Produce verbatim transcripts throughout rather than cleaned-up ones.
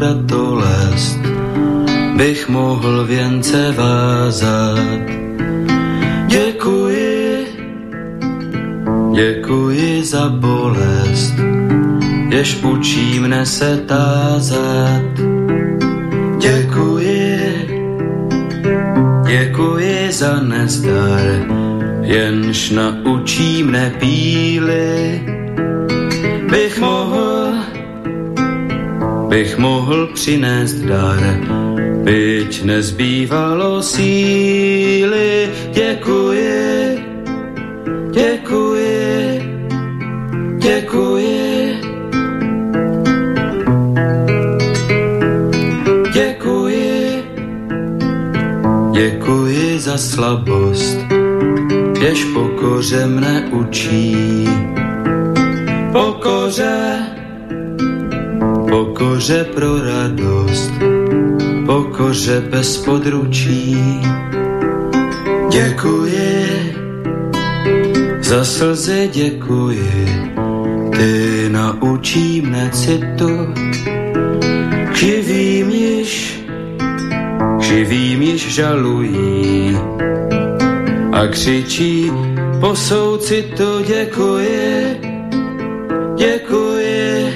bratolest, bych mohl věnce vázat. Děkuji, děkuji za bolest, jež učí mne se tázat. Děkuji, děkuji za nezdar, jenž naučí mne píly. Bych mohl, bych mohl přinést dar, byť nezbývalo síly. Děkuji, děkuji, děkuji. Děkuji, děkuji za slabost, jež pokoře mne učí. Pokoře, pokoře pro radost, pokoře bez područí. Děkuji, za slzy děkuji, ty naučí mne citu. Živým již, živým již žalují a křičí po soucitu. Děkuji, děkuji,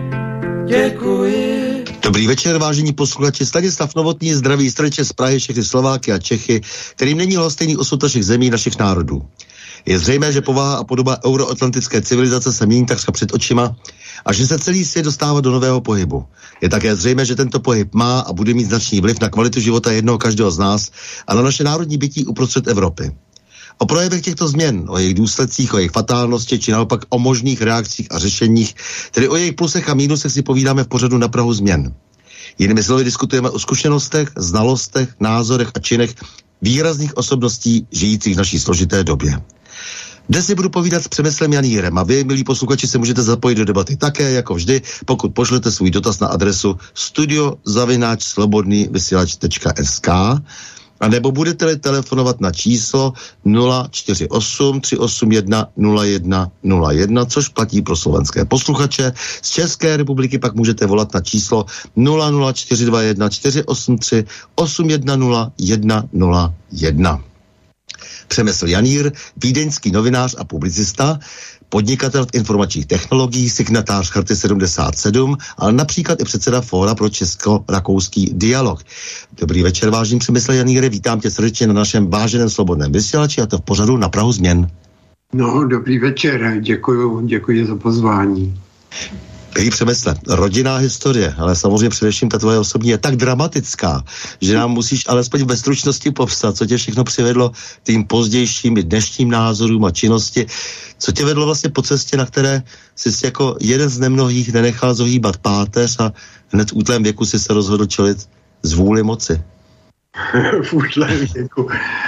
děkuji. Dobrý večer, vážení posluchači. Stanislav Novotný zdraví srdče z Prahy, všechny Slováky a Čechy, kterým není lhostejný osud našich zemí, našich národů. Je zřejmé, že povaha a podoba euroatlantické civilizace se mění takřka před očima a že se celý svět dostává do nového pohybu. Je také zřejmé, že tento pohyb má a bude mít značný vliv na kvalitu života jednoho každého z nás a na naše národní bytí uprostřed Evropy. O projevech těchto změn, o jejich důsledcích, o jejich fatálnosti, či naopak o možných reakcích a řešeních, tedy o jejich plusech a mínusech si povídáme v pořadu Na prahu změn. Jinými slovy diskutujeme o zkušenostech, znalostech, názorech a činech výrazných osobností žijících v naší složité době. Dnes si budu povídat s Přemyslem Janýrem a vy, milí posluchači, se můžete zapojit do debaty také, jako vždy, pokud pošlete svůj dotaz na adresu studio zavináč slobodný vysílač tečka es ká a nebo budete-li telefonovat na číslo nula čtyři osm tři osm jedna nula jedna nula jedna, což platí pro slovenské posluchače. Z České republiky pak můžete volat na číslo nula nula čtyři dva jedna čtyři osm tři osm jedna nula jedna nula jedna. Přemysl Janýr, vídeňský novinář a publicista, podnikatel v informačních technologiích, signatář Charty sedmdesát sedm, ale například i předseda Fóra pro česko-rakouský dialog. Dobrý večer, vážný Přemysl Janýre, vítám tě srdečně na našem váženém slobodném vysílači a to v pořadu Na prahu změn. No, dobrý večer, děkuju, děkuji za pozvání. Milý Přemysle, rodinná historie, ale samozřejmě především ta tvoje osobní je tak dramatická, že nám musíš alespoň ve stručnosti popsat, co tě všechno přivedlo tím pozdějším i dnešním názorům a činnosti, co tě vedlo vlastně po cestě, na které jsi si jako jeden z nemnohých nenechal zohýbat páteř a hned v útlém věku si se rozhodl čelit z vůli moci. V útlém věku.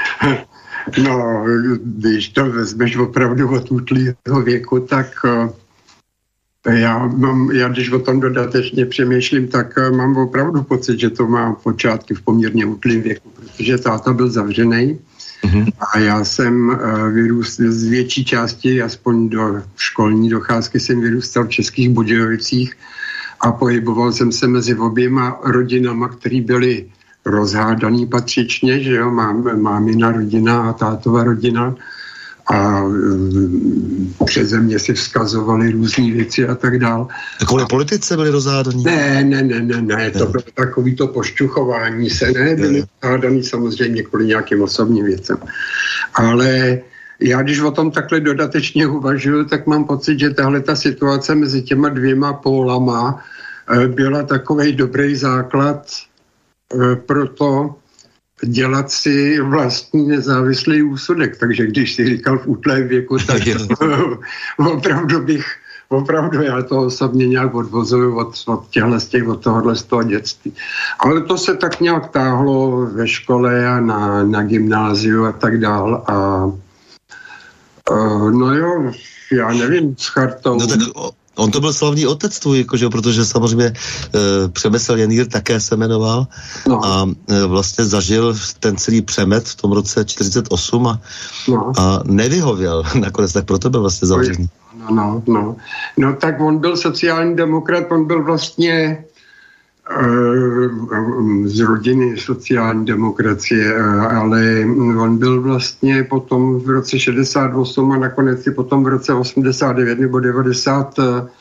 No, když to vezmeš opravdu od útlého věku, tak Já, mám, já když o tom dodatečně přemýšlím, tak mám opravdu pocit, že to má počátky v poměrně útlém věku, protože táta byl zavřený mm-hmm. a já jsem vyrůstal z větší části, aspoň do školní docházky jsem vyrůstal v Českých Budějovicích a pohyboval jsem se mezi oběma rodinama, které byly rozhádaný patřičně, že jo, mám, mámina rodina a tátova rodina. A přeze mě si vzkazovali různý věci a tak dál. A kvůli politice byli rozhádaní? Ne, ne, ne, ne, ne, to bylo takový to pošťuchování se, ne, byli rozhádaný samozřejmě kvůli nějakým osobním věcem. Ale já, když o tom takhle dodatečně uvažuji, tak mám pocit, že tahle ta situace mezi těma dvěma pólama byla takovej dobrý základ pro to, dělat si vlastní nezávislý úsudek. Takže když si říkal v útlém věku, tak opravdu bych, opravdu já to osobně nějak odvozuju od, od těchhle z těch, od tohohle z toho dětství. Ale to se tak nějak táhlo ve škole a na, na gymnáziu a tak dál. A uh, no jo, já nevím, s Chartou. No tak on to byl slavný otec tvůj, jakože, protože samozřejmě e, Přemysl Janýr také se jmenoval no. a e, vlastně zažil ten celý přemet v tom roce čtyřicet osm a, no. a nevyhověl nakonec, tak proto byl vlastně zavřený. No, no, no. No tak on byl sociální demokrat, on byl vlastně z rodiny sociální demokracie, ale on byl vlastně potom v roce šedesát osm a nakonec i potom v roce osmdesát devět nebo devadesát.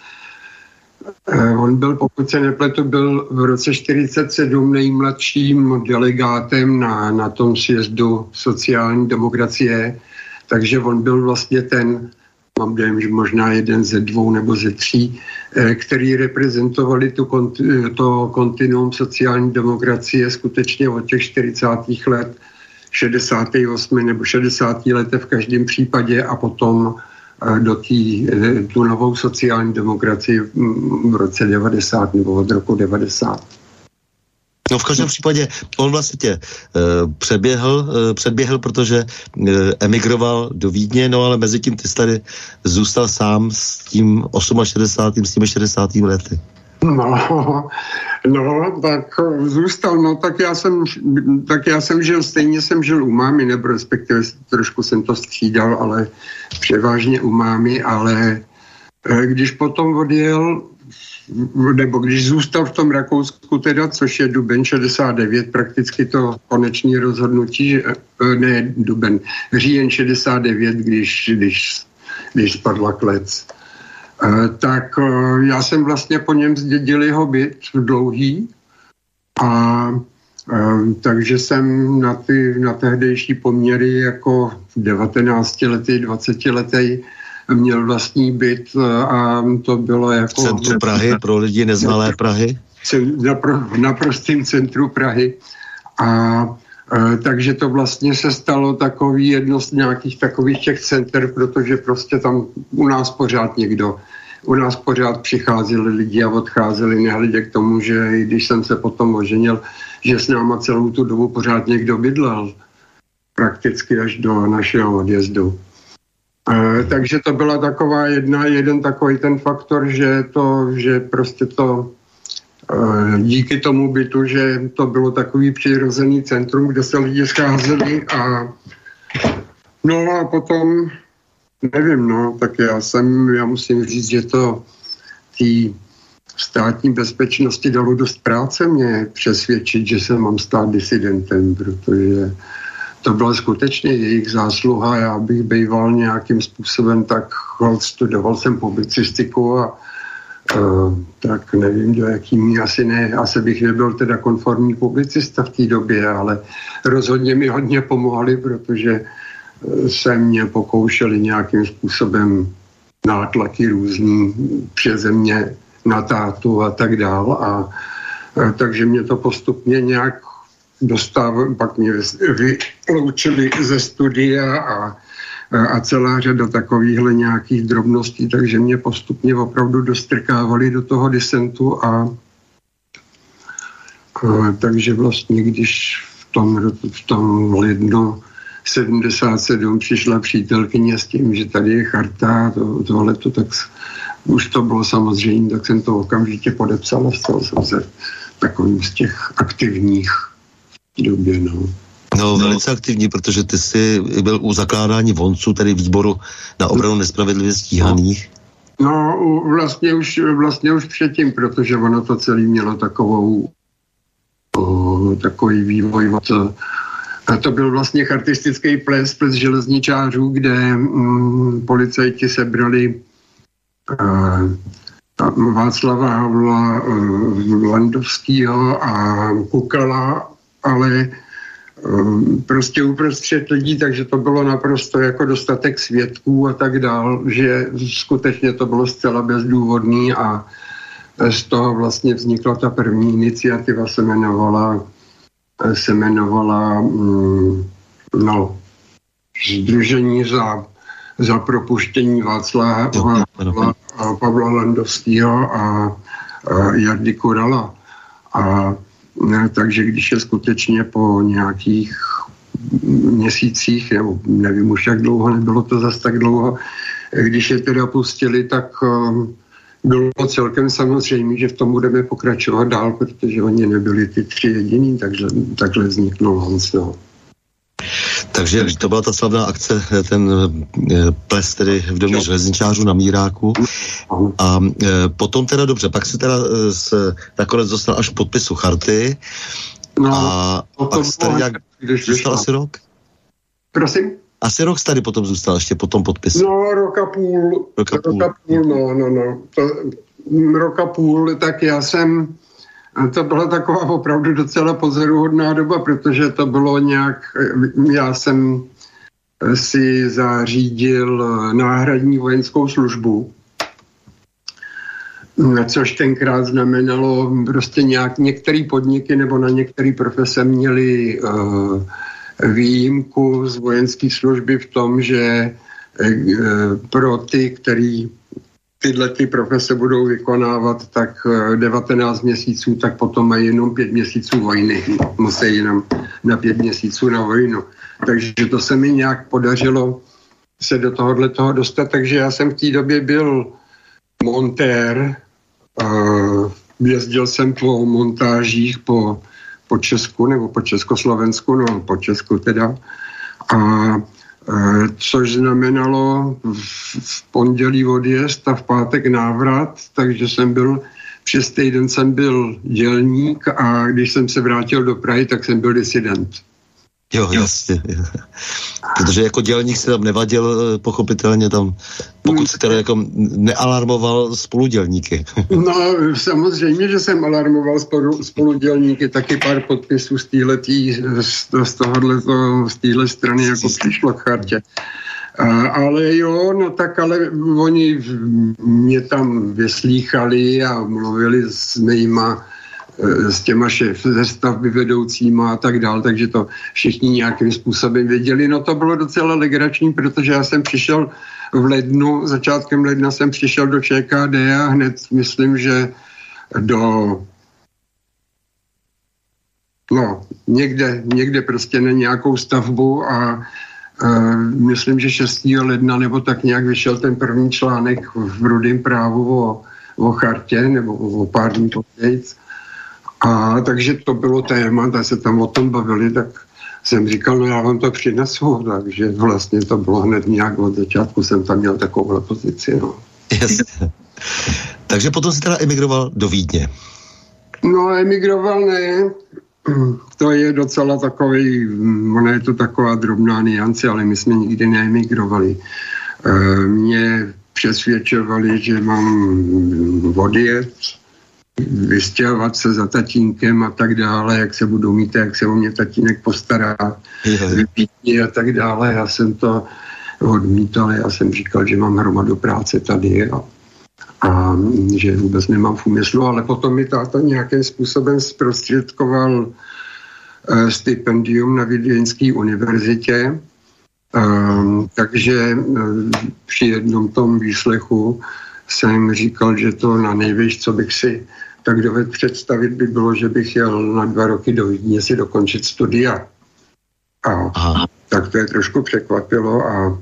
On byl, pokud se nepletu, byl v roce čtyřicet sedm nejmladším delegátem na, na tom sjezdu sociální demokracie, takže on byl vlastně ten, mám dojem, že možná jeden ze dvou nebo ze tří, který reprezentovali tu, to kontinuum sociální demokracie skutečně od těch čtyřicátých let, šedesátých osm nebo šedesátých let v každém případě a potom do tý, tu novou sociální demokracii v roce devadesát nebo od roku devadesát. No v každém případě on vlastně tě uh, přeběhl, uh, předběhl, protože uh, emigroval do Vídně, no ale mezi tím ty jsi tady zůstal sám s tím šedesátým osmým, s těmi šedesátými lety. No, no, tak zůstal, no, tak já jsem, tak já jsem žil, stejně jsem žil u mámy, nebo respektive trošku jsem to střídal, ale převážně u mámy, ale když potom odjel, nebo když zůstal v tom Rakousku teda, což je duben šedesát devět, prakticky to konečné rozhodnutí, ne duben, říjen šedesát devět, když, když, když spadla klec. Tak já jsem vlastně po něm zdědil jeho byt v Dlouhý a takže jsem na ty na tehdejší poměry jako devatenáctiletý, dvacetiletý měl vlastní byt a to bylo jako... V centru Prahy, pro lidi neznalé Prahy? V naprostém centru Prahy a takže to vlastně se stalo takový jedno z nějakých takových těch center, protože prostě tam u nás pořád někdo, u nás pořád přicházeli lidi a odcházeli, nehledě k tomu, že i když jsem se potom oženil, že s náma celou tu dobu pořád někdo bydlel, prakticky až do našeho odjezdu. E, takže to byla taková jedna, jeden takový ten faktor, že to, že prostě to díky tomu bytu, že to bylo takový přirozený centrum, kde se lidi scházeli a no a potom nevím, no, tak já jsem, já musím říct, že to tý státní bezpečnosti dalo dost práce mě přesvědčit, že se mám stát disidentem, protože to byla skutečně jejich zásluha, já bych býval nějakým způsobem tak studoval jsem publicistiku a Uh, tak nevím, do jaký mi asi ne, asi bych nebyl teda konformní publicista v té době, ale rozhodně mi hodně pomohli, protože se mě pokoušeli nějakým způsobem nátlaky různý přeze mě na tátu a tak dál a, a takže mě to postupně nějak dostávalo, pak mě vyloučili ze studia a a celá řada takovýchhle nějakých drobností, takže mě postupně opravdu dostrkávali do toho disentu a, a takže vlastně, když v tom, v tom lednu sedmdesát sedm přišla přítelkyně s tím, že tady je charta to, tohleto, tak už to bylo samozřejmě, tak jsem to okamžitě podepsal a stal jsem se takovým z těch aktivních v době, no. No, velice aktivní, protože ty jsi byl u zakládání VONCu, tedy výboru na obranu nespravedlivě stíhaných. No, vlastně už, vlastně už předtím, protože ono to celé mělo takovou o, takový vývoj. A to byl vlastně chartistický ples, ples železničářů, kde mm, policajti sebrali uh, Václava Havla, uh, Landovského a Kukala, ale prostě uprostřed lidí, takže to bylo naprosto jako dostatek svědků a tak dál, že skutečně to bylo zcela bezdůvodný a z toho vlastně vznikla ta první iniciativa, se jmenovala se jmenovala no, Sdružení za, za propuštění Václava Havla, Pavla Landovského a, a Jardy Kurala. A ne, takže když je skutečně po nějakých měsících, nebo nevím už jak dlouho, nebylo to zas tak dlouho, když je teda pustili, tak um, bylo celkem samozřejmě, že v tom budeme pokračovat dál, protože oni nebyli ty tři jediný, takže takhle vzniknul VONC. No. Takže to byla ta slavná akce, ten ples tedy v domě železničářů na Míráku. A potom teda dobře, pak si teda se nakonec dostal až k podpisu charty. No, a pak jsi tady jak zůstal asi rok? Prosím? Asi rok tady potom zůstal, ještě po tom podpisu. No, roka půl. Roka půl. Roka půl, no, no, no. To, roka půl, tak já jsem, to byla taková opravdu docela pozoruhodná doba, protože to bylo nějak, já jsem si zařídil náhradní vojenskou službu, což tenkrát znamenalo prostě nějak, některé podniky nebo na některé profese měly uh, výjimku z vojenské služby v tom, že pro ty, který tyhle ty profese budou vykonávat, tak devatenáct měsíců, tak potom mají jenom pět měsíců vojny. Musí jenom na pět měsíců na vojnu. Takže to se mi nějak podařilo se do tohohle toho dostat, takže já jsem v té době byl montér, jezdil jsem po montážích po po Česku nebo po Československu, no po Česku teda. A e, což znamenalo v pondělí odjezd a v pátek návrat, takže jsem byl, přes týden jsem byl dělník a když jsem se vrátil do Prahy, tak jsem byl disident. Jo, jasně. Protože jako dělník se tam nevadil, pochopitelně tam, pokud se teda jako nealarmoval spoludělníky. No, samozřejmě, že jsem alarmoval spolu, spoludělníky, taky pár podpisů z téhletý, z, z tohohleto, z téhle strany jako přišlo k chartě. A, ale jo, no tak ale oni mě tam vyslýchali a mluvili s mýma s těma šéf, ze stavby vedoucíma a tak dál, takže to všichni nějakým způsobem věděli. No to bylo docela legrační, protože já jsem přišel v lednu, začátkem ledna jsem přišel do ČKD a hned myslím, že do no, někde, někde prostě na nějakou stavbu a uh, myslím, že šestého ledna nebo tak nějak vyšel ten první článek v Rudém právu o, o chartě nebo o pár dní později. A takže to bylo téma, tak se tam o tom bavili, tak jsem říkal, no já vám to přinesu, takže vlastně to bylo hned nějak od začátku, jsem tam měl takovou pozici, no. Jasně. Takže potom jsi teda emigroval do Vídně. No, emigroval ne, to je docela takový, ona je to taková drobná niance, ale my jsme nikdy neemigrovali. Mě přesvědčovali, že mám odjet, vystěhovat se za tatínkem a tak dále, jak se budu mít, jak se o mě tatínek postará, vypítí a tak dále. Já jsem to odmítal, já jsem říkal, že mám hromadu práce tady a, a že vůbec nemám v úmyslu, ale potom mi táta nějakým způsobem zprostředkoval uh, stipendium na Vídeňské univerzitě, uh, takže uh, při jednom tom výslechu jsem říkal, že to na nejvíc, co bych si tak dovedl představit, by bylo, že bych jel na dva roky do Vídně si dokončit studia. A Aha. tak to je trošku překvapilo a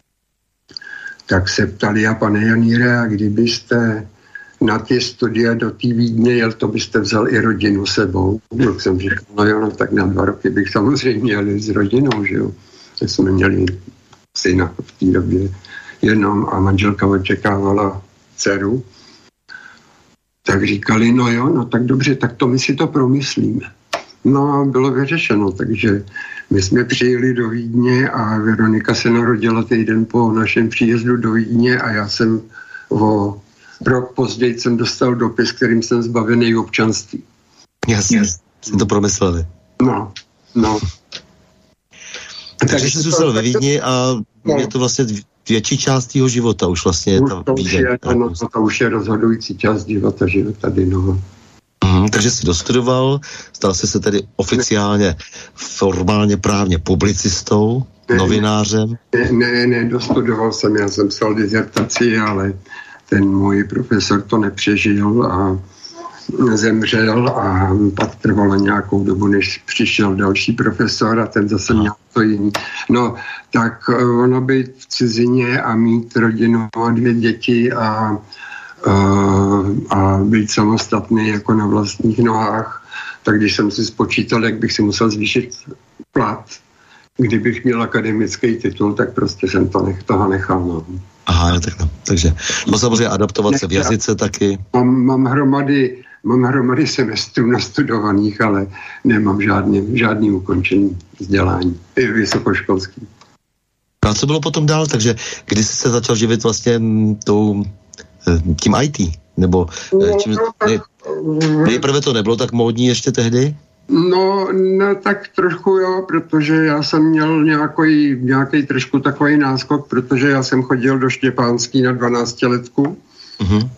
tak se ptali, a pane Janíre, a kdybyste na ty studia do té Vídně jel, to byste vzal i rodinu sebou. Tak jsem říkal, no jo, no, tak na dva roky bych samozřejmě jel s rodinou, že jo. Tak jsme měli syna v té době jenom a manželka očekávala dceru. Tak říkali, no jo, no tak dobře, tak to my si to promyslíme. No a bylo vyřešeno, takže my jsme přijeli do Vídně a Veronika se narodila týden po našem příjezdu do Vídně a já jsem o rok později jsem dostal dopis, kterým jsem zbavený občanství. Jasně, jste to promysleli. No, no. Takže, takže jsi zůstal ve Vídni a no. je to vlastně větší část jeho života, už vlastně je ta Vídeň. Ano, to už je rozhodující část života, že tady, no. Mm, takže jsi dostudoval, stal jsi se tedy oficiálně, formálně právně publicistou, ne, novinářem? Ne, ne, ne, dostudoval jsem, já jsem psal dizertaci, ale ten můj profesor to nepřežil a zemřel a pak trvalo nějakou dobu, než přišel další profesor a ten zase měl to jiný. No, tak ono být v cizině a mít rodinu a dvě děti a, a, a být samostatný jako na vlastních nohách, tak když jsem si spočítal, jak bych si musel zvýšit plat, kdybych měl akademický titul, tak prostě jsem to nech, toho nechal. No. Aha, no, tak no. Takže no samozřejmě adaptovat se v jazyce taky. Mám, mám hromady, mám hromady semestrů nastudovaných, ale nemám žádný, žádný ukončený vzdělání, i vysokoškolský. A co bylo potom dál? Takže kdy jsi se začal živit vlastně tou, tím í té? Nebo čím, nej, nejprve to nebylo tak módní ještě tehdy? No, no, tak trošku jo, protože já jsem měl nějaký, nějaký trošku takový náskok, protože já jsem chodil do Štěpánský na dvanáctiletku. Uh-huh.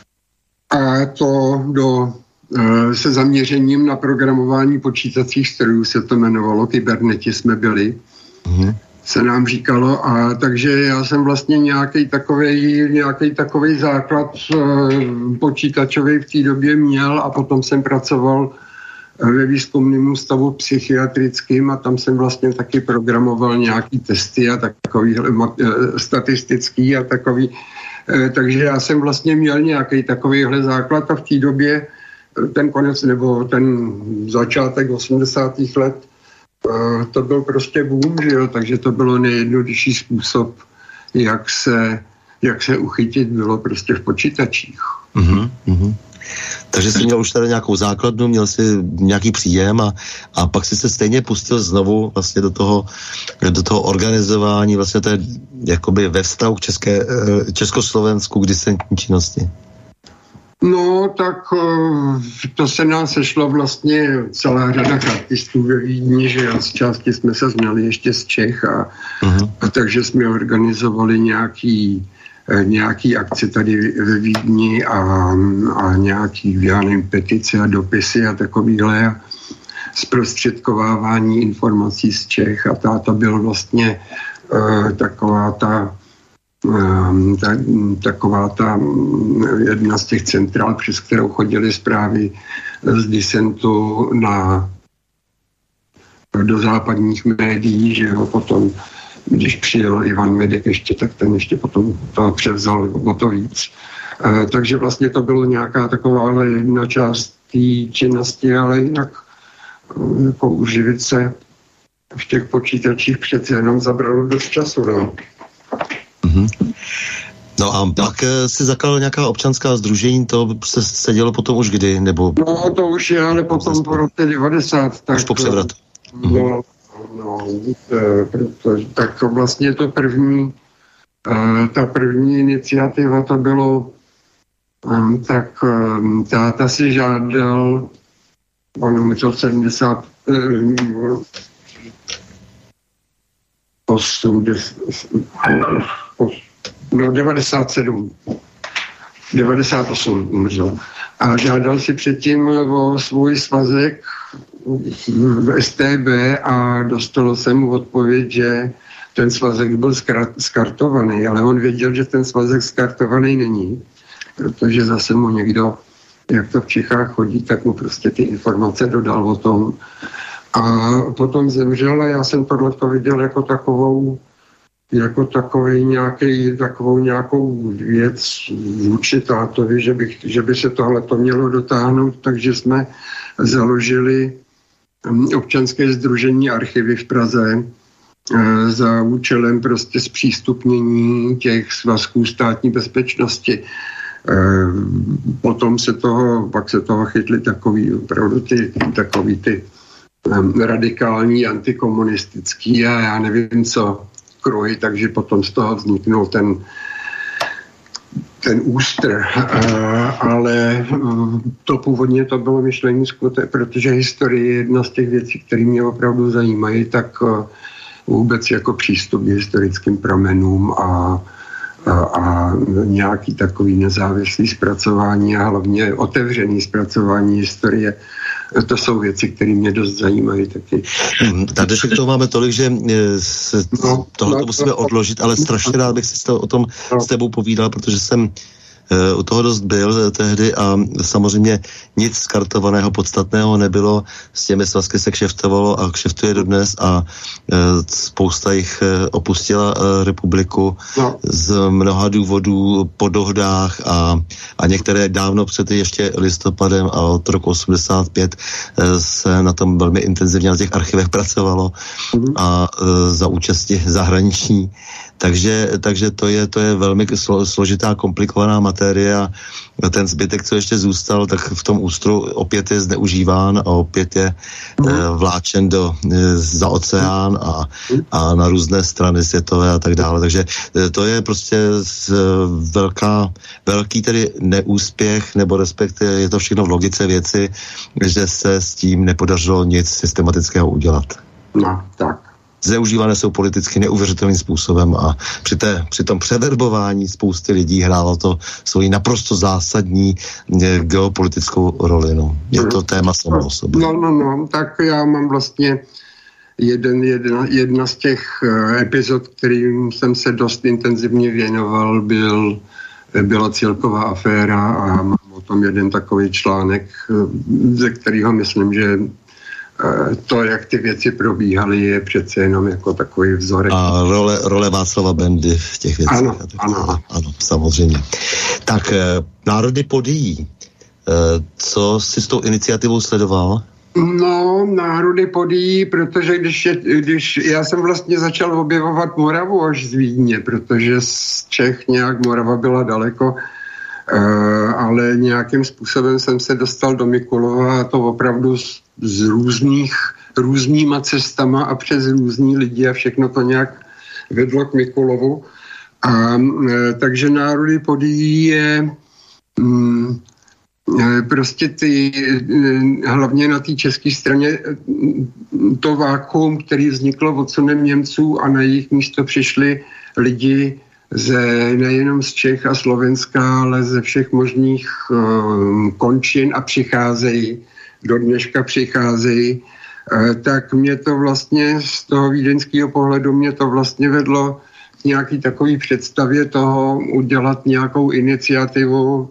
A to do, se zaměřením na programování počítacích strojů se to jmenovalo, kyberneti jsme byli. Uh-huh. Se nám říkalo, a takže já jsem vlastně nějaký takovej, nějaký takovej základ e, počítačový v té době měl a potom jsem pracoval ve výzkumném ústavu psychiatrickým a tam jsem vlastně taky programoval nějaký testy a takový e, statistický a takový, e, takže já jsem vlastně měl nějaký takovýhle základ a v té době ten konec nebo ten začátek osmdesátých let to byl prostě boom, že jo? Takže to bylo nejjednodušší způsob, jak se, jak se uchytit, bylo prostě v počítačích. Mm-hmm, mm-hmm. Takže jsi měl už tady nějakou základnu, měl jsi nějaký příjem a, a pak jsi se stejně pustil znovu vlastně do toho, do toho organizování vlastně té, jakoby ve vztahu k České, Československu k disidentní činnosti. No, tak to se nám sešlo vlastně celá řada chartistů ve Vídni, že z části jsme se znali ještě z Čech a, uh-huh. a takže jsme organizovali nějaký, nějaký akce tady ve Vídni a, a nějaký, já nevím, petice a dopisy a takovýhle a zprostředkovávání informací z Čech a ta, to byl vlastně uh, taková ta Ta, taková ta jedna z těch centrál, přes kterou chodily zprávy z disentu na, do západních médií, že ho potom, když přijel Ivan Medek ještě, tak ten ještě potom to převzal o to víc. E, takže vlastně to bylo nějaká taková ale jedna část té činnosti, ale jinak jako uživit se v těch počítačích přece jenom zabralo dost času, no. No a pak si zakládal nějaká občanská sdružení, to se, se dělo potom už kdy, nebo? No to už je, ale potom po roce devadesát. Tak, už po převratu. No, no, protože, tak vlastně to první, ta první iniciativa to bylo, tak táta si žádal, on umřel sedmdesát osm, no devadesát sedm, devadesát osm umřel. A žádal si předtím o svůj svazek v es té bé a dostalo se mu odpověď, že ten svazek byl skartovaný, ale on věděl, že ten svazek skartovaný není, protože zase mu někdo, jak to v Čechách chodí, tak mu prostě ty informace dodal o tom. A potom zemřel a já jsem tohleto viděl jako takovou jako takový nějaký, takovou nějakou věc vůči tátovi, že, bych, že by se tohleto mělo dotáhnout, takže jsme založili občanské sdružení Archivy v Praze za účelem prostě zpřístupnění těch svazků státní bezpečnosti. Potom se toho, pak se toho chytli takový, opravdu ty, takový ty radikální, antikomunistický a já nevím co, kruhy, takže potom z toho vzniknul ten, ten ústr. Ale to původně to bylo myšlení skutečné, protože historie je jedna z těch věcí, které mě opravdu zajímají, tak vůbec jako přístup k historickým pramenům a, a, a nějaký takový nezávislý zpracování a hlavně otevřený zpracování historie. To jsou věci, které mě dost zajímají taky. Tady k tomu máme tolik, že no, tohle no, musíme odložit, ale strašně rád bych si o tom no. s tebou povídal, protože jsem u toho dost byl tehdy a samozřejmě nic skartovaného podstatného nebylo. S těmi svazky se kšeftovalo a kšeftuje dodnes a spousta jich opustila republiku no. z mnoha důvodů po dohodách a, a některé dávno před ještě listopadem a od roku osmdesát pět se na tom velmi intenzivně na těch archivech pracovalo mm. a za účasti zahraniční. Takže, takže to je, to je velmi složitá, komplikovaná materie a ten zbytek, co ještě zůstal, tak v tom ústru opět je zneužíván a opět je mm. vláčen do, za oceán a, a na různé strany světové a tak dále. Takže to je prostě velká, velký tedy neúspěch, nebo respektive je to všechno v logice věci, že se s tím nepodařilo nic systematického udělat. No, tak. Zneužívané jsou politicky neuvěřitelným způsobem a při, té, při tom převerbování spousty lidí hrálo to svoji naprosto zásadní geopolitickou roli. No. Je to téma samo o sobě. No, no, no, tak já mám vlastně jeden, jedna, jedna z těch epizod, kterým jsem se dost intenzivně věnoval, byl, byla Cílková aféra a mám o tom jeden takový článek, ze kterého myslím, že to, jak ty věci probíhaly, je přece jenom jako takový vzorek. A role, role Václava Bendy v těch věcech. Ano, ano. Ano, samozřejmě. Tak, národy Podyjí. Co jsi s tou iniciativou sledoval? No, národy Podyjí, protože když, je, když já jsem vlastně začal objevovat Moravu až z Vídně, protože z Čech nějak Morava byla daleko, Uh, ale nějakým způsobem jsem se dostal do Mikulova a to opravdu z, z různých, různýma cestama a přes různý lidi a všechno to nějak vedlo k Mikulovu. A uh, takže národy Podyjí je um, prostě ty, hlavně na té české straně to vákuum, který vzniklo odsunem Němců a na jejich místo přišli lidi ze, nejenom z Čech a Slovenska, ale ze všech možných um, končin a přicházejí, do dneška přicházejí, uh, tak mě to vlastně z toho vídeňského pohledu mě to vlastně vedlo k nějaký takový představě toho udělat nějakou iniciativu,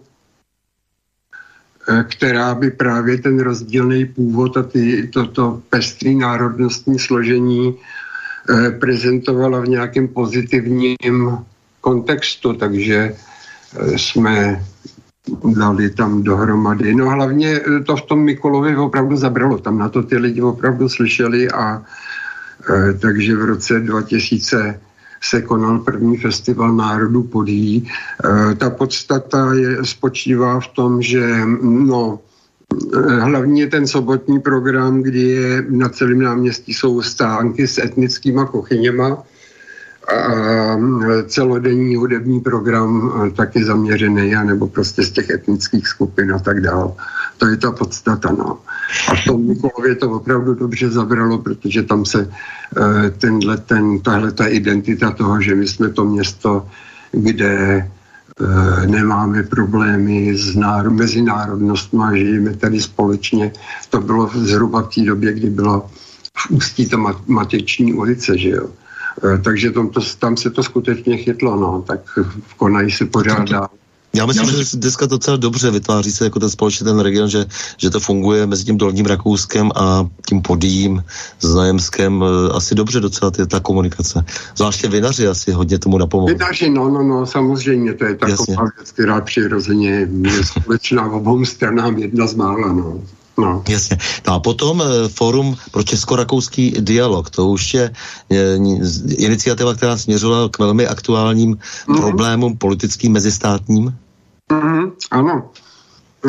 která by právě ten rozdílný původ a ty, toto pestrý národnostní složení eh, prezentovala v nějakém pozitivním kontextu, takže eh, jsme dali tam dohromady. No hlavně to v tom Mikulově opravdu zabralo, tam na to ty lidi opravdu slyšeli a eh, takže v roce dva tisíce se konal první festival národů Podyjí. E, ta podstata je, spočívá v tom, že no, hlavně ten sobotní program, kdy je na celém náměstí jsou stánky s etnickýma kuchyněma a celodenní hudební program taky zaměřený, nebo prostě z těch etnických skupin a tak dál. To je ta podstata, no. A v tom Mikulově to opravdu dobře zabralo, protože tam se tenhle, ten, tahle ta identita toho, že my jsme to město, kde nemáme problémy s náro- mezinárodnostma, žijeme tady společně. To bylo zhruba v té době, kdy bylo v Ústí ta mat- Mateční ulice, že jo. Takže tam, to, tam se to skutečně chytlo, no, tak v Konaji se pořádá. Já myslím, že dneska to docela dobře vytváří se jako ten společný ten region, že, že to funguje mezi tím Dolním Rakouskem a tím Podyjím, Znojemskem, asi dobře docela je ta komunikace. Zvláště vinaři asi hodně tomu napomohli. Vinaři, no, no, no, samozřejmě, to je taková věc, která přirozeně je společná obou stranám, jedna z mála, no. No. Jasně. No a potom e, Fórum pro česko-rakouský dialog. To už je e, iniciativa, která směřovala k velmi aktuálním mm-hmm. problémům politickým mezistátním. Mm-hmm. Ano. E,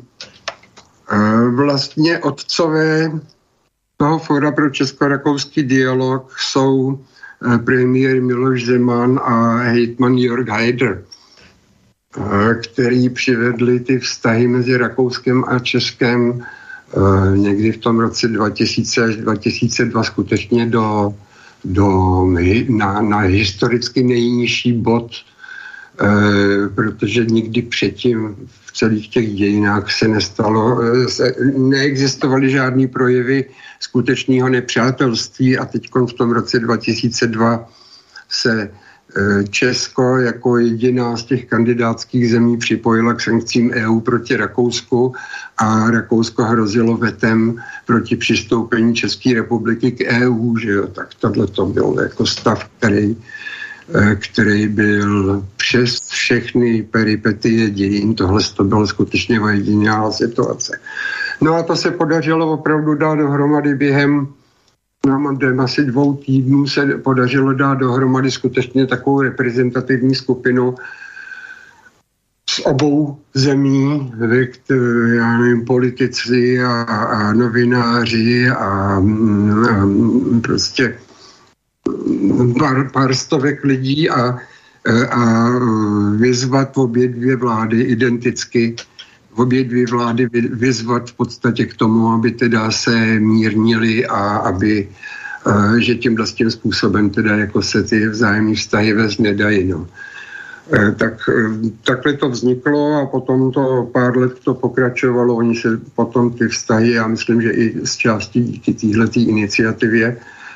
e, vlastně otcové toho Fóra pro česko-rakouský dialog jsou e, premiér Miloš Zeman a hejtman Jörg Haider, e, který přivedli ty vztahy mezi Rakouskem a Českem e, někdy v tom roce dva tisíce až dva tisíce dva skutečně do, do, na, na historicky nejnižší bod, e, protože nikdy předtím v celých těch dějinách se nestalo, se, neexistovaly žádný projevy skutečného nepřátelství a teď v tom roce dva tisíce dva se Česko jako jediná z těch kandidátských zemí připojila k sankcím E U proti Rakousku a Rakousko hrozilo vetem proti přistoupení České republiky k E U, že jo, tak tohle to byl jako stav, který, který byl přes všechny peripetie dějin, tohle to bylo skutečně ojedinělá situace. No a to se podařilo opravdu dát dohromady během No, mám asi dvou týdnů se podařilo dát dohromady skutečně takovou reprezentativní skupinu z obou zemí, já nevím, politici a, a novináři a, a prostě pár, pár stovek lidí a, a vyzvat obě dvě vlády identicky obě dvě vlády vyzvat v podstatě k tomu, aby teda se mírnili a aby, že tím vlastním způsobem teda jako se ty vzájemné vztahy vést nedají, no. Tak, takhle to vzniklo a potom to pár let to pokračovalo, oni se potom ty vztahy, já myslím, že i z části díky téhletý iniciativě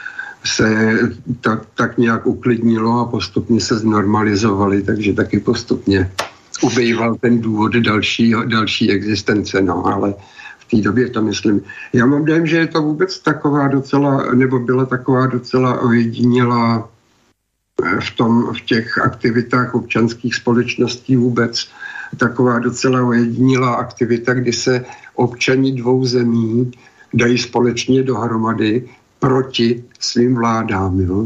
se tak, tak nějak uklidnilo a postupně se znormalizovali, takže taky postupně ubejval ten důvod další, další existence, no, ale v té době to myslím. Já mám dojem, že je to vůbec taková docela, nebo byla taková docela ojedinělá v, tom, v těch aktivitách občanských společností vůbec taková docela ojedinělá aktivita, kdy se občani dvou zemí dají společně dohromady proti svým vládám, jo?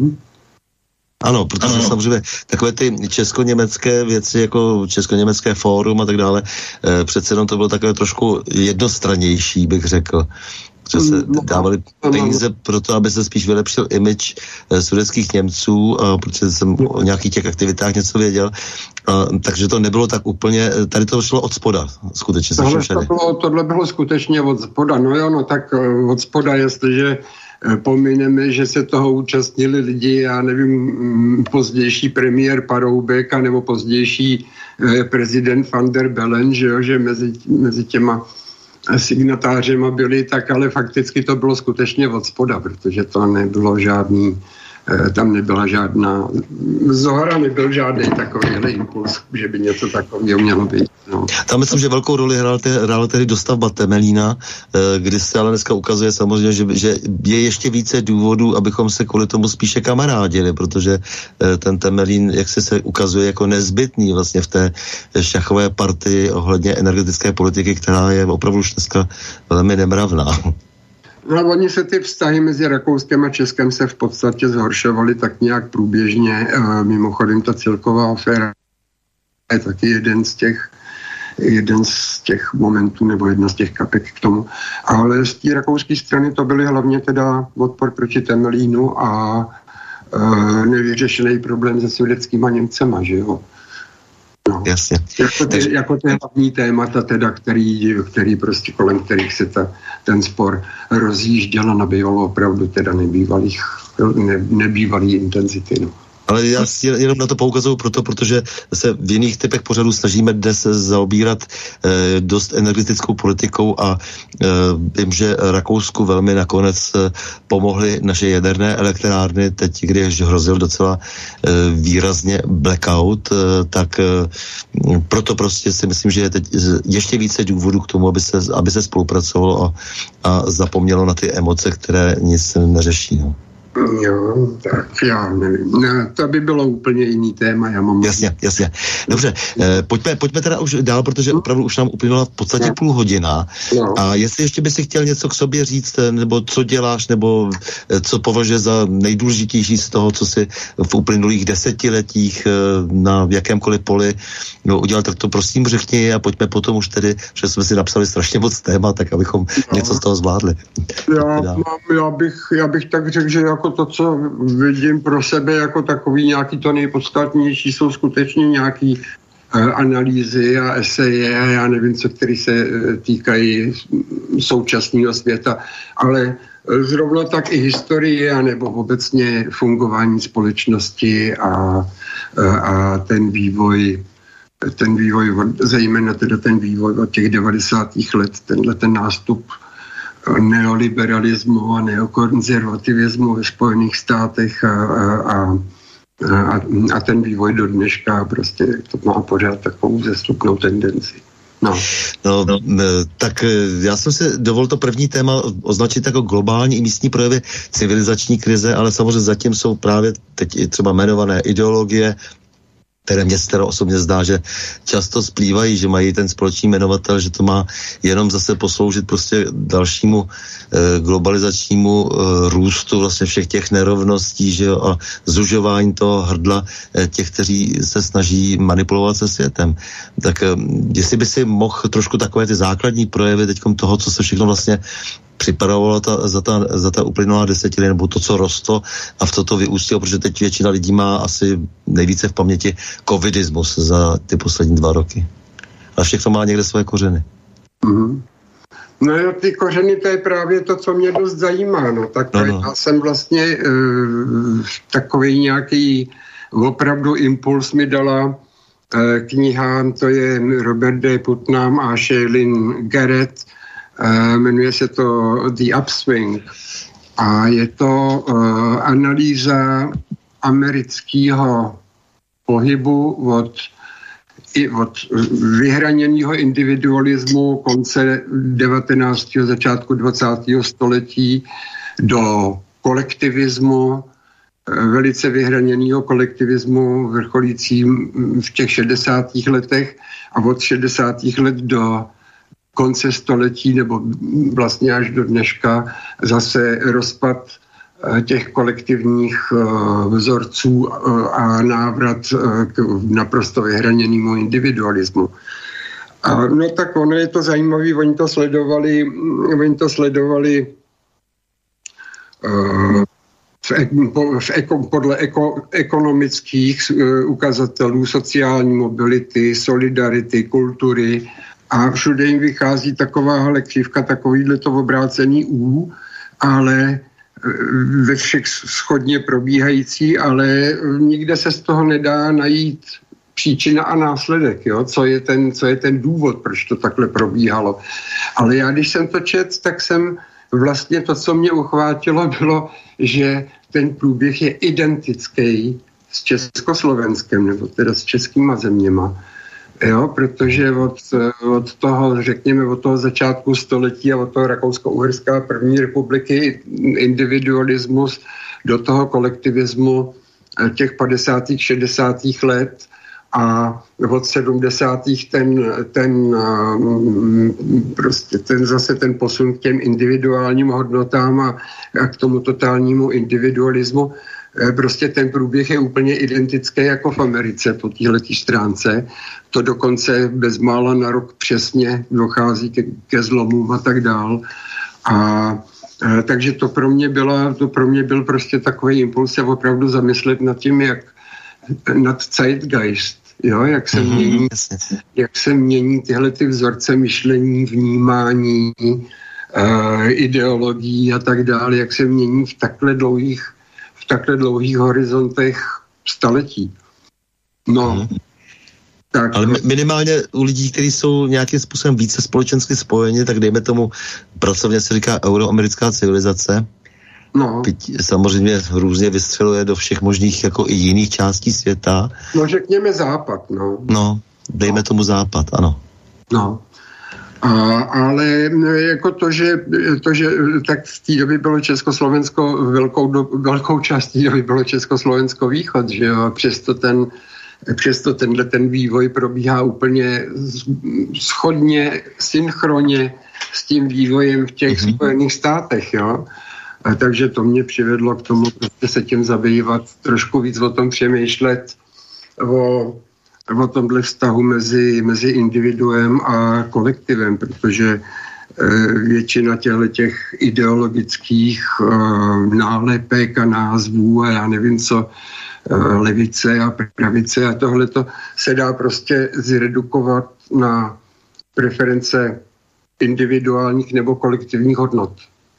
Ano, protože ano. samozřejmě takové ty česko-německé věci, jako česko-německé fórum a tak dále, e, přece jenom to bylo takové trošku jednostrannější, bych řekl. Že se dávali peníze pro to, aby se spíš vylepšil image e, sudetských Němců, a protože jsem o nějakých těch aktivitách něco věděl, a, takže to nebylo tak úplně, tady to šlo od spoda, skutečně. Tohle, to bylo, tohle bylo skutečně od spoda, no jo, no tak od spoda, jestliže pomineme, že se toho účastnili lidi, já nevím, pozdější premiér Paroubek a nebo pozdější prezident Van der Bellen, že, jo, že mezi, mezi těma signatářema byli, tak ale fakticky to bylo skutečně od spoda, protože to nebylo žádný, tam nebyla žádná, zhora nebyl žádný takový impuls, že by něco takového mělo být. No. Tam myslím, že velkou roli hrála te, tedy dostavba Temelína, kdy se ale dneska ukazuje samozřejmě, že, že je ještě více důvodů, abychom se kvůli tomu spíše kamarádili, protože ten Temelín, jak se, se ukazuje jako nezbytný vlastně v té šachové partii ohledně energetické politiky, která je opravdu už dneska velmi nemravná. No, oni se ty vztahy mezi Rakouskem a Českem se v podstatě zhoršovaly tak nějak průběžně. Mimochodem ta celková aféra je taky jeden z těch jeden z těch momentů, nebo jedna z těch kapek k tomu. Ale z té rakouské strany to byly hlavně teda odpor proti Temelínu a e, nevyřešený problém se sudetskýma Němcema, že jo. No. Jasně. Jako ty, jako ty hlavní témata, teda, který, který prostě kolem kterých se ta, ten spor rozjížděl a nabývalo opravdu teda nebývalých, ne, nebývalý intenzity. No. Ale já si jenom na to poukazuju proto, protože se v jiných typech pořadů snažíme dnes zaobírat eh, dost energetickou politikou a eh, vím, že Rakousku velmi nakonec eh, pomohly naše jaderné elektrárny, teď, když hrozil docela eh, výrazně blackout, eh, tak eh, proto prostě si myslím, že je teď ještě více důvodů k tomu, aby se, aby se spolupracovalo a, a zapomnělo na ty emoce, které nic neřeší. No. Jo, tak já nevím. No, to by bylo úplně jiný téma. Já mám... Jasně, jasně. Dobře, eh, pojďme, pojďme teda už dál, protože opravdu už nám uplynula v podstatě no. půl hodina. No. A jestli ještě by si chtěl něco k sobě říct, nebo co děláš, nebo co považuješ za nejdůležitější z toho, co si v uplynulých desetiletích na jakémkoliv poli no, udělal, tak to prosím řekni a pojďme potom už tedy, že jsme si napsali strašně moc témat, tak abychom no. něco z toho zvládli. Já, mám, já, bych, já bych tak řekl, že jako to, co vidím pro sebe jako takový nějaký to nejpodstatnější, jsou skutečně nějaký uh, analýzy a eseje a já nevím, co, který se uh, týkají současného světa, ale uh, zrovna tak i historie nebo obecně fungování společnosti a, uh, a ten vývoj ten vývoj, zejména teda ten vývoj od těch devadesátých let, tenhle ten nástup neoliberalismu a neokonzervativismu ve Spojených státech a, a, a a, a ten vývoj do dneška prostě to má pořád takovou zestupnou tendenci. No. No, tak já jsem si dovolil to první téma označit jako globální i místní projevy civilizační krize, ale samozřejmě zatím jsou právě teď i třeba jmenované ideologie, které mě teda osobně zdá, že často splývají, že mají ten společný jmenovatel, že to má jenom zase posloužit prostě dalšímu e, globalizačnímu e, růstu vlastně všech těch nerovností, že jo, a zužování toho hrdla e, těch, kteří se snaží manipulovat se světem. Tak e, jestli by si mohl trošku takové ty základní projevy teďkom toho, co se všechno vlastně připravovalo ta, za, ta, za ta uplynulá desetiletí, nebo to, co rostlo a v toto vyústilo, protože teď většina lidí má asi nejvíce v paměti covidismus za ty poslední dva roky. A všechno má někde své kořeny. Mm-hmm. No jo, ty kořeny, to je právě to, co mě dost zajímá. No. Tak no, no. Já jsem vlastně uh, takový nějaký opravdu impuls mi dala uh, kniha, to je Robert D. Putnam a Shailene Garrett, Uh, jmenuje se to The Upswing a je to uh, analýza amerického pohybu od, i od vyhraněného individualismu konce devatenáctého začátku dvacátého století do kolektivismu, uh, velice vyhraněného kolektivismu vrcholícím v těch šedesátých letech a od šedesátých let do konce století nebo vlastně až do dneška zase rozpad těch kolektivních vzorců a návrat k naprosto vyhraněnému individualismu. A no tak ono je to zajímavé, oni to sledovali, oni to sledovali uh, v, v eko, podle eko, ekonomických uh, ukazatelů sociální mobility, solidarity, kultury. A všude jim vychází takováhle křivka, takovýhle to obrácený U, ale ve všech shodně probíhající, ale nikde se z toho nedá najít příčina a následek, jo? Co je ten, co je ten důvod, proč to takhle probíhalo. Ale já, když jsem to čet, tak jsem vlastně to, co mě uchvátilo, bylo, že ten průběh je identický s Československem, nebo teda s českýma zeměma. Jo, protože od, od toho, řekněme, od toho začátku století a od toho Rakousko-Uherská první republiky individualismus do toho kolektivismu těch padesátých, šedesátých let a od sedmdesátých ten, ten prostě ten zase ten posun k těm individuálním hodnotám a, a k tomu totálnímu individualismu. Prostě ten průběh je úplně identický jako v Americe po téhletý stránce. To dokonce bezmála na rok přesně dochází ke, ke zlomům a tak dál. A, a takže to pro mě byla, to pro mě byl prostě takový impuls se opravdu zamyslet nad tím, jak nad Zeitgeist, jo, jak se mm-hmm. mění, jak se mění tyhle ty vzorce myšlení, vnímání, uh, ideologií a tak dále, jak se mění v takhle dlouhých v takhle dlouhých horizontech staletí. No. Hmm. Tak. Ale minimálně u lidí, kteří jsou nějakým způsobem více společensky spojeni, tak dejme tomu, pracovně se říká euroamerická civilizace. No. Byť samozřejmě různě vystřeluje do všech možných jako i jiných částí světa. No řekněme západ, no. No, dejme no. tomu západ, ano. No. A, ale jako to, že, to, že tak v té době bylo Československo, velkou, do, velkou část té doby bylo Československo východ, že jo, přesto ten, přesto tenhle ten vývoj probíhá úplně shodně, synchronně s tím vývojem v těch mm-hmm. Spojených státech, jo. A takže to mě přivedlo k tomu prostě se tím zabývat, trošku víc o tom přemýšlet, o o tomhle vztahu mezi, mezi individuem a kolektivem, protože e, většina těch ideologických e, nálepek a názvů a já nevím co, e, levice a pravice a tohleto se dá prostě zredukovat na preference individuálních nebo kolektivních hodnot.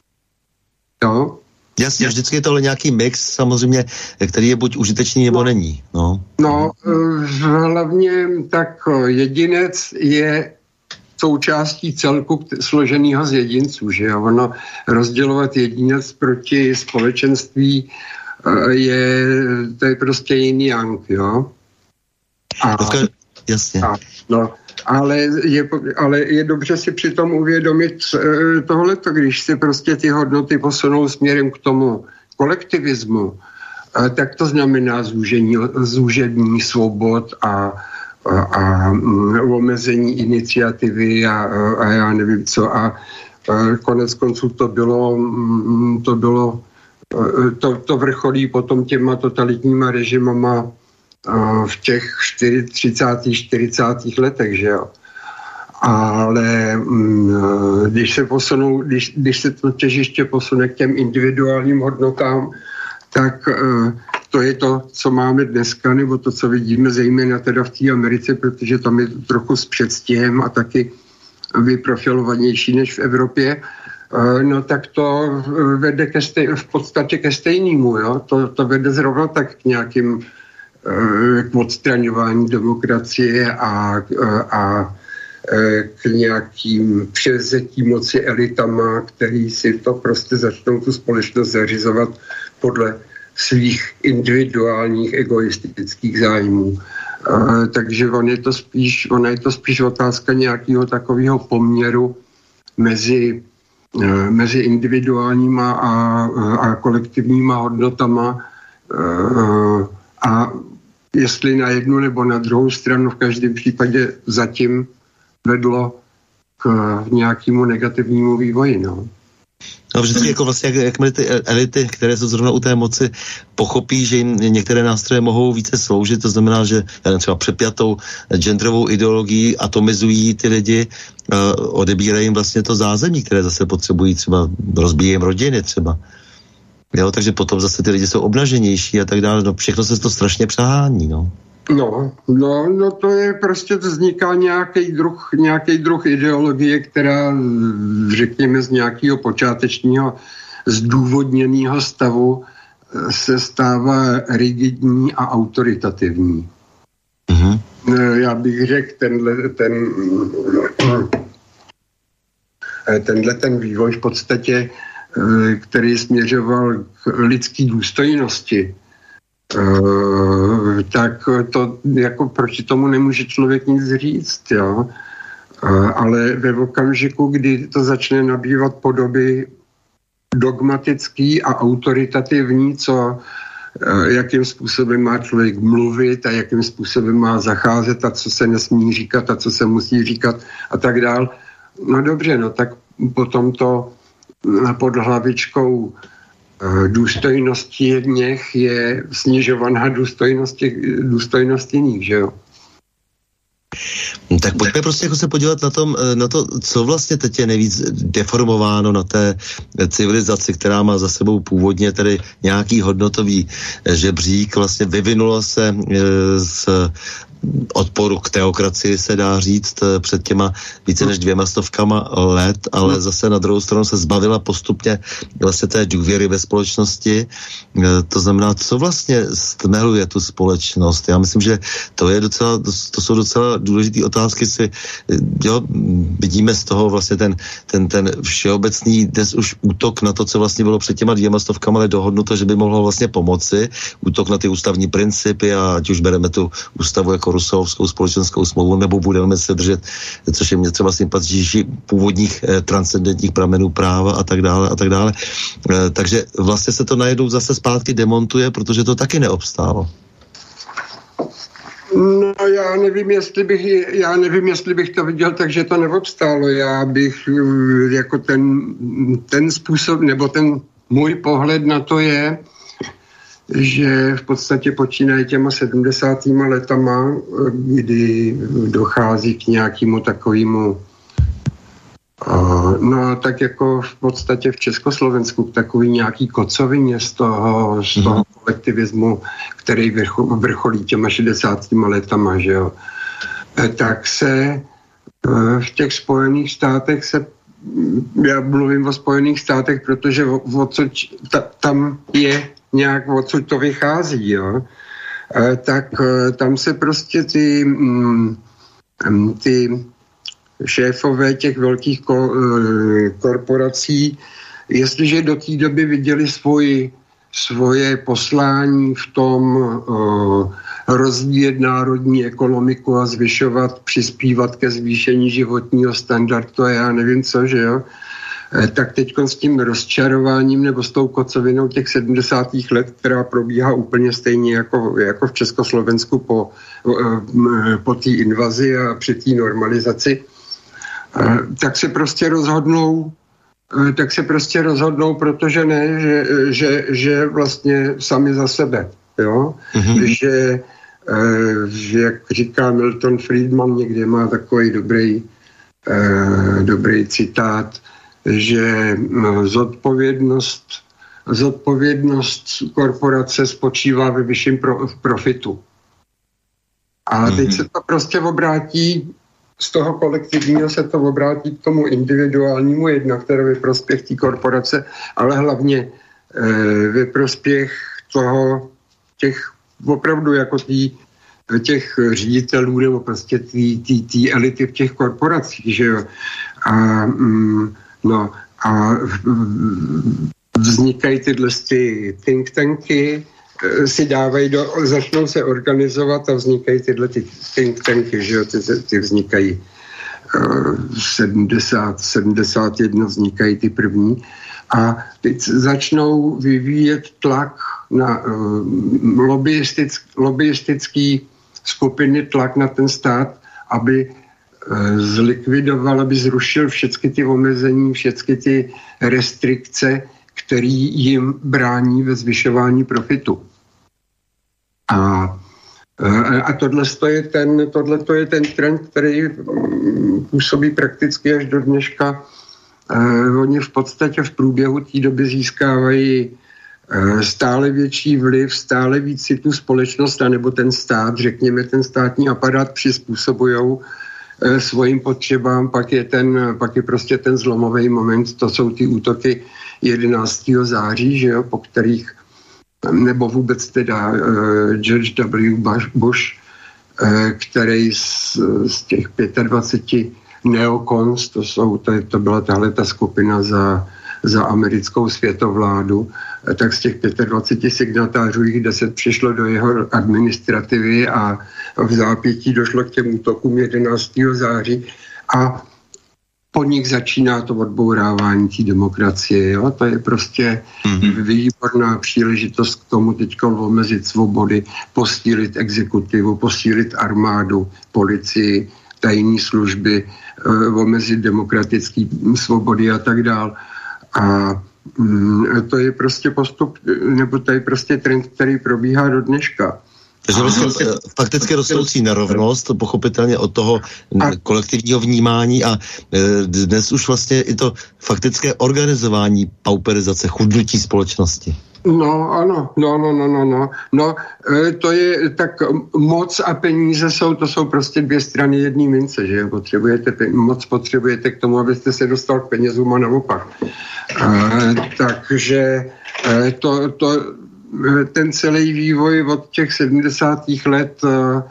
Jo? Jasně, vždycky je tohle nějaký mix, samozřejmě, který je buď užitečný, nebo no, není. No, no hlavně tak jedinec je součástí celku složeného z jedinců, že jo? Ono rozdělovat jedinec proti společenství je, to je prostě jiný yang, jo. A, Jasně. A, no, ale je, ale je dobře si přitom uvědomit tohleto, když se prostě ty hodnoty posunou směrem k tomu kolektivismu, tak to znamená zúžení, zúžení svobod a, a, a omezení iniciativy a, a já nevím co. A konec konců to bylo, to bylo, to, to vrcholí potom těma totalitníma režimama v těch třicátých, čtyřicátých letech, že jo. Ale když se posunou, když, když se to těžiště posune k těm individuálním hodnotám, tak to je to, co máme dneska, nebo to, co vidíme zejména teda v té Americe, protože tam je to trochu s předstihem a taky vyprofilovanější než v Evropě, no tak to vede ke stej, v podstatě ke stejnému, jo. To, to vede zrovna tak k nějakým k odstraňování demokracie a, a k nějakým převzetí moci elitama, který si to prostě začnou tu společnost zařizovat podle svých individuálních egoistických zájmů. Takže on je to spíš, ona je to spíš otázka nějakého takového poměru mezi, mezi individuálníma a, a kolektivníma hodnotama a jestli na jednu nebo na druhou stranu v každém případě zatím vedlo k nějakému negativnímu vývoji. No. No vždycky jako vlastně, jak, jakmile ty elity, které jsou zrovna u té moci, pochopí, že jim některé nástroje mohou více sloužit, to znamená, že já třeba přepjatou genderovou ideologií atomizují ty lidi, uh, odebírají jim vlastně to zázemí, které zase potřebují, třeba rozbíjí jim rodiny třeba. Jo, takže potom zase ty lidi jsou obnaženější a tak dále. No všechno se to strašně přehání, no. No, no, no to je prostě, vzniká nějaký druh, nějaký druh ideologie, která, řekněme, z nějakého počátečního zdůvodněného stavu se stává rigidní a autoritativní. Mm-hmm. Já bych řekl, tenhle ten, tenhle ten vývoj v podstatě, který směřoval k lidské důstojnosti, Uh, tak to jako proti tomu nemůže člověk nic říct, jo. Uh, ale ve okamžiku, kdy to začne nabývat podoby dogmatický a autoritativní, co, uh, jakým způsobem má člověk mluvit a jakým způsobem má zacházet a co se nesmí říkat a co se musí říkat a tak dál. No dobře, no tak potom to pod hlavičkou důstojnosti jedněch je snižovaná důstojnosti, důstojnost jiných, že jo? Tak pojďme prostě jako se podívat na, tom, na to, co vlastně teď je nejvíc deformováno na té civilizaci, která má za sebou původně tedy nějaký hodnotový žebřík, vlastně vyvinulo se z odporu k teokracii, se dá říct, před těma více než dvěma stovkama let, ale zase na druhou stranu se zbavila postupně vlastně té důvěry ve společnosti. To znamená, co vlastně stmeluje tu společnost. Já myslím, že to je docela, to jsou docela důležité otázky, si, jo, vidíme z toho vlastně ten, ten, ten všeobecný dnes už útok na to, co vlastně bylo před těma dvěma stovkama let dohodnuto, že by mohlo vlastně pomoci, útok na ty ústavní principy, a ať už bereme tu ústavu jako Rusovskou společenskou smlouvu, nebo budeme se držet, což je mě třeba sympatičnější, původních eh, transcendentních pramenů práva a tak dále a tak dále. Eh, takže vlastně se to najednou zase zpátky demontuje, protože to taky neobstálo. No já nevím, jestli bych, já nevím, jestli bych to viděl, takže to neobstálo. Já bych jako ten, ten způsob, nebo ten můj pohled na to je, že v podstatě počínají těma sedmdesátýma letama, kdy dochází k nějakému takovému, no tak jako v podstatě v Československu k takový nějaký kocovině z toho, z toho kolektivismu, který vrcholí těma šedesátýma letama, že jo. Tak se v těch Spojených státech se, já mluvím o Spojených státech, protože odsud, ta, tam je nějak odsud to vychází, jo. Tak tam se prostě ty, ty šéfové těch velkých ko, korporací, jestliže do té doby viděli svůj svoje poslání v tom uh, rozvíjet národní ekonomiku a zvyšovat, přispívat ke zvýšení životního standardu a já nevím co, že jo, tak teď s tím rozčarováním nebo s tou kocovinou těch sedmdesátých let, která probíhá úplně stejně jako, jako v Československu po, po té invazi a při té normalizaci, tak se prostě rozhodnou tak se prostě rozhodnou, protože ne, že, že, že vlastně sami za sebe, jo, mm-hmm. že, že jak říká Milton Friedman, někde má takový dobrý, dobrý citát, že zodpovědnost, zodpovědnost korporace spočívá ve vyšším pro, profitu. A mm-hmm. teď se to prostě obrátí, z toho kolektivního se to obrátí k tomu individuálnímu jednak, které ve prospěch té korporace, ale hlavně e, ve prospěch toho, těch opravdu jako tý, těch ředitelů nebo prostě té elity v těch korporacích, že jo. A mm, No a vznikají tyhle ty think tanky, si dávají do, začnou se organizovat a vznikají tyhle ty think tanky, že jo, ty, ty vznikají uh, sedmdesát, sedmdesát jedna vznikají ty první a teď začnou vyvíjet tlak na uh, lobbyistick, lobbyistický skupiny, tlak na ten stát, aby zlikvidoval, aby zrušil všechny ty omezení, všechny ty restrikce, které jim brání ve zvyšování profitu. A, a tohle je ten, tohle je ten trend, který působí prakticky až do dneška. Oni v podstatě v průběhu té doby získávají stále větší vliv, stále víc si tu společnost, anebo ten stát, řekněme, ten státní aparát přizpůsobujou svým potřebám, pak je, ten, pak je prostě ten zlomový moment, to jsou ty útoky jedenáctého září, že jo, po kterých, nebo vůbec teda uh, George W. Bush, uh, který z, z těch dvacet pět neokons, to, jsou, to, to byla tahle ta skupina za, za americkou světovládu, tak z těch dvacet pět signatářů jich deset přišlo do jeho administrativy a v zápětí došlo k těm útokům jedenáctého září a po nich začíná to odbourávání té demokracie. Jo? To je prostě mm-hmm. výborná příležitost k tomu teďka omezit svobody, posílit exekutivu, posílit armádu, policii, tajné služby, omezit demokratické svobody a tak dál. A to je prostě postup, nebo to je prostě trend, který probíhá do dneška. Takže vlastně fakticky rostoucí nerovnost, pochopitelně od toho a kolektivního vnímání a e, dnes už vlastně i to faktické organizování pauperizace, chudnutí společnosti. No, ano, no, no, no, no, no, no, e, to je, tak moc a peníze jsou, to jsou prostě dvě strany jedné mince, že potřebujete, moc potřebujete k tomu, abyste se dostal k penězům a naopak. E, takže e, to, to, ten celý vývoj od těch sedmdesátých let e,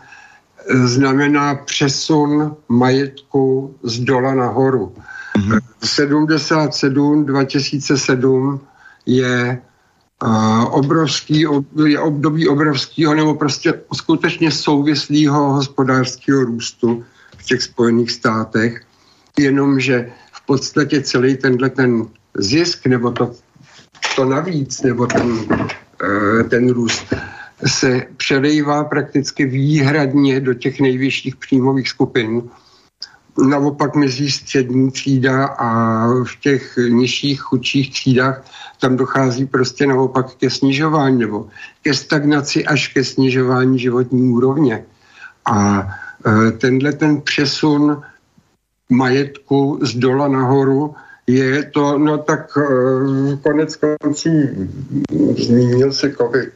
znamená přesun majetku z dola nahoru. Mm-hmm. sedmdesát sedm, dva tisíce sedm je Uh, obrovský, ob, je období obrovského nebo prostě skutečně souvislého hospodářského růstu v těch Spojených státech, jenomže v podstatě celý tenhle ten zisk nebo to, to navíc nebo ten, uh, ten růst se přelejvá prakticky výhradně do těch nejvyšších příjmových skupin. Naopak mezi střední třída a v těch nižších, chudších třídách tam dochází prostě naopak ke snižování nebo ke stagnaci až ke snižování životní úrovně. A e, tenhle ten přesun majetku z dola nahoru je to, no tak e, konec konců zmínil se covid.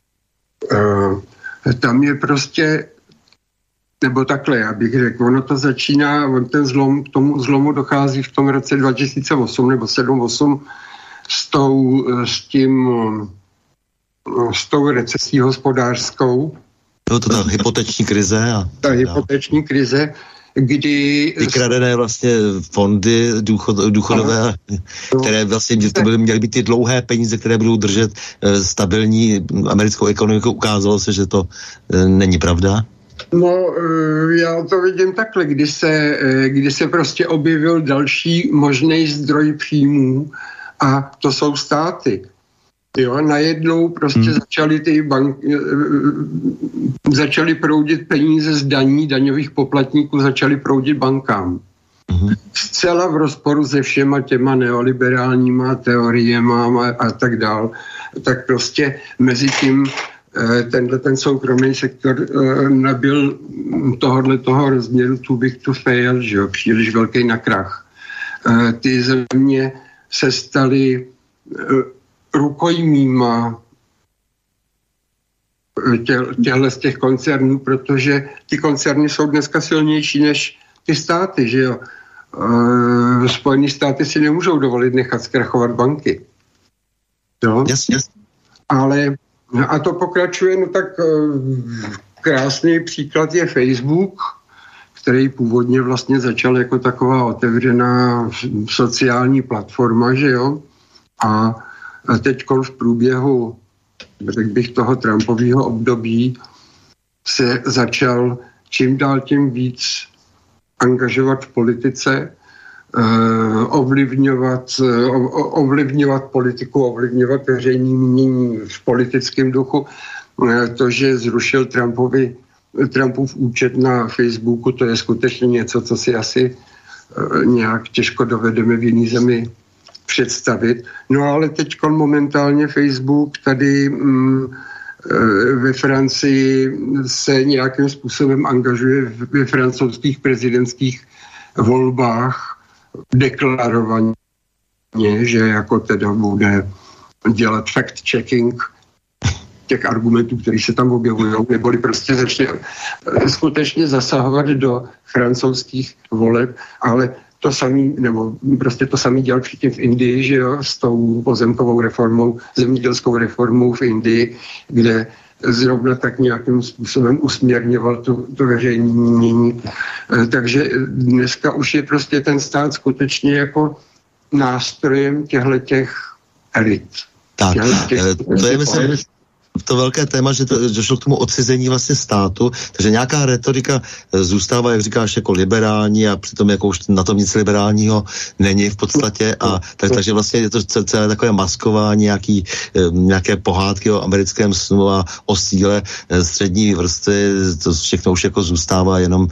E, tam je prostě nebo takhle, já bych řekl, ono to začíná, on ten zlom, k tomu zlomu dochází v tom roce dva tisíce osm nebo sedm osm s tou, s tím, s tou recesí hospodářskou. Jo, to ta hypoteční krize. A... Ta hypoteční krize, kdy... Ty kradené vlastně fondy důchod, důchodové, ano. které vlastně to by měly být ty dlouhé peníze, které budou držet e, stabilní americkou ekonomiku. Ukázalo se, že to e, není pravda. No, já to vidím takhle, kdy se, kdy se prostě objevil další možný zdroj příjmů a to jsou státy. Jo, najednou prostě hmm. začaly ty banky, začaly proudit peníze z daní, daňových poplatníků začaly proudit bankám. Hmm. Zcela v rozporu se všema těma neoliberálníma teoriema a, a tak dál. Tak prostě mezi tím tenhle ten soukromý sektor nabyl tohohle toho rozměru too big to fail, že jo, příliš velký na krach. Ty země se staly rukojmíma těchhle z těch koncernů, protože ty koncerny jsou dneska silnější než ty státy, že jo. Spojené státy si nemůžou dovolit nechat zkrachovat banky. Jo? Jasně. Ale a to pokračuje, no tak krásný příklad je Facebook, který původně vlastně začal jako taková otevřená sociální platforma, že jo. A teď v průběhu, řekl bych, toho Trumpového období se začal čím dál tím víc angažovat v politice, Uh, ovlivňovat, uh, ovlivňovat politiku, ovlivňovat veřejné mínění v politickém duchu. Uh, to, že zrušil Trumpovi, Trumpův účet na Facebooku, to je skutečně něco, co si asi uh, nějak těžko dovedeme v jiný zemi představit. No ale teď momentálně Facebook tady um, uh, ve Francii se nějakým způsobem angažuje ve francouzských prezidentských volbách deklarovaně, že jako teda bude dělat fact-checking těch argumentů, které se tam objevují, neboli prostě začne skutečně zasahovat do francouzských voleb, ale to samý, nebo prostě to samý dělal předtím v Indii, že jo, s tou pozemkovou reformou, zemědělskou reformou v Indii, kde zrovna tak nějakým způsobem usměrňoval tu, tu veřejné mínění. Takže dneska už je prostě ten stát skutečně jako nástrojem těchhletěch elit. Tak, to je myslím, to velké téma, že to došlo k tomu odcizení vlastně státu, takže nějaká retorika zůstává, jak říkáš, jako liberální a přitom jako už na tom nic liberálního není v podstatě a tak, takže vlastně je to celé takové maskování, nějaký, nějaké pohádky o americkém snu a o síle střední vrstvy, to všechno už jako zůstává jenom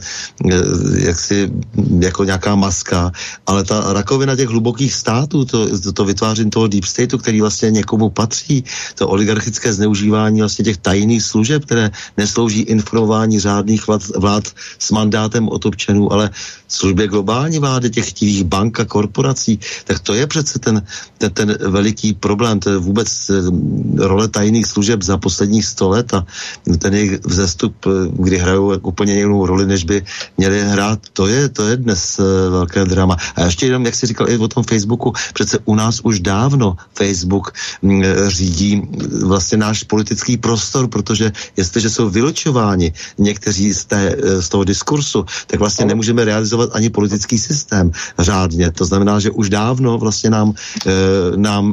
jaksi jako nějaká maska, ale ta rakovina těch hlubokých států, to, to, to vytváření toho deep stateu, který vlastně někomu patří, to oligarchické zneužívání vlastně těch tajných služeb, které neslouží informování řádných vlád, vlád s mandátem od občanů, ale službě globální vlády těch chtivých bank a korporací, tak to je přece ten, ten, ten veliký problém, to je vůbec role tajných služeb za posledních sto let a ten jejich vzestup, kdy hrajou úplně jinou roli, než by měli hrát, to je, to je dnes velké drama. A ještě jenom, jak jsi říkal i o tom Facebooku, přece u nás už dávno Facebook řídí vlastně náš politický prostor, protože jestliže jsou vylučováni někteří z, té, z toho diskursu, tak vlastně nemůžeme realizovat ani politický systém řádně. To znamená, že už dávno vlastně nám, e, nám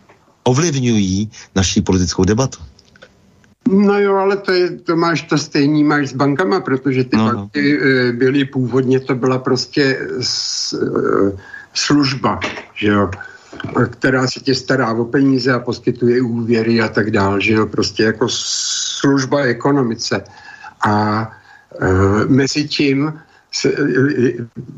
ovlivňují naši politickou debatu. No jo, ale to, je, to máš to stejný máš s bankama, protože ty no. banky e, byly původně, to byla prostě s, e, služba, že jo, která se tě stará o peníze a poskytuje úvěry a tak dál, že jo, prostě jako služba ekonomice. A e, mezi tím se, e,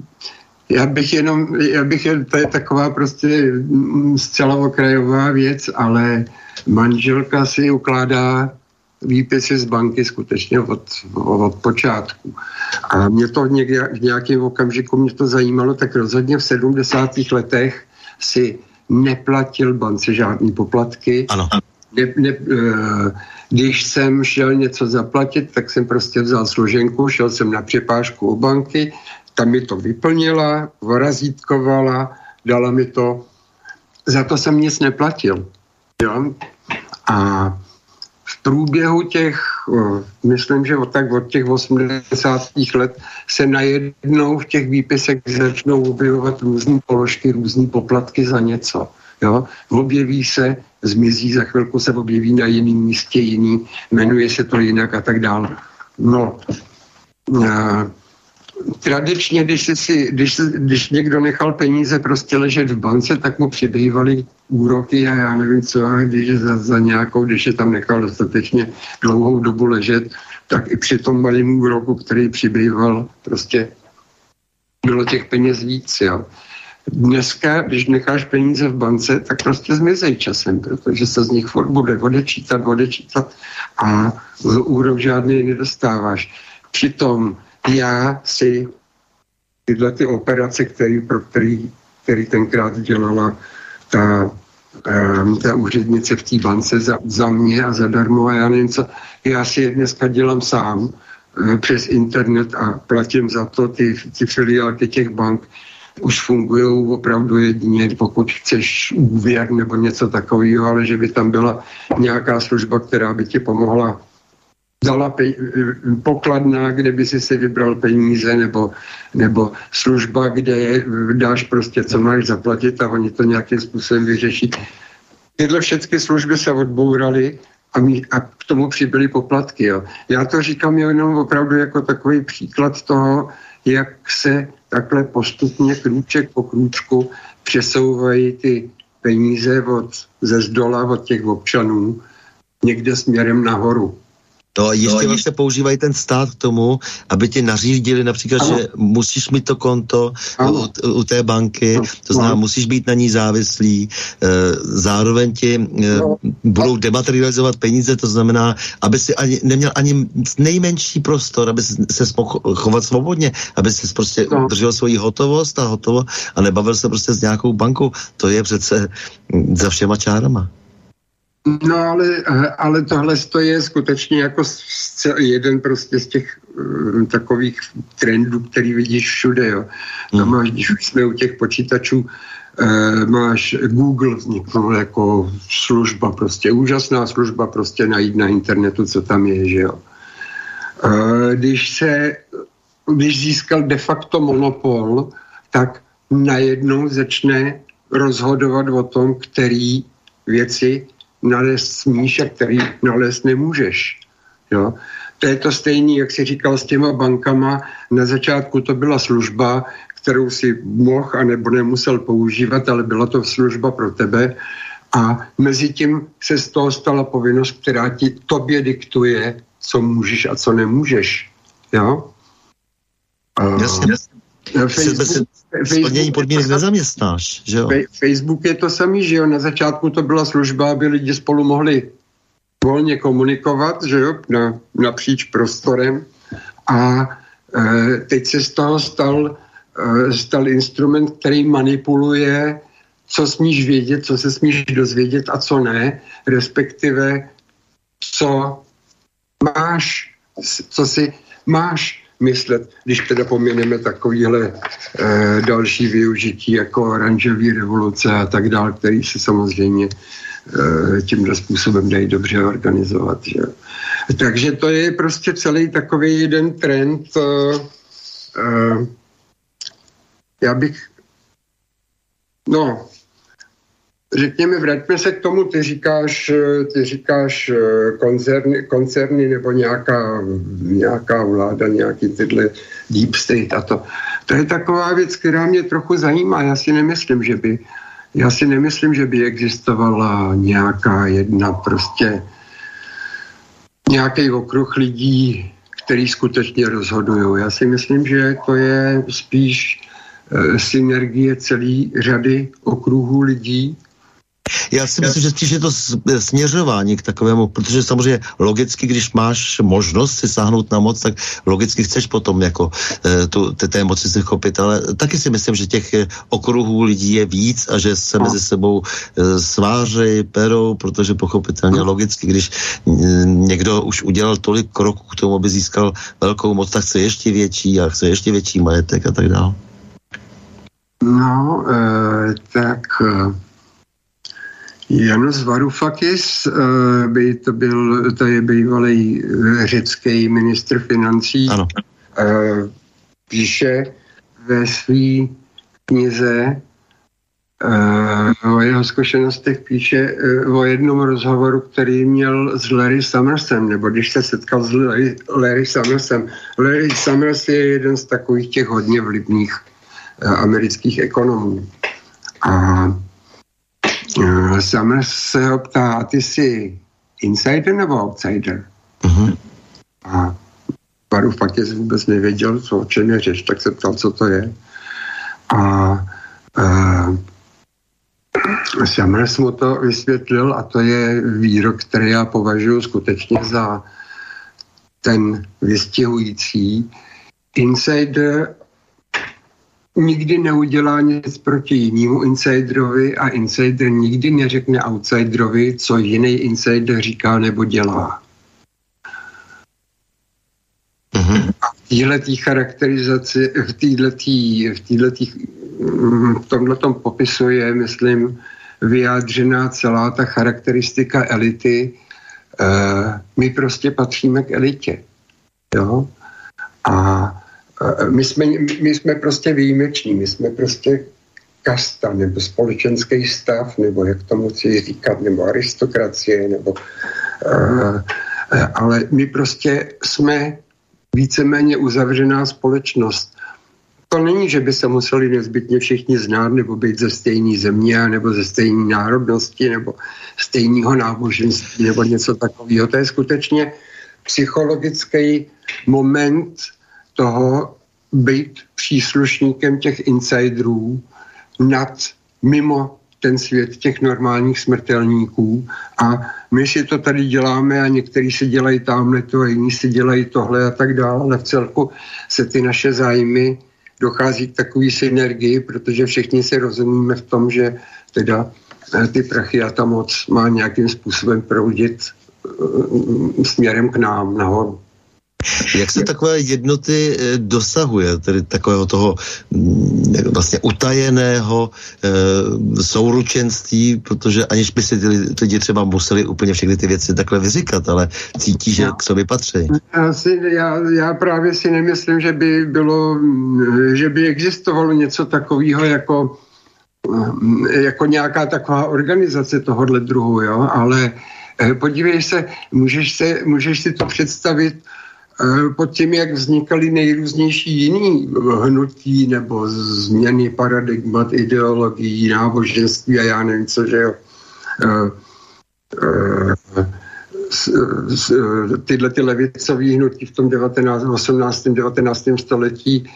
já bych jenom, já bych jen, to je taková prostě zcela okrajová věc, ale manželka si ukládá výpisy z banky skutečně od, od počátku. A mě to někde, v nějakém okamžiku mě to zajímalo, tak rozhodně v sedmdesátých letech si neplatil bance žádný poplatky. Ano. Ne, ne, když jsem šel něco zaplatit, tak jsem prostě vzal složenku, šel jsem na přepážku u banky, tam mi to vyplnila, vorazítkovala, dala mi to. Za to jsem nic neplatil. Jo? A v průběhu těch myslím, že od, tak od těch osmdesátých let se najednou v těch výpisech začnou objevovat různé položky, různé poplatky za něco. Jo? Objeví se, zmizí, za chvilku se objeví na jiném místě jiný, jmenuje se to jinak a tak dále. No, a tradičně, když, si, když, když někdo nechal peníze prostě ležet v bance, tak mu přibývaly úroky a já nevím co, když za, za nějakou, když je tam nechal dostatečně dlouhou dobu ležet, tak i při tom malém úroku, který přibýval, prostě bylo těch peněz víc, jo. Dneska, když necháš peníze v bance, tak prostě zmizej časem, protože se z nich furt bude odečítat, odečítat a úrok žádný nedostáváš. Přitom já si tyhle ty operace, který, pro který, který tenkrát dělala ta, ta úřednice v té bance za, za mě a zadarmo a já nevím co, já si je dneska dělám sám přes internet a platím za to, ty, ty filiálky těch bank už fungují opravdu jedině, pokud chceš úvěr nebo něco takového, ale že by tam byla nějaká služba, která by ti pomohla, dala pej, pokladna, kde by si si vybral peníze, nebo, nebo služba, kde dáš prostě, co máš zaplatit a oni to nějakým způsobem vyřeší. Tyhle všechny služby se odbouraly a, my, a k tomu přibyly poplatky. Jo. Já to říkám jenom opravdu jako takový příklad toho, jak se takhle postupně krůček po krůčku přesouvají ty peníze od, ze zdola od těch občanů někde směrem nahoru. No ještě vlastně používají ten stát k tomu, aby ti nařídili například, ano. že musíš mít to konto u, u té banky, ano. to znamená, ano. musíš být na ní závislý, e, zároveň ti e, no. budou dematerializovat peníze, to znamená, aby si ani, neměl ani nejmenší prostor, aby se mohl chovat svobodně, aby si prostě no. udržel svoji hotovost a hotovo a nebavil se prostě s nějakou bankou. To je přece za všema čárama. No ale, ale tohle je skutečně jako jeden prostě z těch uh, takových trendů, který vidíš všude, jo. Tam hmm. máš, když už jsme u těch počítačů, uh, máš Google vzniknul jako služba, prostě úžasná služba prostě najít na internetu, co tam je, že jo. Uh, když se, když získal de facto monopol, tak najednou začne rozhodovat o tom, který věci nalézt smíš a který nalézt nemůžeš. Jo? To je to stejné, jak jsi říkal s těma bankama. Na začátku to byla služba, kterou si mohl a nebo nemusel používat, ale byla to služba pro tebe. A mezi tím se z toho stala povinnost, která ti tobě diktuje, co můžeš a co nemůžeš. Jo? Jasně. Facebook, splnění podmínek nezaměstnáš, že jo? Facebook je to samý, že jo? Na začátku to byla služba, aby lidi spolu mohli volně komunikovat, že jo? Na, napříč prostorem. A e, teď se z toho stal, e, stal instrument, který manipuluje, co smíš vědět, co se smíš dozvědět a co ne, respektive co máš, co si máš myslet, když teda poměneme takovýhle e, další využití jako oranžový revoluce a tak dále, který se samozřejmě e, tímhle způsobem dají dobře organizovat. Že? Takže to je prostě celý takový jeden trend. E, e, já bych no řekněme, vraťme se k tomu, ty říkáš, ty říkáš koncerny, koncerny nebo nějaká, nějaká vláda, nějaký tyhle deep state a to. To je taková věc, která mě trochu zajímá. Já si nemyslím, že by, já si nemyslím, že by existovala nějaká jedna prostě nějaký okruh lidí, který skutečně rozhodují. Já si myslím, že to je spíš e, synergie celé řady okruhů lidí. Já si myslím, že spíš je to směřování k takovému, protože samozřejmě logicky, když máš možnost si sáhnout na moc, tak logicky chceš potom jako tu, té moci se chopit, ale taky si myslím, že těch okruhů lidí je víc a že se mezi sebou svářejí, perou, protože pochopitelně logicky, když někdo už udělal tolik kroků k tomu, aby získal velkou moc, tak chce ještě větší a chce ještě větší majetek a tak dále. No, e, tak... Janos Varoufakis, by to byl, to je bývalý řecký ministr financí, ano. Píše ve své knize o jeho zkušenostech, píše o jednom rozhovoru, který měl s Larry Summersem, nebo když se setkal s Larry, Larry Summersem. Larry Summers je jeden z takových těch hodně vlivných amerických ekonomů. A Summers se ho ptá, ty jsi insider nebo outsider? Uh-huh. A Varoufakis vůbec nevěděl, co, o čem je řeč, tak se ptal, co to je. A uh, Summers mu to vysvětlil a to je výrok, který já považuji skutečně za ten vystihující. Insider nikdy neudělá nic proti jinému insiderovi a insider nikdy neřekne outsiderovi, co jiný insider říká nebo dělá. Mm-hmm. A v téhletý charakterizaci, v téhletý, v téhletý, v tomhletom popisu je, myslím, vyjádřená celá ta charakteristika elity. Uh, my prostě patříme k elitě. Jo? A My jsme, my jsme prostě výjimeční, my jsme prostě kasta, nebo společenský stav, nebo jak tomu chci říkat, nebo aristokracie, nebo... Uh, ale my prostě jsme víceméně uzavřená společnost. To není, že by se museli nezbytně všichni znát, nebo být ze stejné země, nebo ze stejné národnosti, nebo stejného náboženství, nebo něco takového. To je skutečně psychologický moment toho být příslušníkem těch insiderů nad, mimo ten svět těch normálních smrtelníků. A my si to tady děláme a někteří si dělají tamhle to a jiní si dělají tohle a tak dále, ale v celku se ty naše zájmy dochází k takové synergii, protože všichni si rozumíme v tom, že teda ty prachy a ta moc má nějakým způsobem proudit směrem k nám nahoru. Jak se takové jednoty dosahuje, tedy takového toho vlastně utajeného e, souručenství, protože aniž by si ty lidi třeba museli úplně všechny ty věci takhle vyříkat, ale cítí, že k sobě patří. Já, si, já, já právě si nemyslím, že by bylo, že by existovalo něco takového jako, jako nějaká taková organizace tohohle druhu, jo? Ale podívej se, můžeš, se, můžeš si to představit pod tím, jak vznikaly nejrůznější jiný hnutí nebo změny paradigmat, ideologií, náboženství a já nevím co, že jo. Tyhle ty levicové hnutí v tom osmnáctém devatenáctém století,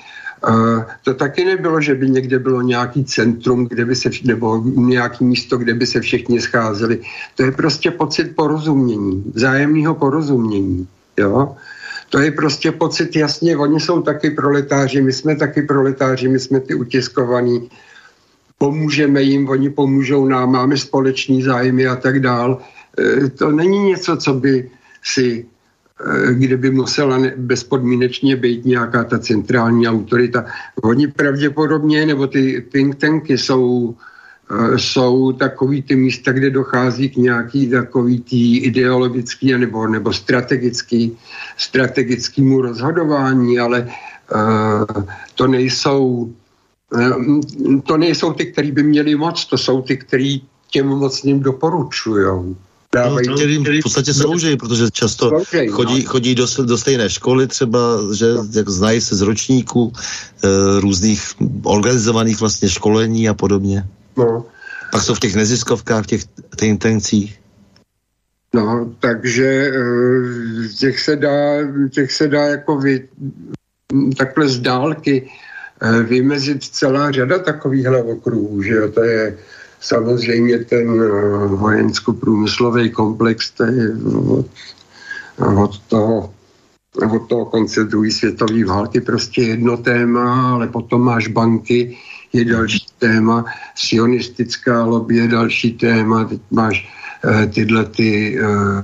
to taky nebylo, že by někde bylo nějaký centrum, kde by se, nebo nějaký místo, kde by se všichni scházeli. To je prostě pocit porozumění, vzájemného porozumění, jo. To je prostě pocit, jasně, oni jsou taky proletáři, my jsme taky proletáři, my jsme ty utiskovaní, pomůžeme jim, oni pomůžou nám, máme společný zájmy a tak dál. E, to není něco, co by si, e, kde by musela ne, bezpodmínečně být nějaká ta centrální autorita. Oni pravděpodobně, nebo ty think tanky jsou, e, jsou takový ty místa, kde dochází k nějaký takový tý ideologický nebo, nebo strategický, strategickému rozhodování, ale uh, to nejsou uh, to nejsou ty, kteří by měli moc, to jsou ty, kteří těm mocným doporučujou. Dávají, no, kterým v podstatě slouží, protože často slouží, chodí, no. chodí do, do stejné školy třeba, že jak znají se z ročníků uh, různých organizovaných vlastně školení a podobně. No. Pak jsou v těch neziskovkách, v těch think tancích. No, takže těch se dá, těch se dá jako vy, takhle z dálky vymezit celá řada takovýchhle okruhů, že jo, to je samozřejmě ten vojensko-průmyslový komplex, to je od, od toho od toho konce druhé světové války prostě jedno téma, ale potom máš banky, je další téma, sionistická lobby je další téma, teď máš uh, tyhle ty,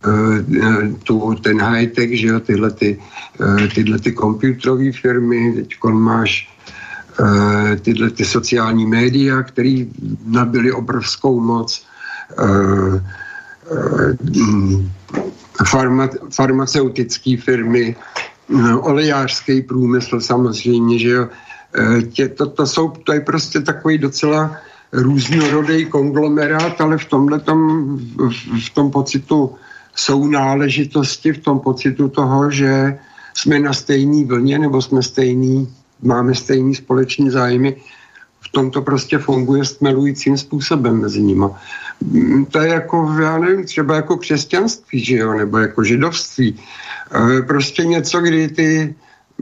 uh, tu, ten high-tech, že jo, tyhle ty, uh, tyhle ty komputerové firmy, teď máš uh, tyhle ty sociální média, které nabily obrovskou moc, uh, uh, farma, farmaceutické firmy, uh, olejářský průmysl samozřejmě, že jo. Uh, tě, to, to, jsou, to je prostě takový docela různorodý konglomerát, ale v tomhletom, v, v tom pocitu jsou náležitosti, v tom pocitu toho, že jsme na stejný vlně, nebo jsme stejný, máme stejný společný zájmy, v tom to prostě funguje stmelujícím způsobem mezi nima. To je jako, já nevím, třeba jako křesťanství, že jo, nebo jako židovství. Prostě něco, kdy ty,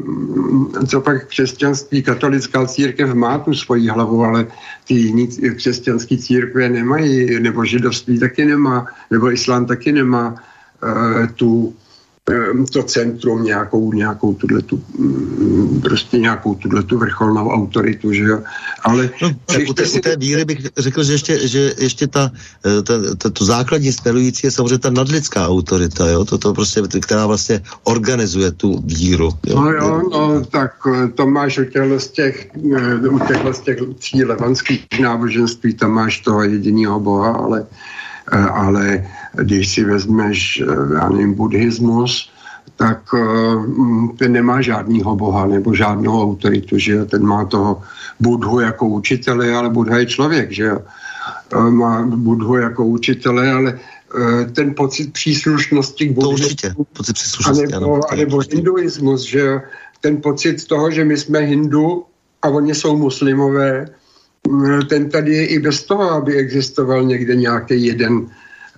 co pak křesťanství, katolická církev má tu svoji hlavu, ale ty křesťanské církve nemají, nebo židovství taky nemá, nebo islám taky nemá tu to centrum, nějakou, nějakou tuhletu, prostě nějakou tuhletu vrcholnou autoritu, že jo. Ale no, u, té, si... u té víry bych řekl, že ještě, že ještě ta, ta, ta, to základní směrující je samozřejmě ta nadlidská autorita, jo, to, to prostě, která vlastně organizuje tu víru. Jo? No jo, no, tak to máš u těchto z těch, u těchto z těch tří levanských náboženství, tam máš toho jedinýho boha, ale ale když si vezmeš, já nevím, buddhismus, tak ten nemá žádnýho boha nebo žádnou autoritu, že jo? Ten má toho Budhu jako učitele, ale Buddha je člověk, že jo? Má Budhu jako učitele, ale ten pocit příslušnosti k buddhismu, to určitě, pocit příslušnosti, anebo, ano, anebo hinduismus, že jo? Ten pocit toho, že my jsme hindu a oni jsou muslimové, ten tady je i bez toho, aby existoval někde nějaký jeden,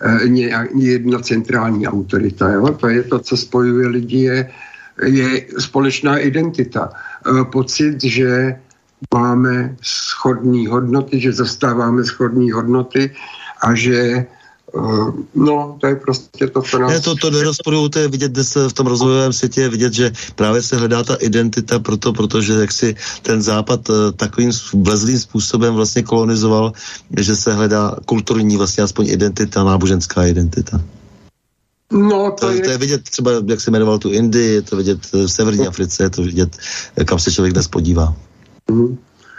jedna centrální autorita. Jo? To je to, co spojuje lidi, je, je společná identita. Pocit, že máme shodné hodnoty, že zastáváme shodné hodnoty a že no, to je prostě to, co nás... Ne, to, to nerozporuju, to je vidět dnes v tom rozvojovém světě, je vidět, že právě se hledá ta identita proto, protože jak si ten západ takovým vlezlým způsobem vlastně kolonizoval, že se hledá kulturní vlastně aspoň identita, náboženská identita. No, to, to, je... to je vidět třeba, jak se jmenoval tu Indii, je to vidět v severní Africe, je to vidět, kam se člověk dnes podívá. Mm.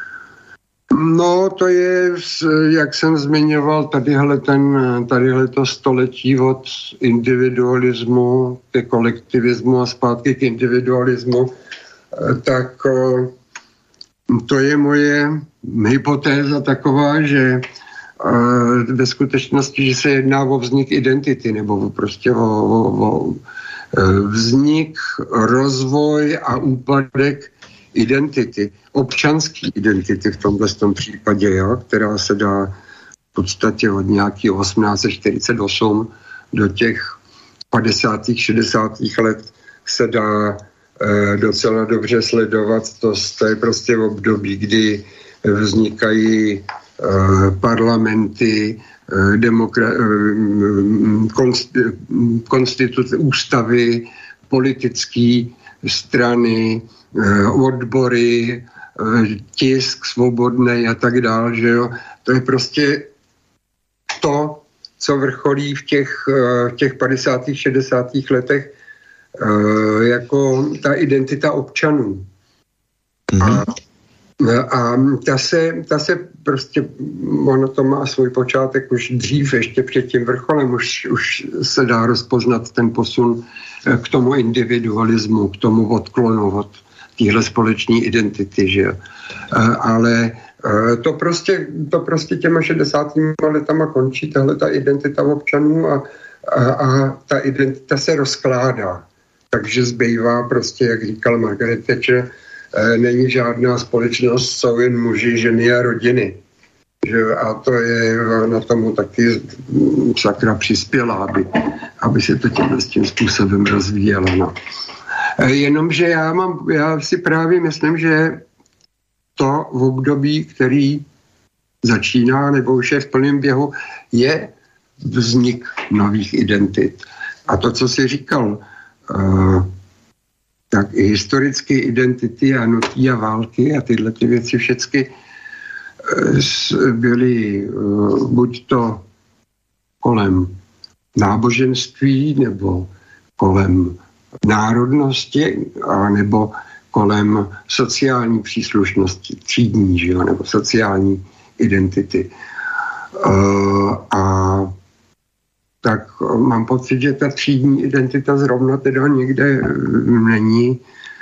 No, to je, jak jsem zmiňoval, tadyhle, ten, tadyhle to století od individualismu ke kolektivismu a zpátky k individualismu, tak to je moje hypotéza taková, že ve skutečnosti, že se jedná o vznik identity, nebo prostě o, o, o vznik, rozvoj a úpadek identity, občanské identity v tomhle tom případě, jo, která se dá v podstatě od nějakého osmnáct set čtyřicet osm do těch padesátých šedesátých let se dá eh, docela dobře sledovat. To, to je prostě v období, kdy vznikají eh, parlamenty, eh, demokra- eh, konst, konstituce, ústavy, politické strany, odbory, tisk svobodný a tak dál, že jo. To je prostě to, co vrcholí v těch, v těch padesátých šedesátých letech jako ta identita občanů. Mm-hmm. A, a ta, se, ta se prostě, ono to má svůj počátek už dřív, ještě před tím vrcholem, už, už se dá rozpoznat ten posun k tomu individualismu, k tomu odklonu od téhle společné identity, že jo. Ale to prostě, to prostě těma šedesátými letama končí, tahle ta identita občanů a, a, a ta identita se rozkládá. Takže zbývá prostě, jak říkal Margaret Thatcher, není žádná společnost, jsou jen muži, ženy a rodiny. Že? A to je na tomu taky sakra přispěla, aby, aby se to tímhle s tím způsobem rozvíjelo. No. Jenomže já, mám, já si právě myslím, že to v období, který začíná nebo už je v plném běhu, je vznik nových identit. A to, co jsi říkal, uh, tak i historické identity a nutí a války a tyhle ty věci všechny byly uh, buď to kolem náboženství nebo kolem národnosti a nebo kolem sociální příslušnosti, třídní, že jo, nebo sociální identity. Uh, a tak mám pocit, že ta třídní identita zrovna teda někde není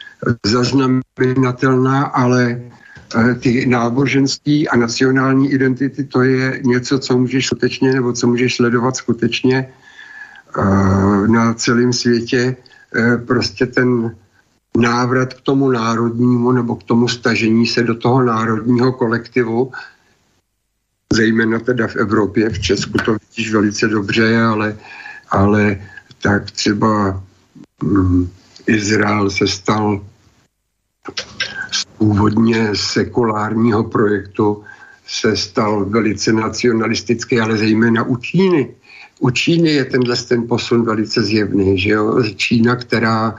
zaznamenatelná, ale ty náboženský a nacionální identity, to je něco, co můžeš skutečně, nebo co můžeš sledovat skutečně na celém světě. Prostě ten návrat k tomu národnímu nebo k tomu stažení se do toho národního kolektivu, zejména teda v Evropě, v Česku to vidíš velice dobře, ale, ale tak třeba um, Izrael se stal z původně sekulárního projektu se stal velice nacionalistický, ale zejména u Číny. U Číny je tenhle ten posun velice zjevný, že jo? Čína, která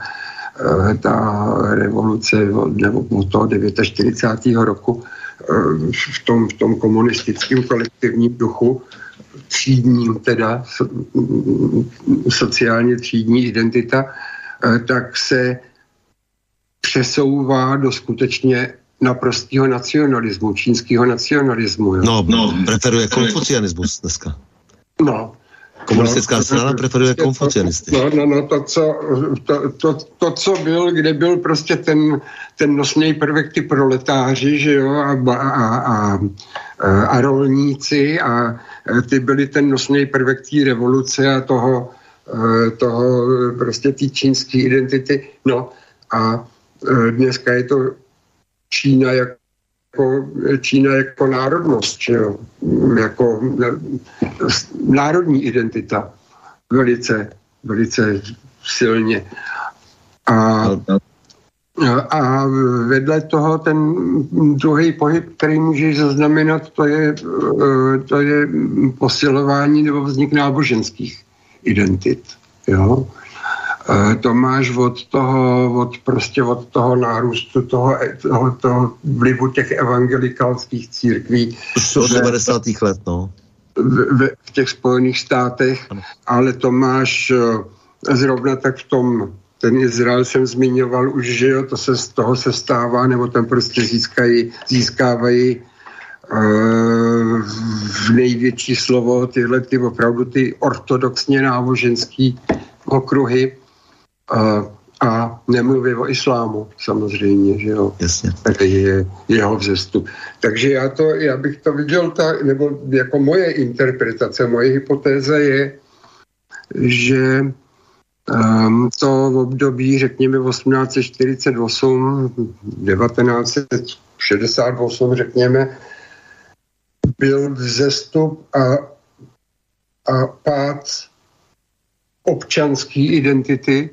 ta revoluce nebo od toho čtyřicátého devátého roku v tom, v tom komunistickém kolektivním duchu, třídním teda, sociálně třídní identita, tak se přesouvá do skutečně naprostého nacionalismu, čínského nacionalismu. Jo. No, no, preferuje konfucianismus dneska. No. Komunistická no, strana preferuje konfucianisty. No, no, no, to, co, to, to, to, co byl, kde byl prostě ten, ten nosný prvek, ty proletáři, že jo, a, a, a, a rolníci, a ty byli ten nosný prvek té revoluce a toho, toho prostě té čínské identity. No, a dneska je to Čína jako, Čína jako národnost, že jo? Jako národní identita velice, velice silně. A, a vedle toho ten druhý pohyb, který můžeš zaznamenat, to je, to je posilování nebo vznik náboženských identit. Jo? To máš od toho, od prostě od toho nárůstu, toho, toho, toho vlivu těch evangelikálských církví. Už od devadesátých let, no. V, v těch Spojených státech, ano. Ale to máš zrovna tak v tom, ten Izrael jsem zmiňoval už, že jo, to se z toho se stává, nebo tam prostě získají, získávají uh, v největší slovo tyhle ty opravdu ty ortodoxně náboženský okruhy. A, a nemluví o islámu, samozřejmě, že jo. Jasně. Tady je jeho vzestup. Takže já, to, já bych to viděl tak, nebo jako moje interpretace, moje hypotéza je, že um, to v období, řekněme, osmnáct set čtyřicet osm, devatenáct set šedesát osm, řekněme, byl vzestup a, a pád občanské identity.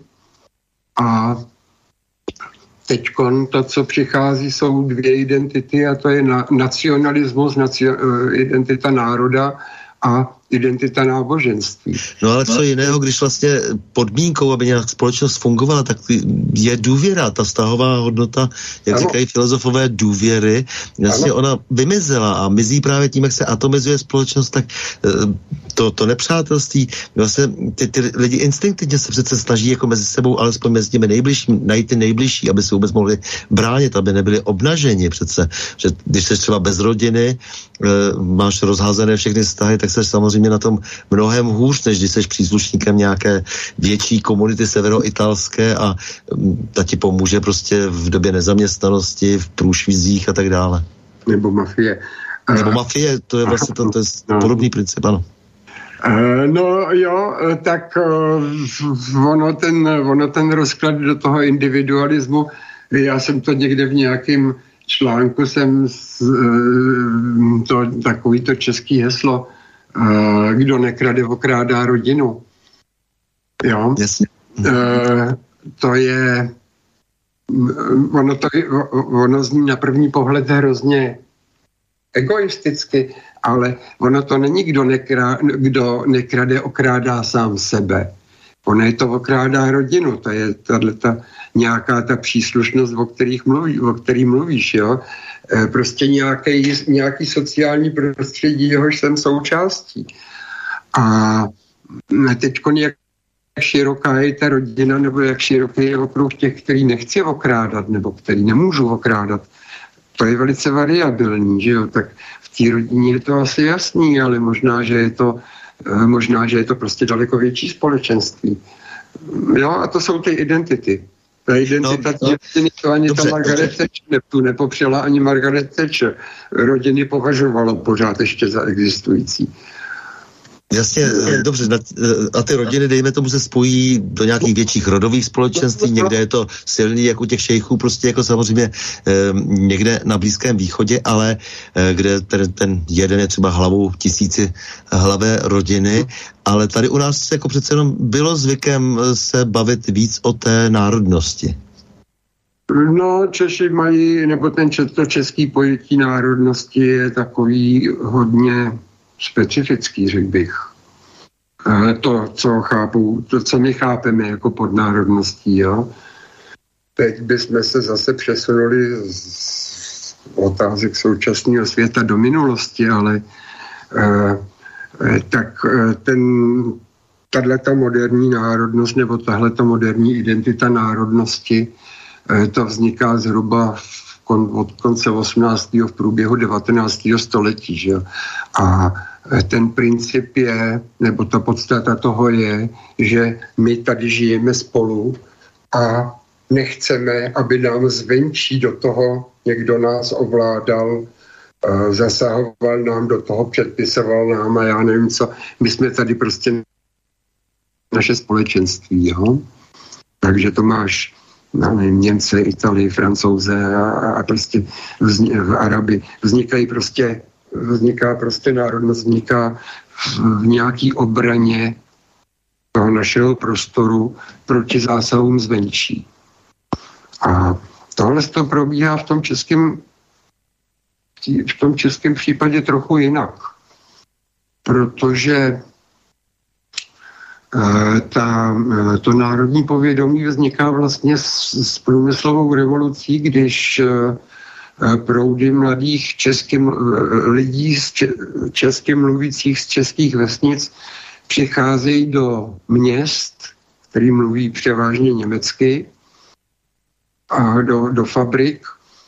A teďkon to, co přichází, jsou dvě identity a to je na, nacionalismus, nacio, identita národa a identita náboženství. No ale co jiného, když vlastně podmínkou, aby nějak společnost fungovala, tak je důvěra, ta vztahová hodnota, jak ano. Říkají filozofové, důvěry, vlastně ano. Ona vymizela a mizí právě tím, jak se atomizuje společnost, tak to, to nepřátelství, vlastně ty, ty lidi instinktivně se přece snaží jako mezi sebou, alespoň mezi těmi nejbližší, najít ty nejbližší, aby se vůbec mohli bránit, aby nebyli obnaženi přece, že když jsi třeba bez rodiny, máš rozházené všechny vztahy, tak se samozřejmě na tom mnohem hůř, než když jsi příslušníkem nějaké větší komunity severoitalské a ta ti pomůže prostě v době nezaměstnanosti, v průšvizích a tak dále. Nebo mafie. Nebo mafie, to je vlastně to, to je no. Podobný princip, ano. No jo, tak ono ten, ono ten rozklad do toho individualismu, já jsem to někde v nějakém článku jsem to, takový to český heslo, kdo nekrade, okrádá rodinu. Jo? Jasně. To je ono, to, ono zní na první pohled hrozně egoisticky, ale ono to není, kdo, nekra, kdo nekrade, okrádá sám sebe. Ono je to okrádá rodinu, to je tato nějaká ta příslušnost, o kterých mluví, o který mluvíš, jo. Prostě nějaký, nějaký sociální prostředí, jehož jsem součástí. A teďko jak široká je ta rodina, nebo jak široký je okruh těch, který nechci okrádat, nebo který nemůžu okrádat, to je velice variabilní, že jo, tak v té rodině je to asi jasný, ale možná, že je to, možná, že je to prostě daleko větší společenství. Jo, a to jsou ty identity. Ta identita no, no, to ani dobře, ta Margaret Thatcher tu nepopřela, ani Margaret Thatcher. Rodiny považovalo pořád ještě za existující. Jasně, dobře, a ty rodiny, dejme tomu, se spojí do nějakých větších rodových společenství, někde je to silný, jako u těch šejchů, prostě jako samozřejmě někde na Blízkém východě, ale kde ten, ten jeden je třeba hlavou tisíci hlavé rodiny, ale tady u nás jako přece jenom bylo zvykem se bavit víc o té národnosti. No, Češi mají, nebo ten to český pojetí národnosti je takový hodně specifický, řekl bych. To, co chápu, to, co my chápeme jako pod národností, jo. Teď bychom se zase přesunuli z otázek současného světa do minulosti, ale eh, tak ten, tato moderní národnost nebo tahleta moderní identita národnosti, eh, to vzniká zhruba v od konce osmnáctého v průběhu devatenáctého století. Že? A ten princip je, nebo ta podstata toho je, že my tady žijeme spolu a nechceme, aby nám zvenčí do toho někdo nás ovládal, zasahoval nám do toho, předpisoval nám a já nevím co. My jsme tady prostě naše společenství. Jo? Takže to máš no, nevím, Němce, Italii, Francouze a, a prostě vzni, Araby. Vznikají prostě, vzniká prostě národnost, vzniká v, v nějaký obraně toho našeho prostoru proti zásahům zvenčí. A tohle to probíhá v tom českém v tom českém případě trochu jinak. Protože Ta, to národní povědomí vzniká vlastně s, s průmyslovou revolucí, když proudy mladých českým, lidí z če, česky mluvících z českých vesnic přicházejí do měst, který mluví převážně německy, a do, do fabrik.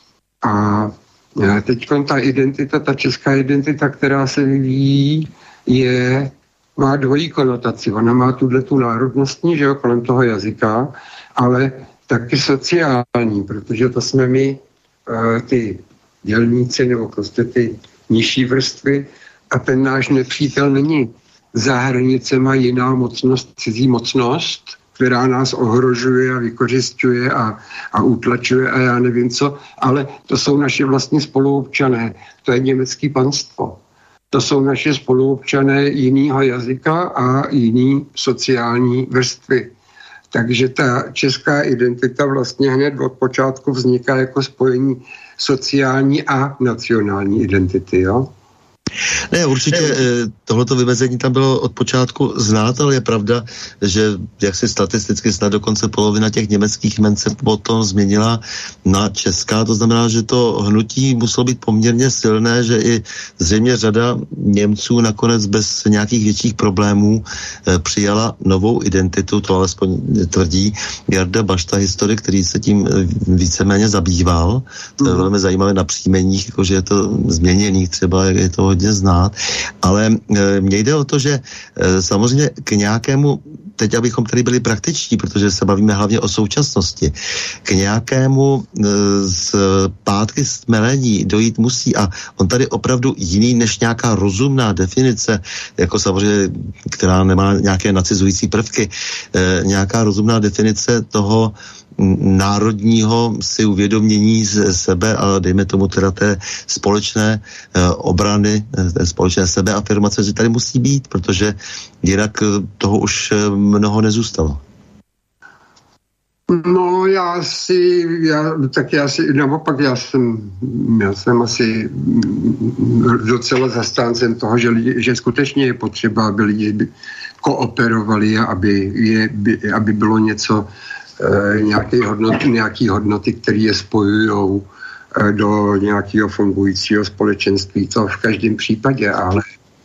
A teď ta identita, ta česká identita, která se vyvíjí, je má dvojí konotaci. Ona má tuto národnostní, že jo, kolem toho jazyka, ale taky sociální, protože to jsme my, ty dělníci nebo prostě ty nižší vrstvy, a ten náš nepřítel není za hranicema jiná mocnost, cizí mocnost, která nás ohrožuje a vykořisťuje a, a utlačuje a já nevím co, ale to jsou naši vlastní spoluobčané. To je německý panstvo. To jsou naše spoluobčané jiného jazyka a jiný sociální vrstvy. Takže ta česká identita vlastně hned od počátku vzniká jako spojení sociální a nacionální identity, jo? Ne, určitě tohleto vymezení tam bylo od počátku znát, ale je pravda, že jak si statisticky snad dokonce polovina těch německých jmen se potom změnila na česká, to znamená, že to hnutí muselo být poměrně silné, že i zřejmě řada Němců nakonec bez nějakých větších problémů eh, přijala novou identitu, to alespoň tvrdí Jarda Bašta, historik, který se tím víceméně zabýval. To je velmi zajímavé na příjmeních, jakože je to změněný třeba, je to hodně znát, ale e, mně jde o to, že e, samozřejmě k nějakému, teď abychom tady byli praktičtí, protože se bavíme hlavně o současnosti, k nějakému e, z pátky stmelení dojít musí a on tady opravdu jiný než nějaká rozumná definice, jako samozřejmě, která nemá nějaké nacizující prvky, e, nějaká rozumná definice toho národního si uvědomění z sebe a dejme tomu teda té společné e, obrany, té společné sebeafirmace, že tady musí být, protože jinak toho už mnoho nezůstalo. No já si, já, tak já si, naopak já jsem, já jsem asi docela zastáncem toho, že, lidi, že skutečně je potřeba, aby lidi kooperovali a aby, je, by, aby bylo něco, eh, nějaké hodnoty, nějaký hodnoty, které je spojují eh, do nějakého fungujícího společenství. To v každém případě, ale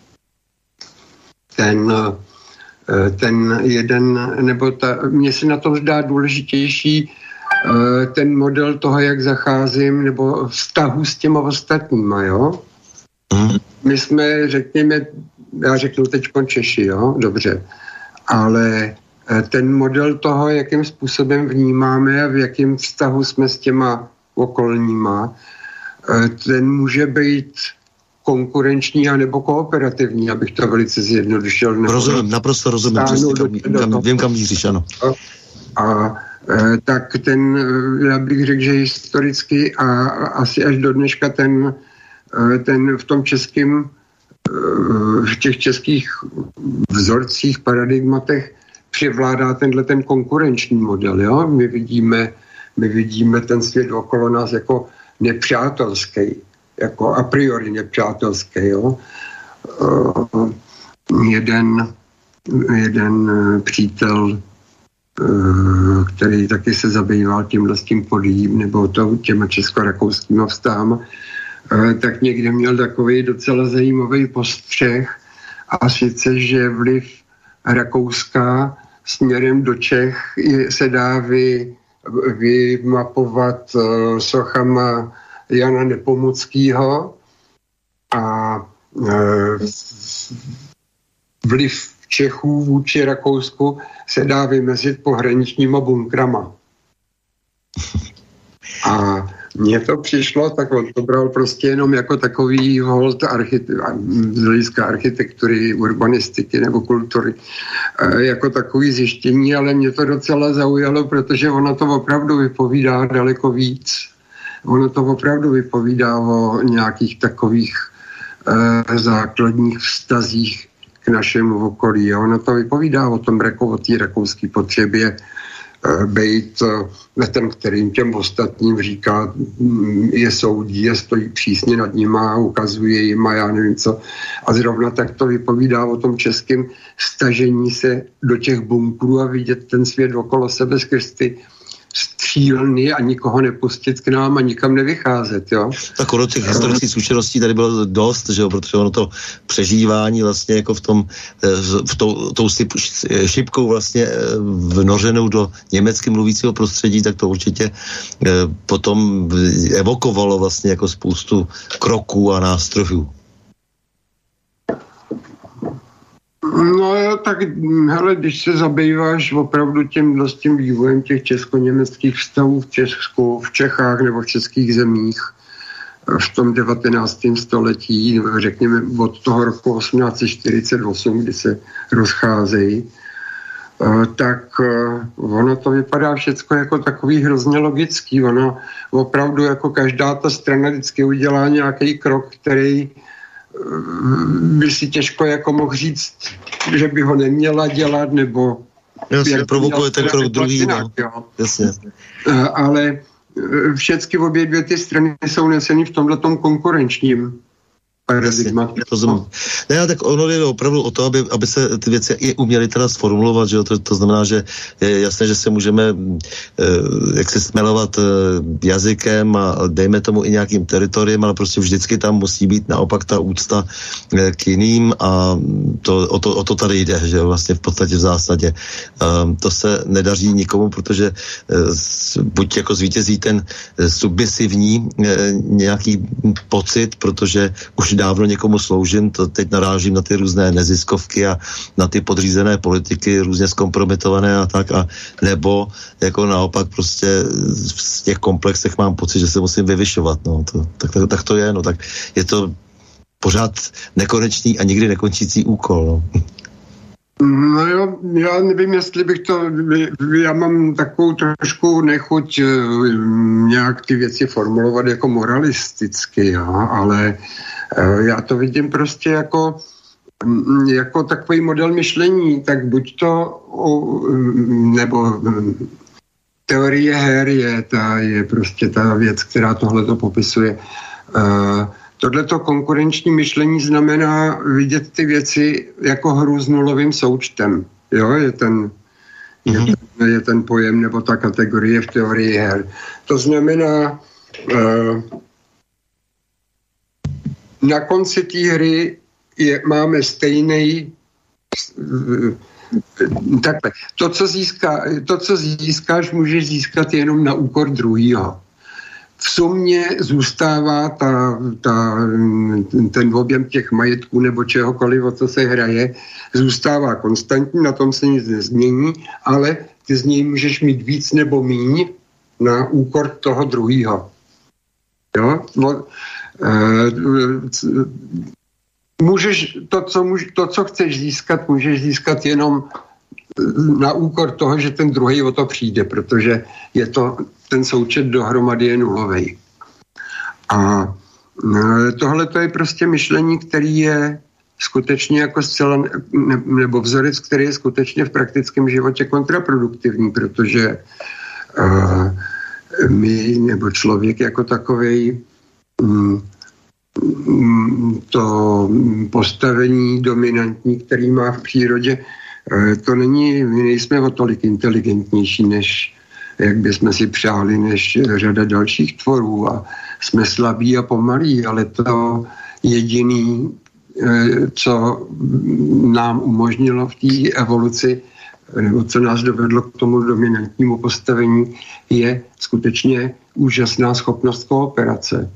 ten ten jeden, nebo ta, mně se na tom zdá důležitější ten model toho, jak zacházím, nebo vztahu s těma ostatníma, jo. Mm. My jsme, řekněme, já řeknu teď Češi, jo, dobře, ale ten model toho, jakým způsobem vnímáme a v jakém vztahu jsme s těma okolníma, ten může být konkurenční a nebo kooperativní, abych to velice zjednodušil. Rozumím, naprosto rozumím, přesně, kam, kam, vím, kam míříš, ano. A e, tak ten, já bych řekl, že historicky a asi až do dneška ten, ten v tom českém, v těch českých vzorcích, paradigmatech převládá tenhle ten konkurenční model, jo? My vidíme, my vidíme ten svět okolo nás jako nepřátelský, jako a priori nepřátelský, jo. Uh, jeden, jeden přítel, uh, který taky se zabýval tímhle s tím podím, nebo to, těma česko-rakouskýma vztahama, uh, tak někde měl takový docela zajímavý postřeh, a sice, že vliv Rakouska směrem do Čech je, se dá vy, vymapovat uh, sochama Jana Nepomuckýho a uh, vliv Čechů vůči Rakousku se dá vymezit pohraničníma bunkrama. A mně to přišlo, tak on to bral prostě jenom jako takový hold archite- z hlediska architektury, urbanistiky nebo kultury, jako takový zjištění, ale mě to docela zaujalo, protože ono to opravdu vypovídá daleko víc. Ono to opravdu vypovídá o nějakých takových eh, základních vztazích k našemu okolí. Ono to vypovídá o tom, o té rakouské potřebě být ten, kterým těm ostatním říká, je soudí a stojí přísně nad nima a ukazuje jim a já nevím co. A zrovna tak to vypovídá o tom českém stažení se do těch bunkrů a vidět ten svět okolo sebe skrz ty střílny a nikoho nepustit k nám a nikam nevycházet, jo. Tak ono těch historických zkušeností tady bylo dost, že jo, protože ono to přežívání vlastně jako v tom, v tou, tou šipkou vlastně vnořenou do německy mluvícího prostředí, tak to určitě potom evokovalo vlastně jako spoustu kroků a nástrojů. No jo, tak hele, když se zabýváš opravdu tím, tím vývojem těch česko-německých vztahů v Česku, v Čechách nebo v českých zemích v tom devatenáctém století, řekněme od toho roku osmnáct set čtyřicet osm, kdy se rozcházejí, tak ono to vypadá všecko jako takový hrozně logický. Ono opravdu jako každá ta strana vždycky udělá nějaký krok, který by si těžko jako mohl říct, že by ho neměla dělat, nebo... Jasně, provokuje ten krok druhý, jinak, no. Jasně. Ale všechny obě dvě ty strany jsou neseny v tomhletom konkurenčním paradigmatu. No. Ne, tak ono je opravdu o to, aby, aby se ty věci i uměly teda sformulovat, že jo? To, to znamená, že je jasné, že se můžeme eh, jak se smelovat eh, jazykem a dejme tomu i nějakým teritoriem, ale prostě vždycky tam musí být naopak ta úcta eh, k jiným a to, o, to, o to tady jde, že jo? Vlastně v podstatě v zásadě. Eh, to se nedaří nikomu, protože eh, buď jako zvítězí ten eh, submisivní eh, nějaký pocit, protože už dávno někomu sloužím, to teď narážím na ty různé neziskovky a na ty podřízené politiky, různě zkompromitované a tak, a nebo jako naopak prostě v těch komplexech mám pocit, že se musím vyvyšovat, no, to, tak, tak, tak to je, no, tak je to pořád nekonečný a nikdy nekončící úkol, no. No jo, já nevím, jestli bych to, já mám takovou trošku nechuť nějak ty věci formulovat jako moralisticky, jo, ale já to vidím prostě jako, jako takový model myšlení, tak buď to, nebo teorie her je, ta, je prostě ta věc, která tohle to popisuje. Tohleto konkurenční myšlení znamená vidět ty věci jako hru s nulovým součtem. Jo, je ten, je ten, je ten pojem nebo ta kategorie v teorii her. To znamená, uh, na konci té hry je, máme stejný, takhle. To co, získá, to, co získáš, můžeš získat jenom na úkor druhýho. V sumě zůstává ta, ta, ten objem těch majetků nebo čehokoliv, o co se hraje, zůstává konstantní, na tom se nic nezmění, ale ty z něj můžeš mít víc nebo míň na úkor toho druhýho. Jo? No, e, můžeš, to co, můž, to, co chceš získat, můžeš získat jenom na úkor toho, že ten druhý o to přijde, protože je to, ten součet dohromady je nulovej. A tohle to je prostě myšlení, který je skutečně jako zcela, nebo vzorec, který je skutečně v praktickém životě kontraproduktivní, protože uh, my, nebo člověk jako takovej, um, to postavení dominantní, který má v přírodě, to není, my nejsme o tolik inteligentnější, než jak bychom si přáli, než řada dalších tvorů a jsme slabí a pomalí, ale to jediný, co nám umožnilo v té evoluci, nebo co nás dovedlo k tomu dominantnímu postavení, je skutečně úžasná schopnost kooperace.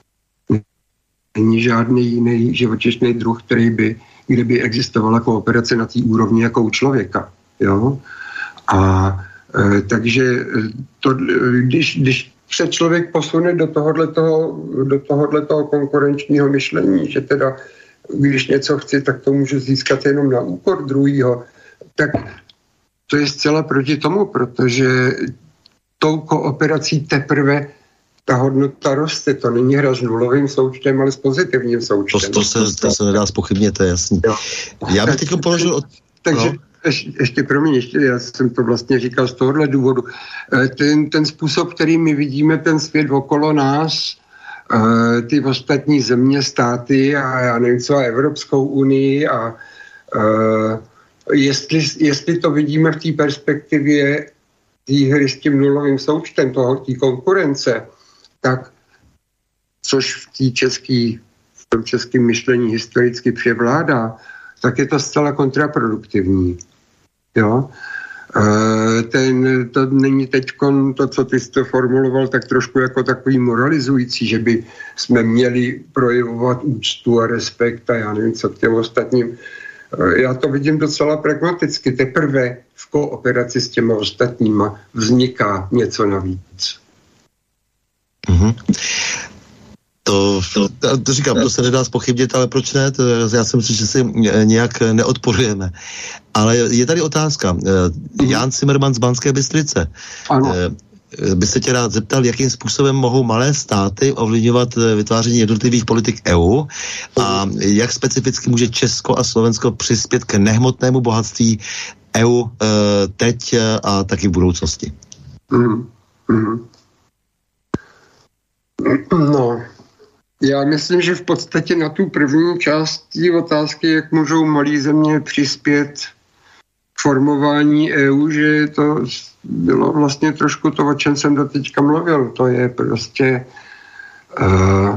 Není žádný jiný živočišný druh, který by, kde by existovala kooperace na té úrovni jako u člověka. Jo? A e, takže to, když, když se člověk posune do tohohletoho, do tohohletoho konkurenčního myšlení, že teda když něco chci, tak to můžu získat jenom na úkor druhýho, tak to je zcela proti tomu, protože tou kooperací teprve ta hodnota roste. To není hra s nulovým součtem, ale s pozitivním součtem. To, to, se, to se nedá zpochybnit, to je jasný. Jo. Já bych teď položil... Od... Takže no. ještě, ještě promiň, ještě, já jsem to vlastně říkal z tohohle důvodu. Ten, ten způsob, který my vidíme ten svět okolo nás, ty ostatní země, státy a já nevím co, a Evropskou unii a jestli, jestli to vidíme v té perspektivě té hry s tím nulovým součtem, toho, té konkurence, tak, což v té český, v tom českém myšlení historicky převládá, tak je to zcela kontraproduktivní. Jo? E, ten, to není teďkon to, co ty jsi to formuloval, tak trošku jako takový moralizující, že by jsme měli projevovat úctu a respekt a já nevím, co k těm ostatním. E, já to vidím docela pragmaticky. Teprve v kooperaci s těma ostatníma vzniká něco navíc. Mm-hmm. To, to, to říkám, to se nedá zpochybnit, ale proč ne? To, já si myslím, že si nějak neodporujeme. Ale je tady otázka. Jan Zimmerman z Banské Bystrice. Ano. By se tě rád zeptal, jakým způsobem mohou malé státy ovlivňovat vytváření jednotlivých politik E U a jak specificky může Česko a Slovensko přispět k nehmotnému bohatství E U teď a taky v budoucnosti. Mm, mm. No, já myslím, že v podstatě na tu první část té otázky, jak můžou malé země přispět k formování E U, že to bylo vlastně trošku to, o čem jsem do teďka mluvil. To je prostě, uh,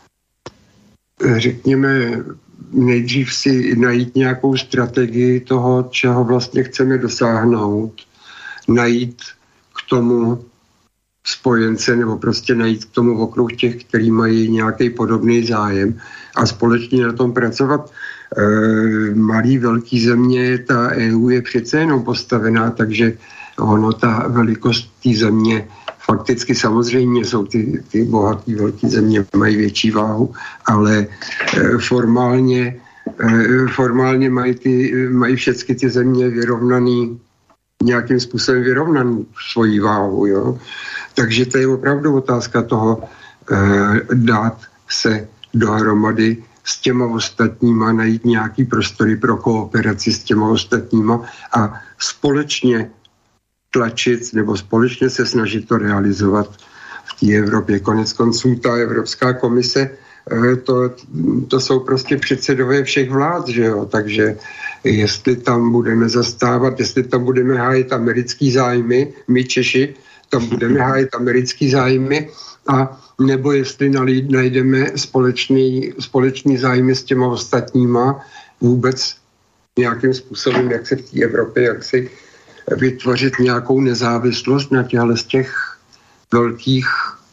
řekněme, nejdřív si najít nějakou strategii toho, čeho vlastně chceme dosáhnout, najít k tomu spojence nebo prostě najít k tomu okruh těch, který mají nějaký podobný zájem a společně na tom pracovat. E, malý, velký země, ta E U je přece jenom postavená, takže ono, ta velikost té země, fakticky samozřejmě jsou ty, ty bohatý velký země, mají větší váhu, ale e, formálně, e, formálně mají, ty, mají všechny ty země vyrovnaný, nějakým způsobem vyrovnaný svojí váhu, jo. Takže to je opravdu otázka toho eh, dát se dohromady s těma ostatníma, najít nějaký prostory pro kooperaci s těma ostatníma a společně tlačit nebo společně se snažit to realizovat v té Evropě. Konec konců ta Evropská komise, eh, to, to jsou prostě předsedové všech vlád, že jo, takže jestli tam budeme zastávat, jestli tam budeme hájit americký zájmy, my Češi, tam budeme hájit americký zájmy a nebo jestli najdeme společný, společný zájmy s těma ostatníma, vůbec nějakým způsobem, jak se v té Evropě, jak si vytvořit nějakou nezávislost na těchto z těch velkých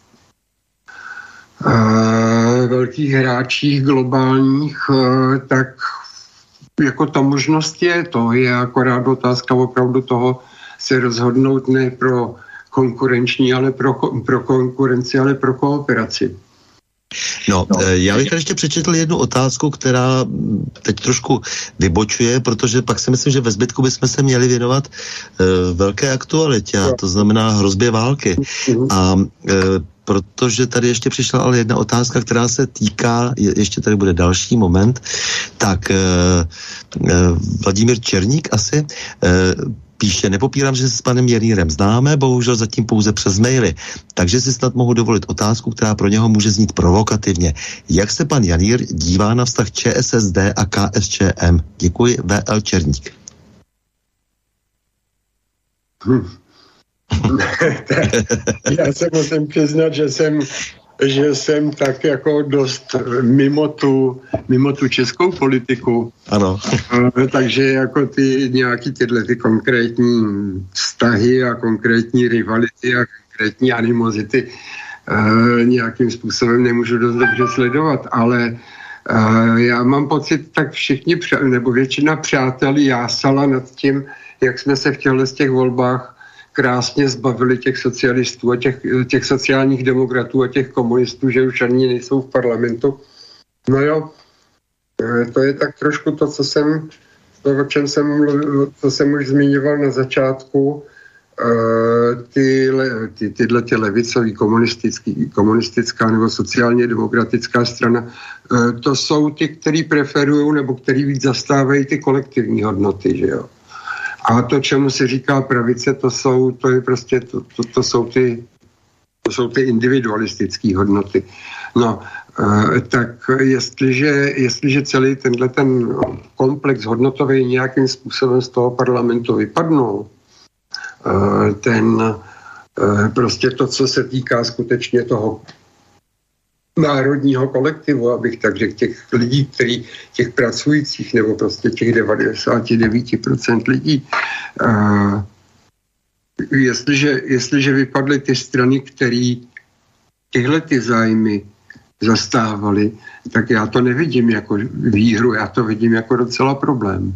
uh, velkých hráčích globálních, uh, tak jako ta možnost je, to je akorát otázka opravdu toho se rozhodnout ne pro konkurenční, ale pro, pro konkurenci, ale pro kooperaci. No, no, já bych tady ještě přečetl jednu otázku, která teď trošku vybočuje, protože pak si myslím, že ve zbytku bychom se měli věnovat uh, velké aktualitě, a to znamená hrozbě války. A uh, protože tady ještě přišla ale jedna otázka, která se týká, je, ještě tady bude další moment, tak uh, uh, Vladimír Černík asi uh, píše, nepopírám, že se s panem Janírem známe, bohužel zatím pouze přes maily, takže si snad mohu dovolit otázku, která pro něho může znít provokativně. Jak se pan Janír dívá na vztah ČSSD a KSČM? Děkuji, V L Černík. Hm. Já se musím přiznat, že jsem že jsem tak jako dost mimo tu, mimo tu českou politiku. Ano. Takže jako ty nějaký tyhle ty konkrétní vztahy a konkrétní rivality a konkrétní animozity uh, nějakým způsobem nemůžu dost dobře sledovat, ale uh, já mám pocit, tak všichni, nebo většina přátel jásala nad tím, jak jsme se v těchto z těch volbách krásně zbavili těch socialistů a těch, těch sociálních demokratů a těch komunistů, že už ani nejsou v parlamentu. No jo, to je tak trošku to, co jsem, to, o čem jsem mluvil, co jsem už zmiňoval na začátku, ty, ty, tyhle ty levicový komunistický, komunistická nebo sociálně demokratická strana, to jsou ty, který preferují nebo který víc zastávají ty kolektivní hodnoty, že jo. A to, čemu se říká pravice, to jsou, to je prostě, to, to, to jsou ty, to jsou ty individualistické hodnoty. No, e, tak jestliže, jestliže celý tenhle ten komplex hodnotový nějakým způsobem z toho parlamentu vypadnul, e, ten e, prostě to, co se týká skutečně toho národního kolektivu, abych tak řekl, těch lidí, který, těch pracujících, nebo prostě těch devadesát devět procent lidí. Uh, jestliže, jestliže vypadly ty strany, které tyhle ty zájmy zastávaly, tak já to nevidím jako výhru, já to vidím jako docela problém.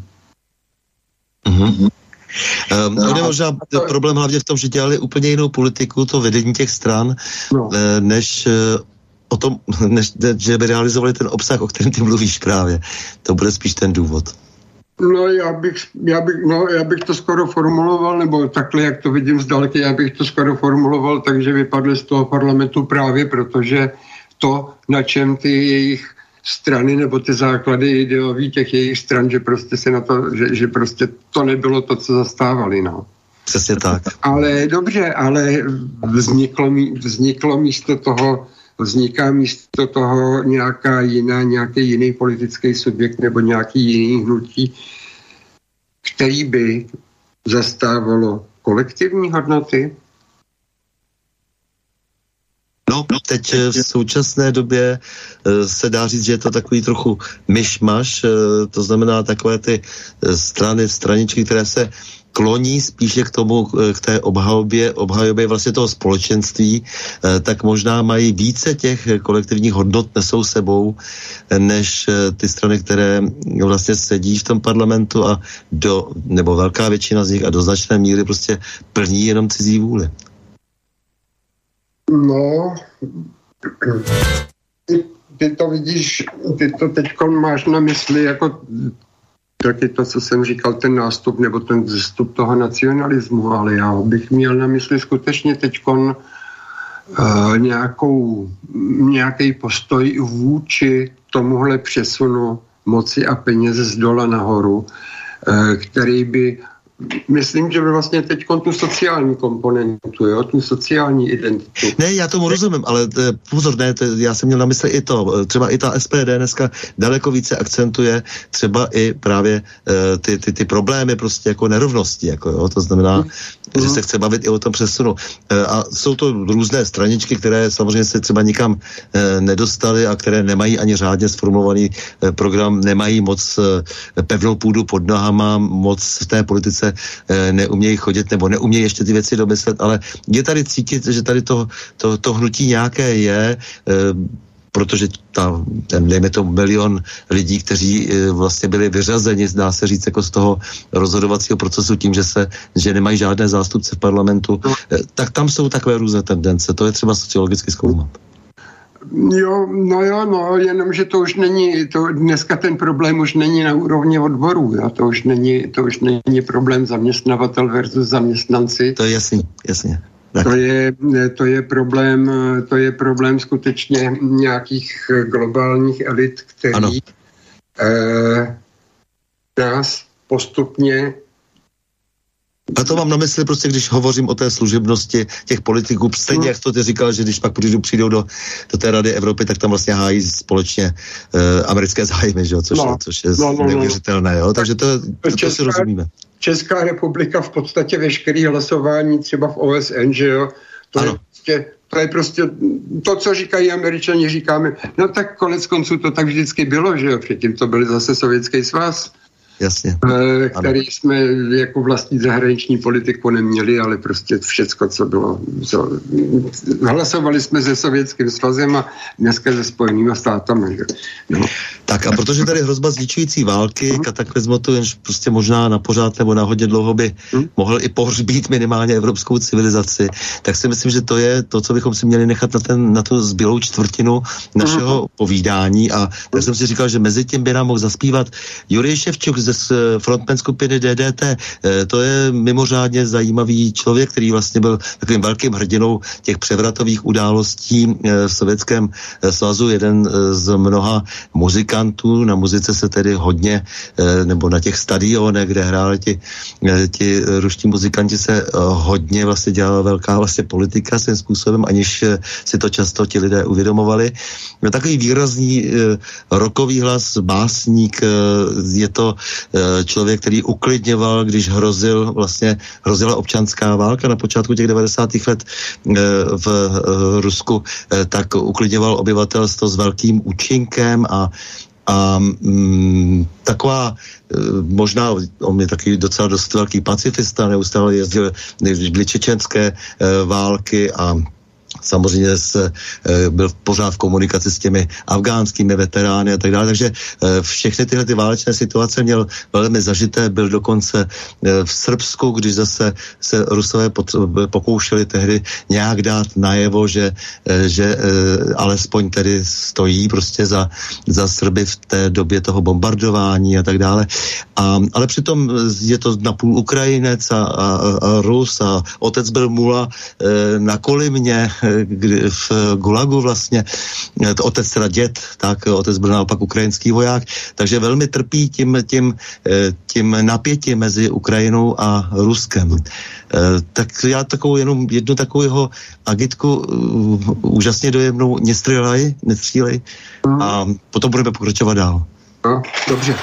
Mm-hmm. Um, no, je možná to... problém hlavně v tom, že dělali úplně jinou politiku, to vedení těch stran, no. než o tom, než, že by realizovali ten obsah, o kterém ty mluvíš právě. To bude spíš ten důvod. No já bych, já bych, no, já bych to skoro formuloval, nebo takhle, jak to vidím z dálky, já bych to skoro formuloval, takže vypadly z toho parlamentu právě, protože to, na čem ty jejich strany, nebo ty základy ideový těch jejich stran, že prostě se na to, že, že prostě to nebylo to, co zastávali, no. Přesně tak. Ale dobře, ale vzniklo, vzniklo místo toho vzniká místo toho nějaká jiná, nějaký jiný politický subjekt nebo nějaký jiný hnutí, který by zastávalo kolektivní hodnoty? No, teď v současné době se dá říct, že je to takový trochu myšmaš, to znamená takové ty strany, straničky, které se kloní spíše k tomu, k té obhajobě, obhajobě vlastně toho společenství, tak možná mají více těch kolektivních hodnot nesou sebou, než ty strany, které vlastně sedí v tom parlamentu a do, nebo velká většina z nich a do značné míry prostě plní jenom cizí vůli. No, ty, ty to vidíš, ty to teďko máš na mysli jako taky to, co jsem říkal, ten nástup nebo ten vstup toho nacionalismu, ale já bych měl na mysli skutečně teďkon uh, nějakou, nějaký postoj vůči tomuhle přesunu moci a peněz z dola nahoru, uh, který by myslím, že vlastně teď tu sociální komponentu, jo, tu sociální identitu. Ne, já tomu rozumím, ale t, pozor, ne, t, já jsem měl na mysli i to, třeba i ta S P D dneska daleko více akcentuje třeba i právě uh, ty, ty, ty problémy prostě jako nerovnosti, jako jo, to znamená, mm. že se chce bavit i o tom přesunu. Uh, a jsou to různé straničky, které samozřejmě se třeba nikam uh, nedostaly a které nemají ani řádně sformulovaný uh, program, nemají moc uh, pevnou půdu pod nohama, moc v té politice uh, neumějí chodit nebo neumějí ještě ty věci domyslet, ale je tady cítit, že tady to, to, to hnutí nějaké je, uh, protože ta, ten, dejme to milion lidí, kteří e, vlastně byli vyřazeni, zdá se říct, jako z toho rozhodovacího procesu tím, že se, že nemají žádné zástupce v parlamentu, e, tak tam jsou takové různé tendence. To je třeba sociologicky zkoumat. Jo, no jo, no, jenomže to už není, to dneska ten problém už není na úrovni odborů, jo, to už není, to už není problém zaměstnavatel versus zaměstnanci. To je jasný, jasně. To je, to je problém, to je problém skutečně nějakých globálních elit, který eh, nás postupně. A to mám na mysli prostě, když hovořím o té služebnosti těch politiků, stejně jak to ty říkal, že když pak přijdou, přijdou do, do té Rady Evropy, tak tam vlastně hájí společně eh, americké zájmy, že jo? Což, no, což je no, no, neuvěřitelné, jo? Takže to, to, to si rozumíme. Česká republika v podstatě veškerý hlasování třeba v O S N, že jo, to je, prostě, to je prostě to, co říkají Američani, říkáme, no tak konec konců to tak vždycky bylo, že jo, předtím to byl zase Sovětský svaz. Jasně. Který ano. jsme jako vlastní zahraniční politiku neměli, ale prostě všecko, co bylo. Co, hlasovali jsme se Sovětským svazem a dneska se Spojenými státami. No. Tak a protože tady hrozba zničující války, hmm. kataklizmatu, jenž prostě možná na pořád nebo na hodně dlouho by hmm. mohl i pohřbít minimálně evropskou civilizaci, tak si myslím, že to je to, co bychom si měli nechat na, ten, na tu zbylou čtvrtinu našeho hmm. povídání. A tak jsem si říkal, že mezi tím by nám mohl zaspívat Jurij Ševčuk z frontman skupiny D D T. To je mimořádně zajímavý člověk, který vlastně byl takovým velkým hrdinou těch převratových událostí v Sovětském svazu, jeden z mnoha muzikantů. Na muzice se tedy hodně, nebo na těch stadionech, kde hráli ti, ti ruští muzikanti, se hodně vlastně dělala velká vlastně politika svým způsobem, aniž si to často ti lidé uvědomovali. Takový výrazný rockový hlas, básník, je to člověk, který uklidňoval, když hrozil, vlastně hrozila občanská válka na počátku těch devadesátých let v Rusku, tak uklidňoval obyvatelstvo s velkým účinkem a A mm, taková, možná, on je taky docela dost velký pacifista, neustále jezdil, když byly čečenské e, války a samozřejmě se, e, byl pořád v komunikaci s těmi afgánskými veterány a tak dále, takže e, všechny tyhle ty válečné situace měl velmi zažité, byl dokonce e, v Srbsku, když zase se Rusové pot, pokoušeli tehdy nějak dát najevo, že, e, že e, alespoň tedy stojí prostě za, za Srby v té době toho bombardování a tak dále. A, ale přitom je to napůl Ukrajinec a, a, a Rus a otec byl mula e, na Kolimě, kdy v Gulagu vlastně, otec teda děd, tak otec byl naopak ukrajinský voják, takže velmi trpí tím, tím, tím napětím mezi Ukrajinou a Ruskem. Tak já takovou jenom jednu takovou jeho agitku úžasně dojemnou, nestřílej, nestřílej a potom budeme pokračovat dál. No, dobře.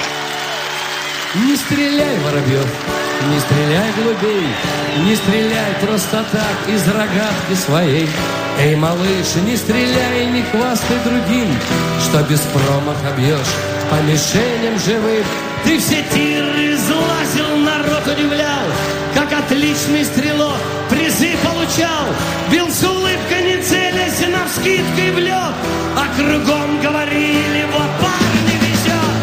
Не стреляй, воробьев, не стреляй, голубей, не стреляй просто так из рогатки своей. Эй, малыш, не стреляй, не хвастай другим, что без промаха бьешь по мишеням живым. Ты все тиры излазил, народ удивлял, как отличный стрелок призы получал. Бил с улыбкой, не целясь, навскидку и в лед, а кругом говорили, вот парни везет.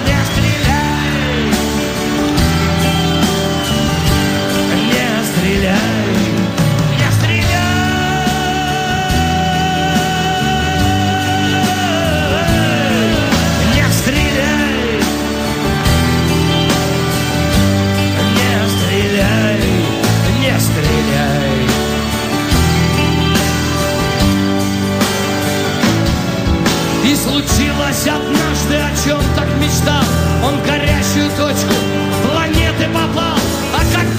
Стреляй, не стреляй, не стреляй, не стреляй, не стреляй. И случилось однажды, о чем так мечтал, он в горячую точку планеты попал, а как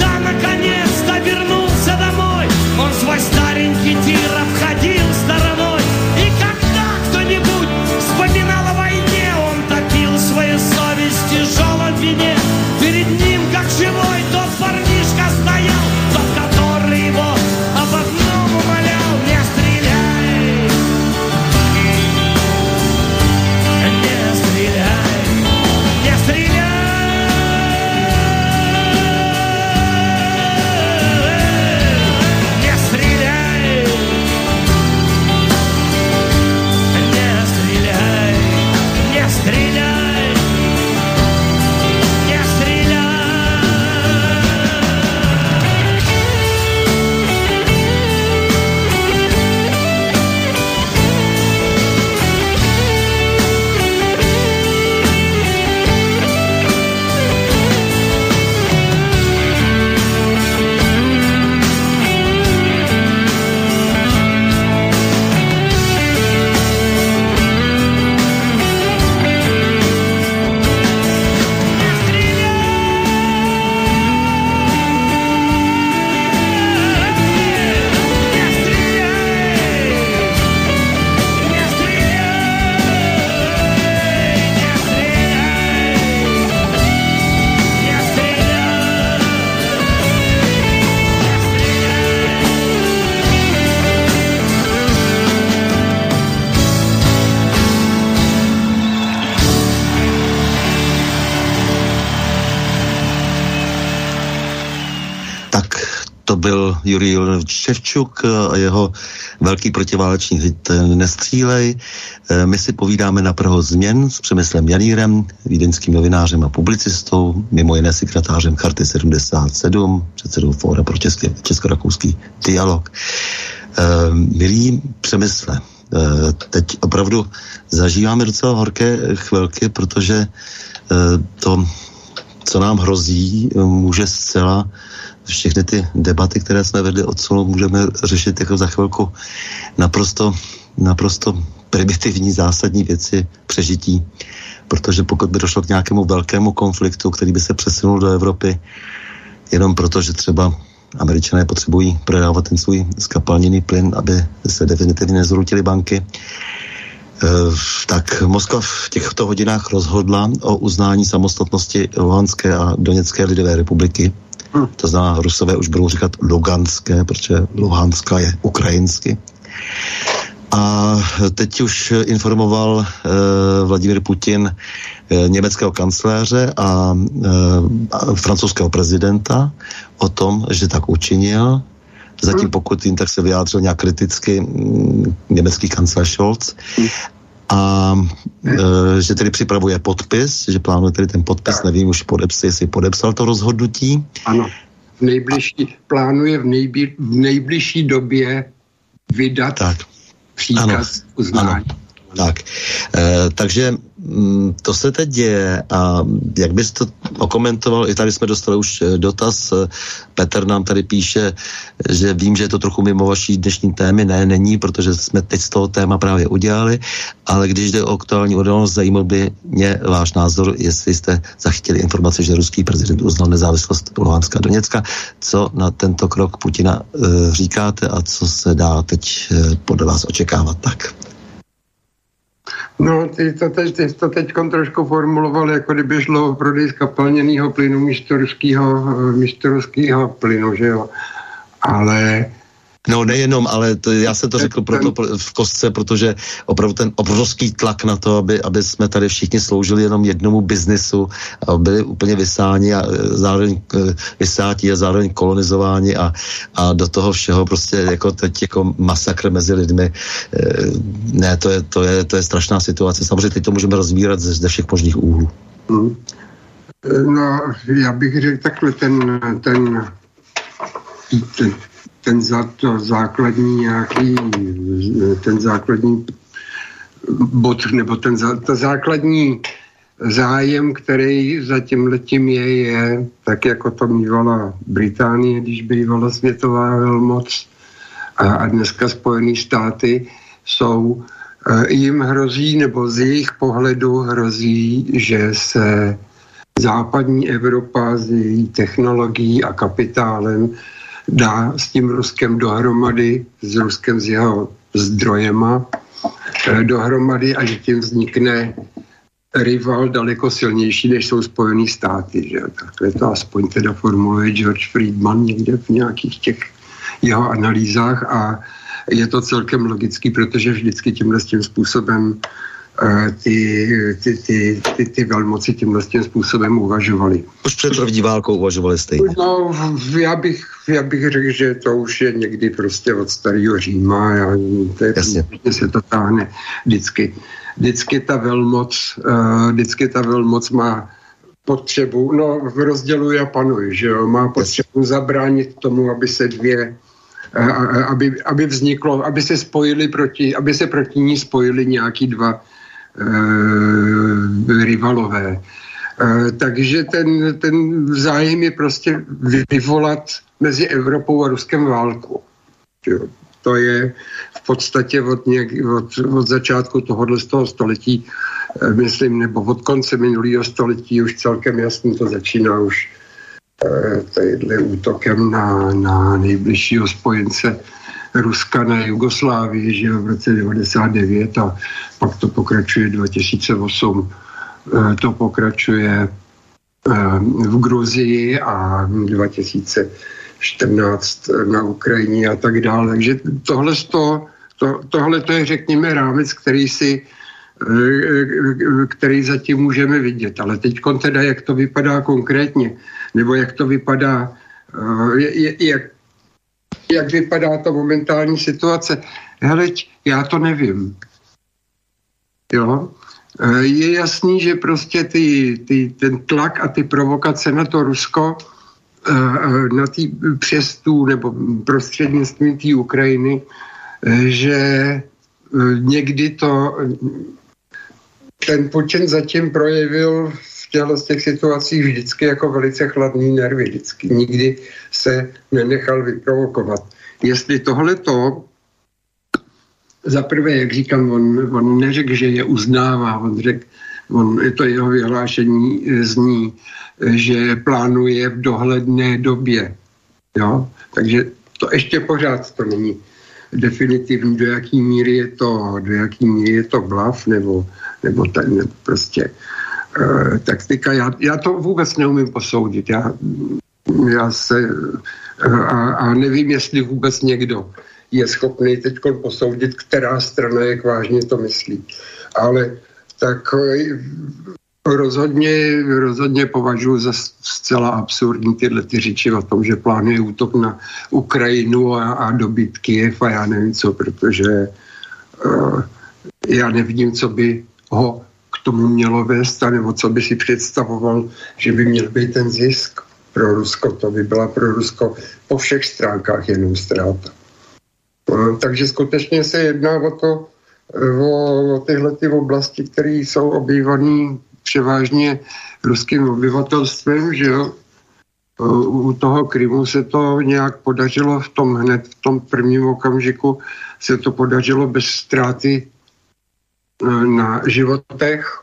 to byl Jurij Ivanovič Ševčuk a jeho velký protiválečný hit Nestřílej. My si povídáme na Prahu změn s Přemyslem Janírem, vídeňským novinářem a publicistou, mimo jiné sekretářem Charty sedmdesát sedm, předsedou Fóra pro český, česko-rakouský dialog. Milí Přemysle, teď opravdu zažíváme docela horké chvilky, protože to, co nám hrozí, může zcela všechny ty debaty, které jsme vedli od solu, můžeme řešit jako za chvilku naprosto, naprosto primitivní, zásadní věci přežití. Protože pokud by došlo k nějakému velkému konfliktu, který by se přesunul do Evropy, jenom proto, že třeba Američané potřebují prodávat ten svůj skapalněný plyn, aby se definitivně nezrutily banky, tak Moskva v těchto hodinách rozhodla o uznání samostatnosti Luhanské a Doněcké lidové republiky. To znamená, Rusové už budou říkat Luganské, protože Luhanska je ukrajinsky. A teď už informoval eh, Vladimír Putin eh, německého kancléře a, eh, a francouzského prezidenta o tom, že tak učinil. Zatím pokud jim tak se vyjádřil nějak kriticky mm, německý kancléř Scholz. A e, že tedy připravuje podpis, že plánuje tedy ten podpis, tak. Nevím už podepsal, jestli podepsal to rozhodnutí. Ano, v nejbližší, plánuje v, nejbli, v nejbližší době vydat tak. příkaz uznání. Ano. Tak, e, takže m, to se teď děje a jak bys to okomentoval, i tady jsme dostali už dotaz, Petr nám tady píše, že vím, že je to trochu mimo vaší dnešní témy, ne, není, protože jsme teď z toho téma právě udělali, ale když jde o aktuální událost, zajímal by mě váš názor, jestli jste zachytili informace, že ruský prezident uznal nezávislost Luhanska a Doněcka, co na tento krok Putina e, říkáte a co se dá teď e, podle vás očekávat, tak? No, ty to teď, ty to teď trošku formuloval, jako kdyby šlo o prodej skapalněného plynu místo ruského, místo ruského plynu, že jo. Ale... No nejenom, ale to, já jsem to řekl proto, pro, v kostce, protože opravdu ten obrovský tlak na to, aby, aby jsme tady všichni sloužili jenom jednomu biznisu a byli úplně vysáni a zároveň vysátí a zároveň kolonizováni a, a do toho všeho prostě jako teď jako masakr mezi lidmi. Ne, to je, to je, to je strašná situace. Samozřejmě teď to můžeme rozvírat ze, ze všech možných úhlů. Hmm. No, já bych řekl takhle, ten, ten, ten ten za to základní nějaký, ten základní bod, nebo ten za, ta základní zájem, který za tímhletím je, je, tak jako to mývala Británie, když bývala světová velmoc a, a dneska Spojené státy jsou, jim hrozí, nebo z jejich pohledu hrozí, že se západní Evropa s její technologií a kapitálem dá s tím Ruskem dohromady, s Ruskem s jeho zdrojema dohromady a že tím vznikne rival daleko silnější, než jsou Spojený státy. Že? Takhle to aspoň teda formuluje George Friedman někde v nějakých těch jeho analýzách a je to celkem logický, protože vždycky tímhle s tím způsobem Ty, ty, ty, ty, ty velmoci tímhle tím způsobem uvažovali. Už před první válkou uvažovali stejně. No, já bych, já bych řekl, že to už je někdy prostě od starého Říma. Já, to je, se to táhne vždycky. Vždycky ta velmoc, uh, vždycky ta velmoc má potřebu, no v rozdělu Japanuj, že jo, má potřebu zabránit tomu, aby se dvě uh, aby, aby vzniklo, aby se spojili proti, aby se proti ní spojili nějaký dva Uh, rivalové. Uh, takže ten, ten zájem je prostě vyvolat mezi Evropou a Ruskem válku. Jo. To je v podstatě od, něk, od, od začátku tohohle z toho století, uh, myslím, nebo od konce minulého století už celkem jasně to začíná už uh, tadyhle útokem na, na nejbližšího spojence Ruska na Jugoslávii, že v roce devadesát devět a pak to pokračuje dva tisíce osm, to pokračuje v Gruzii a dva tisíce čtrnáct na Ukrajině a tak dále. Takže tohle, to, to, tohle to je, řekněme, rámec, který si který zatím můžeme vidět. Ale teď teda, jak to vypadá konkrétně, nebo jak to vypadá, jak jak vypadá ta momentální situace. Hele, já to nevím. Jo? Je jasný, že prostě ty, ty, ten tlak a ty provokace na to Rusko, na tý přestu nebo prostřednictvím té Ukrajiny, že někdy to ten Putin zatím projevil v těchto z těch situacích vždycky jako velice chladný nervy. Vždycky. Nikdy se nenechal vyprovokovat. Jestli tohleto za prvé, jak říkám, on, on neřekl, že je uznává, on řekl, on, to jeho vyhlášení zní, že plánuje v dohledné době. Jo? Takže to ještě pořád to není definitivní, do jaký míry je to, do jaký míry je to blav, nebo, nebo, ten, nebo prostě uh, taktika. Já, já to vůbec neumím posoudit. Já, já se uh, a, a nevím, jestli vůbec někdo je schopný teď posoudit, která strana jak vážně to myslí. Ale tak rozhodně, rozhodně považuji za zcela absurdní tyhle ty řeči o tom, že plánuje útok na Ukrajinu a, a dobyt Kyjev a já nevím co, protože uh, já nevidím, co by ho k tomu mělo vést, nebo co by si představoval, že by měl být ten zisk pro Rusko. To by byla pro Rusko po všech stránkách jenom ztráta. Takže skutečně se jedná o to, o, o tyhle ty oblasti, které jsou obývané převážně ruským obyvatelstvem, že jo. U toho Krymu se to nějak podařilo v tom hned, v tom prvním okamžiku se to podařilo bez ztráty na životech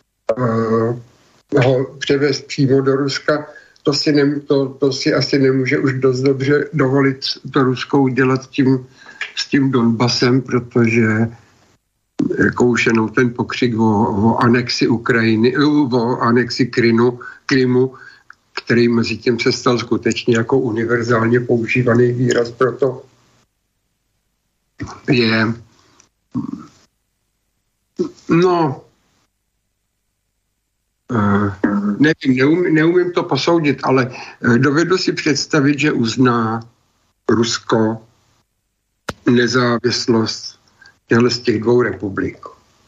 ho převést přímo do Ruska. To si, ne, to, to si asi nemůže už dost dobře dovolit to Rusko udělat tím, s tím Donbasem, protože jako už jenom ten pokřik o, o anexi Ukrajiny, o anexi Krymu, Krymu, který mezi tím se stal skutečně jako univerzálně používaný výraz, proto je no Uh, nevím, neumím, neumím to posoudit, ale uh, dovedu si představit, že uzná Rusko nezávislost těchto z těch dvou republik.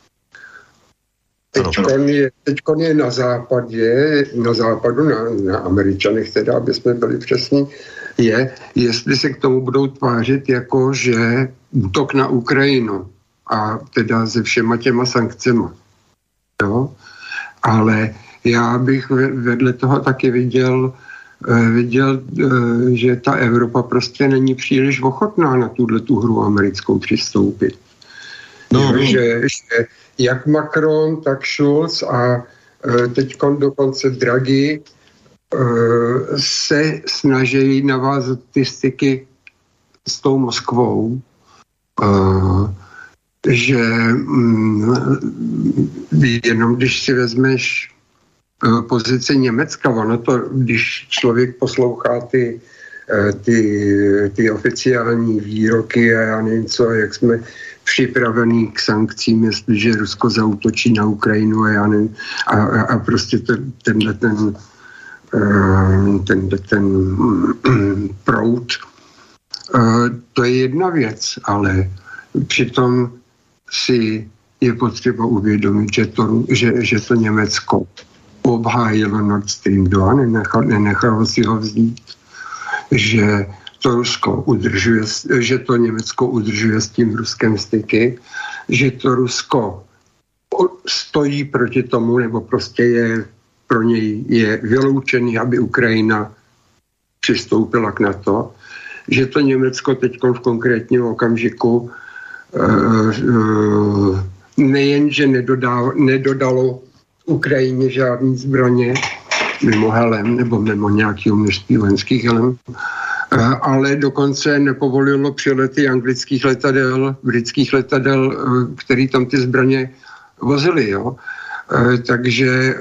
Teďkon je, teďkon je na západě, na západu, na, na Američanech teda, aby jsme byli přesní, je, jestli se k tomu budou tvářit jako, že útok na Ukrajinu a teda se všema těma sankcema. Jo? Ale já bych vedle toho taky viděl, viděl, že ta Evropa prostě není příliš ochotná na tuhle tu hru americkou přistoupit. No. Že, že jak Macron, tak Schulz a teďkon dokonce Draghi se snaží navázat ty styky s tou Moskvou, že mm, jenom když si vezmeš uh, pozici Německa, ono to, když člověk poslouchá ty, uh, ty, ty oficiální výroky a já nevím co, jak jsme připravení k sankcím, jestliže Rusko zaútočí na Ukrajinu a já nevím, a, a, a prostě ten, tenhle ten, uh, tenhle ten um, proud, uh, to je jedna věc, ale přitom si je potřeba uvědomit, že to, že, že to Německo obhájilo Nord Stream dva, nenechalo, nenechalo si ho vzít, že to Rusko udržuje, že to Německo udržuje s tím Ruskem styky, že to Rusko stojí proti tomu, nebo prostě je pro něj je vyloučený, aby Ukrajina přistoupila k NATO, že to Německo teď v konkrétním okamžiku nejenže nedodalo, nedodalo Ukrajině žádný zbraně, mimo helem nebo mimo nějakého množství vojenských helem, ale dokonce nepovolilo přilety anglických letadel, britských letadel, který tam ty zbraně vozily. Jo? Takže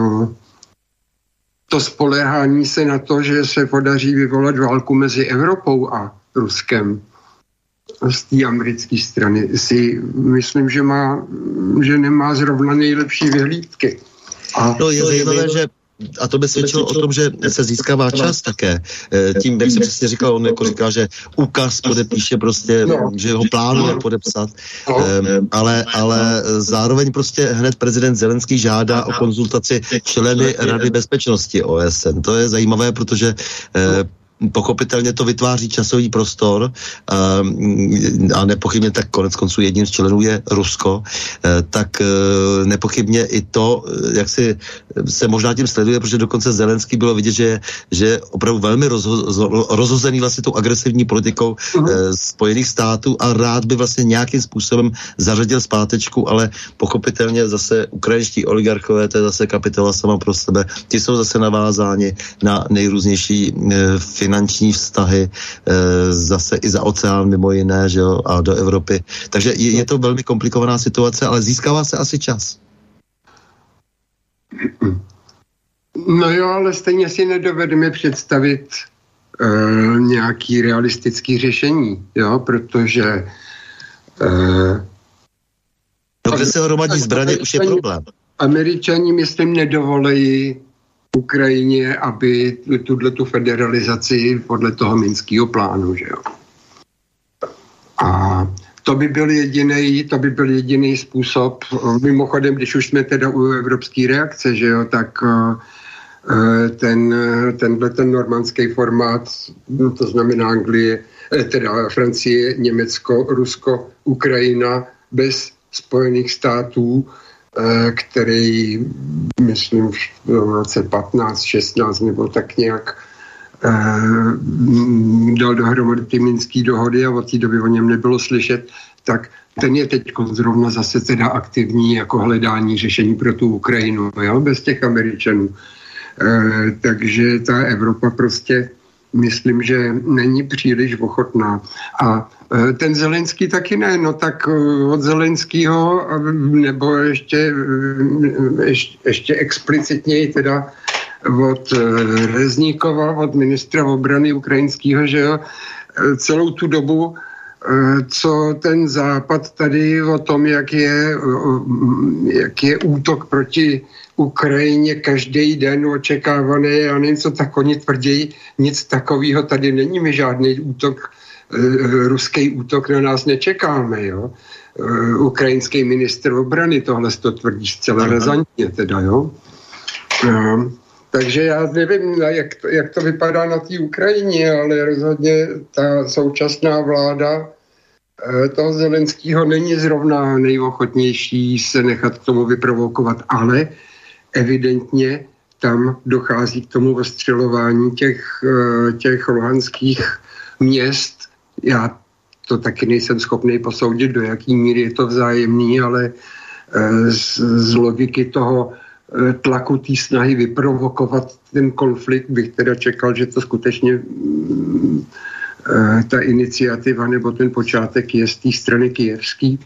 to spoléhání se na to, že se podaří vyvolat válku mezi Evropou a Ruskem z té americké strany, si myslím, že má, že nemá zrovna nejlepší vyhlídky. A to je zajímavé, že a to by svědčilo o tom, že se získává čas také. Tím, jak se přesně říkal, on jako říkal, že úkaz podepíše prostě, no. že ho plánuje podepsat, no. um, ale, ale zároveň prostě hned prezident Zelenský žádá o konzultaci členy Rady bezpečnosti O S N. To je zajímavé, protože uh, pochopitelně to vytváří časový prostor a, a nepochybně tak konec konců jedním z členů je Rusko, tak nepochybně i to, jak si se možná tím sleduje, protože dokonce Zelenský bylo vidět, že, že je opravdu velmi rozho, rozhozený vlastně tou agresivní politikou uh-huh. Spojených států a rád by vlastně nějakým způsobem zařadil zpátečku, ale pochopitelně zase ukrajinští oligarchové, to je zase kapitola sama pro sebe, ti jsou zase navázáni na nejrůznější finanční vztahy, zase i za oceán mimo jiné, že jo, a do Evropy. Takže je, je to velmi komplikovaná situace, ale získává se asi čas. No jo, ale stejně si nedovedeme představit uh, nějaký realistický řešení, jo, protože uh, no, kde se hromadí zbraně, už je problém. Američani, myslím, nedovolejí Ukrajině, aby tuto federalizaci podle toho minského plánu, že jo. A to by byl jediný, to by byl jediný způsob. Mimochodem, když už jsme teda u evropské reakce, že jo, tak ten, tenhle ten normandský formát, to znamená Anglie, teda Francie, Německo, Rusko, Ukrajina, bez Spojených států, který, myslím, v roce patnáct šestnáct nebo tak nějak dal dohromady ty minské dohody a od té doby o něm nebylo slyšet, tak ten je teď zrovna zase teda aktivní jako hledání řešení pro tu Ukrajinu, jo, bez těch Američanů. E, takže ta Evropa prostě, myslím, že není příliš ochotná. A e, ten Zelenský taky ne, no tak od Zelenskýho, nebo ještě, ještě, ještě explicitněji teda od Rezníkova, od ministra obrany ukrajinského, že jo, celou tu dobu, co ten Západ tady o tom, jak je, jak je útok proti Ukrajině každý den očekávaný, a nevím, co tak oni tvrdí, nic takového tady není, my žádný útok, ruský útok na nás nečekáme, jo. Ukrajinský ministr obrany tohle to tvrdí zcela razantně teda, jo. No. Takže já nevím, jak to, jak to vypadá na té Ukrajině, ale rozhodně ta současná vláda toho Zelenského není zrovna nejochotnější se nechat k tomu vyprovokovat, ale evidentně tam dochází k tomu ostřelování těch, těch luhanských měst. Já to taky nejsem schopný posoudit, do jaký míry je to vzájemný, ale z, z logiky toho tlaku té snahy vyprovokovat ten konflikt bych teda čekal, že to skutečně ta iniciativa nebo ten počátek je z té strany kyjevský.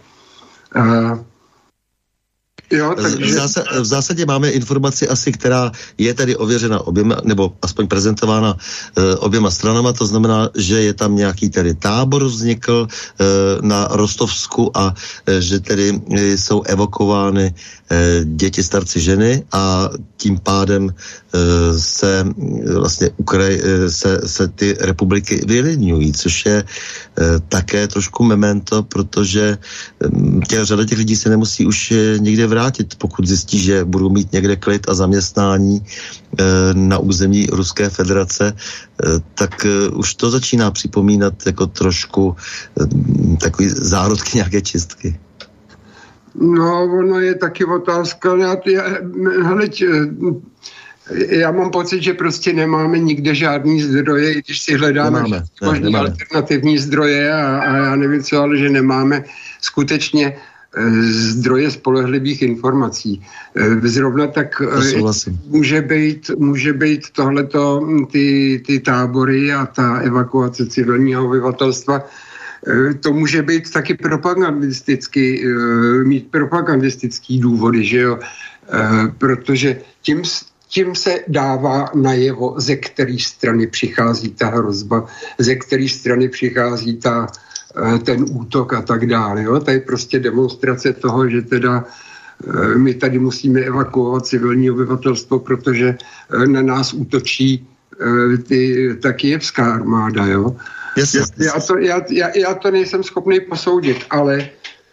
Jo, takže... v, zásad, v zásadě máme informaci asi, která je tady ověřena oběma, nebo aspoň prezentována uh, oběma stranama, to znamená, že je tam nějaký tedy tábor vznikl uh, na Rostovsku a uh, že tedy uh, jsou evakuovány uh, děti, starci, ženy a tím pádem uh, se uh, vlastně Ukraj, uh, se, se ty republiky vylidňují, což je uh, také trošku memento, protože um, tě, řada těch lidí se nemusí už uh, nikde vrátit, pokud zjistí, že budou mít někde klid a zaměstnání e, na území Ruské federace, e, tak e, už to začíná připomínat jako trošku e, takový zárodky nějaké čistky. No, ono je taky otázka, já, já, hele, já mám pocit, že prostě nemáme nikde žádný zdroje, i když si hledáme nemáme, možný ne, alternativní zdroje a, a já nevím co, ale že nemáme skutečně zdroje spolehlivých informací. Zrovna tak může být, může být tohleto, ty, ty tábory a ta evakuace civilního obyvatelstva, to může být taky propagandisticky, mít propagandistický důvody, že jo? Protože tím, tím se dává najevo, ze které strany přichází ta hrozba, ze které strany přichází ta ten útok a tak dále. Jo? To je prostě demonstrace toho, že teda my tady musíme evakuovat civilní obyvatelstvo, protože na nás útočí ty, ta kyjevská armáda, jo. Yes, yes. Já, to, já, já, já to nejsem schopný posoudit, ale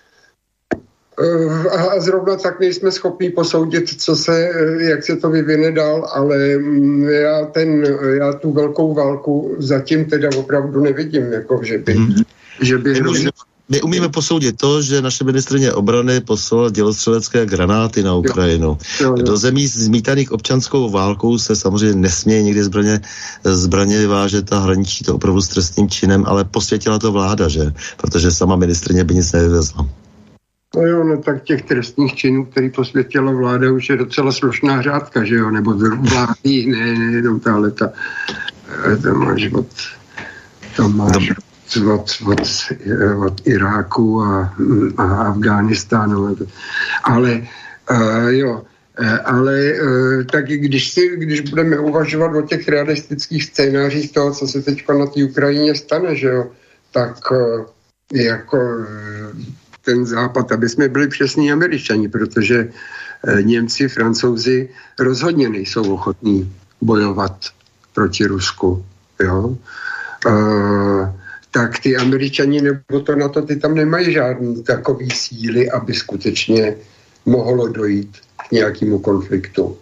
a zrovna tak nejsme schopni posoudit, co se, jak se to vyvine dál, ale já, ten, já tu velkou válku zatím teda opravdu nevidím, jako že by, mm-hmm. že by hrozně... My umíme posoudit to, že naše ministryně obrany poslala dělostřelecké granáty na Ukrajinu. Jo, jo, jo. Do zemí zmítaných občanskou válkou se samozřejmě nesměje nikdy zbraně, zbraně vyvážet a hraničí to opravdu s trestným činem, ale posvětila to vláda, že? Protože sama ministryně by nic nevyvezla. No jo, no tak těch trestních činů, který posvětila vláda, už je docela slušná řádka, že jo, nebo vlády, ne, ne, jenom tahle ta, to máš od, to máš od, od, od Iráku a, a Afghánistánu, ale uh, jo, ale uh, tak když, si, když budeme uvažovat o těch realistických scénářích toho, co se teď na té Ukrajině stane, že jo, tak uh, jako ten západ, aby jsme byli přesní Američani, protože Němci, Francouzi rozhodně nejsou ochotní bojovat proti Rusku. Jo? Uh, tak ty Američani nebo to na to, ty tam nemají žádný takový síly, aby skutečně mohlo dojít k nějakému konfliktu.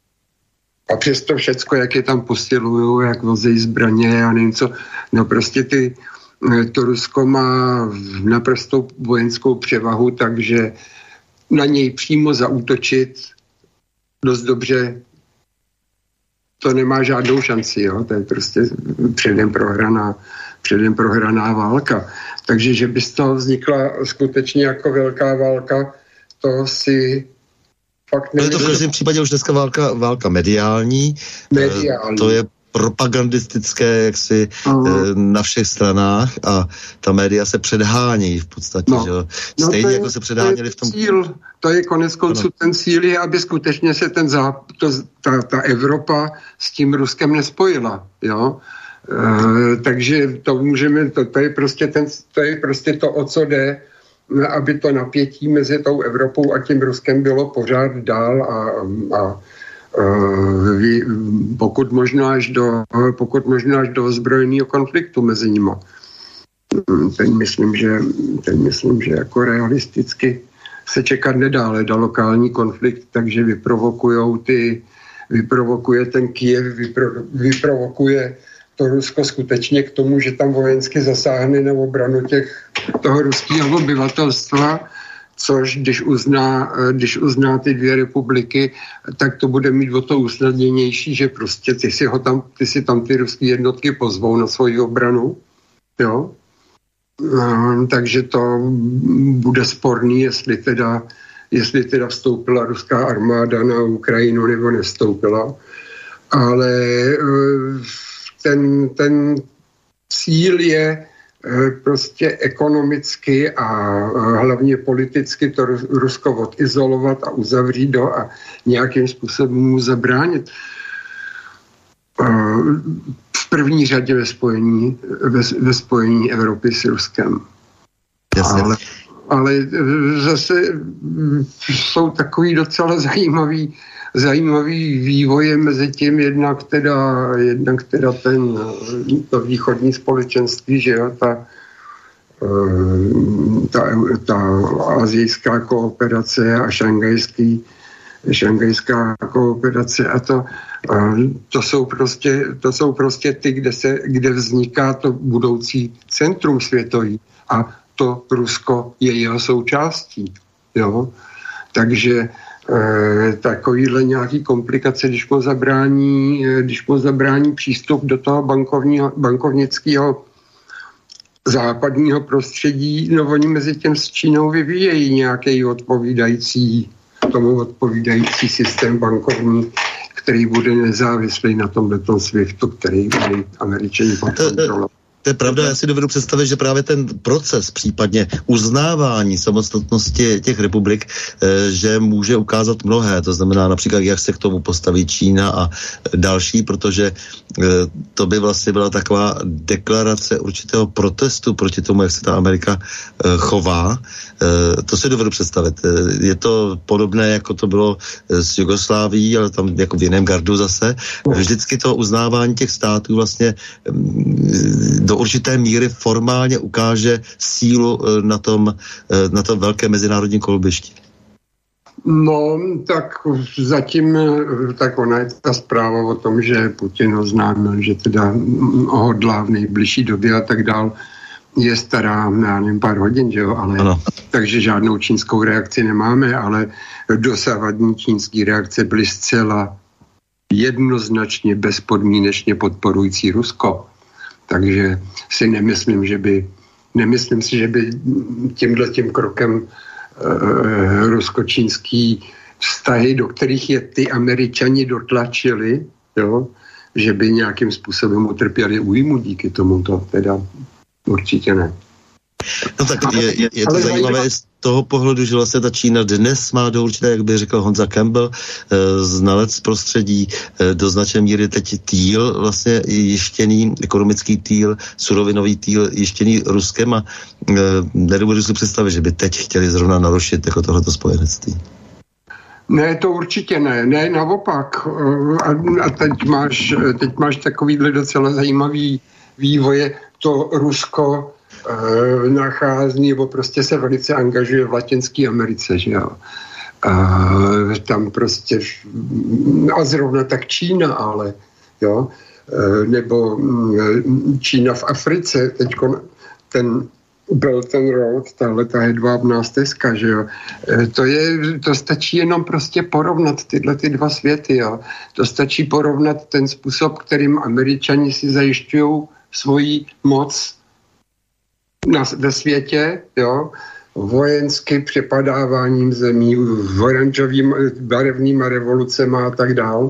A přesto všecko, jak je tam posilujou, jak vozejí zbraně a nevím co, no prostě ty to Rusko má naprostou vojenskou převahu, takže na něj přímo zaútočit dost dobře to nemá žádnou šanci, jo? To je prostě předem prohraná, předem prohraná válka. Takže, že by z toho vznikla skutečně jako velká válka, to si fakt nevím. To je to v každém případě už dneska válka, válka mediální. Mediální. To je propagandistické jaksi uh, na všech stranách a ta média se předhání v podstatě, no. Že? Stejně no je, jako se předháněli v tom... Cíl, to je konec konců ten cíl je, aby skutečně se ten záp, to, ta, ta Evropa s tím Ruskem nespojila, jo. Uh, takže to můžeme, to, to, je prostě ten, to je prostě to, o co jde, aby to napětí mezi tou Evropou a tím Ruskem bylo pořád dál a, a pokud možno až do, pokud možno až do ozbrojeného konfliktu mezi nimi. Ten myslím, že, ten myslím, že jako realisticky se čekat nedá, ale da lokální konflikt, takže vyprovokujou ty, vyprovokuje ten Kyjev, vypro, vyprovokuje to Rusko skutečně k tomu, že tam vojensky zasáhne na obranu těch, toho ruského obyvatelstva, což když uzná, když uzná ty dvě republiky, tak to bude mít o to usnadněnější, že prostě ty si, ho tam, ty si tam ty ruské jednotky pozvou na svoji obranu. Jo? Um, takže to bude sporný, jestli teda, jestli teda vstoupila ruská armáda na Ukrajinu nebo nevstoupila. Ale uh, ten, ten cíl je prostě ekonomicky a hlavně politicky to Rusko odizolovat a uzavřít do a nějakým způsobem mu zabránit. V první řadě ve spojení, ve, ve spojení Evropy s Ruskem. Ale, ale zase jsou takový docela zajímavý zajímavý vývoje mezi tím, jednak teda, jednak teda ten, to východní společenství, že jo, ta, ta, ta asijská kooperace a šangajský, šangajská kooperace a to, to jsou prostě, to jsou prostě ty, kde se, kde vzniká to budoucí centrum světový a to Rusko je jeho součástí, jo. Takže E, takovýhle nějaký komplikace, když mu zabrání, když mu zabrání přístup do toho bankovního, bankovnického západního prostředí, no oni mezi tím s Čínou vyvíjejí nějaký odpovídající, tomu odpovídající systém bankovní, který bude nezávislý na tomhletom SWIFTu, který byli Američani pod kontrolou. To je pravda, já si dovedu představit, že právě ten proces, případně uznávání samostatnosti těch republik, že může ukázat mnohé. To znamená například, jak se k tomu postaví Čína a další, protože to by vlastně byla taková deklarace určitého protestu proti tomu, jak se ta Amerika chová. To si dovedu představit. Je to podobné, jako to bylo s Jugoslávií, ale tam jako v jiném gardu zase. Vždycky to uznávání těch států vlastně do určité míry formálně ukáže sílu na tom, na tom velké mezinárodní kolbišti. No, tak zatím, tak ona je ta zpráva o tom, že Putin oznámil, že teda hodlá v nejbližší době a tak dál, je stará, já nevím, pár hodin, že jo, ale ano. Takže žádnou čínskou reakci nemáme, ale dosavadní čínský reakce byly zcela jednoznačně bezpodmínečně podporující Rusko. Takže si nemyslím, že by, nemyslím si, že by tímhletím krokem uh, rusko-čínský vztahy, do kterých je ty Američani dotlačili, jo, že by nějakým způsobem utrpěli újmu díky tomu, to teda určitě ne. No tak je, je, je to zajímavé z toho pohledu, že vlastně ta Čína dnes má do určité, jak by řekl Honza Campbell, znalec prostředí, do značné míry teď týl, vlastně jištěný, ekonomický týl, surovinový týl, jištěný Ruskem a nedovedu si představit, že by teď chtěli zrovna narušit jako tohleto spojenectví. Ne, to určitě ne, ne, naopak. A, a teď máš, teď máš takovýhle docela zajímavý vývoje, to Rusko e, nachází, nebo prostě se velice angažuje v Latinské Americe, že jo. E, tam prostě, a zrovna tak Čína, ale, jo, e, nebo m, Čína v Africe, teďko ten Belt and Road, tahle ta hedvábná stezka, že jo. E, to je, to stačí jenom prostě porovnat tyhle ty dva světy, jo. To stačí porovnat ten způsob, kterým Američani si zajišťují svoji moc na, ve světě, jo, vojensky přepadáváním zemí, oranžovým barevnýma revolucema a tak dál,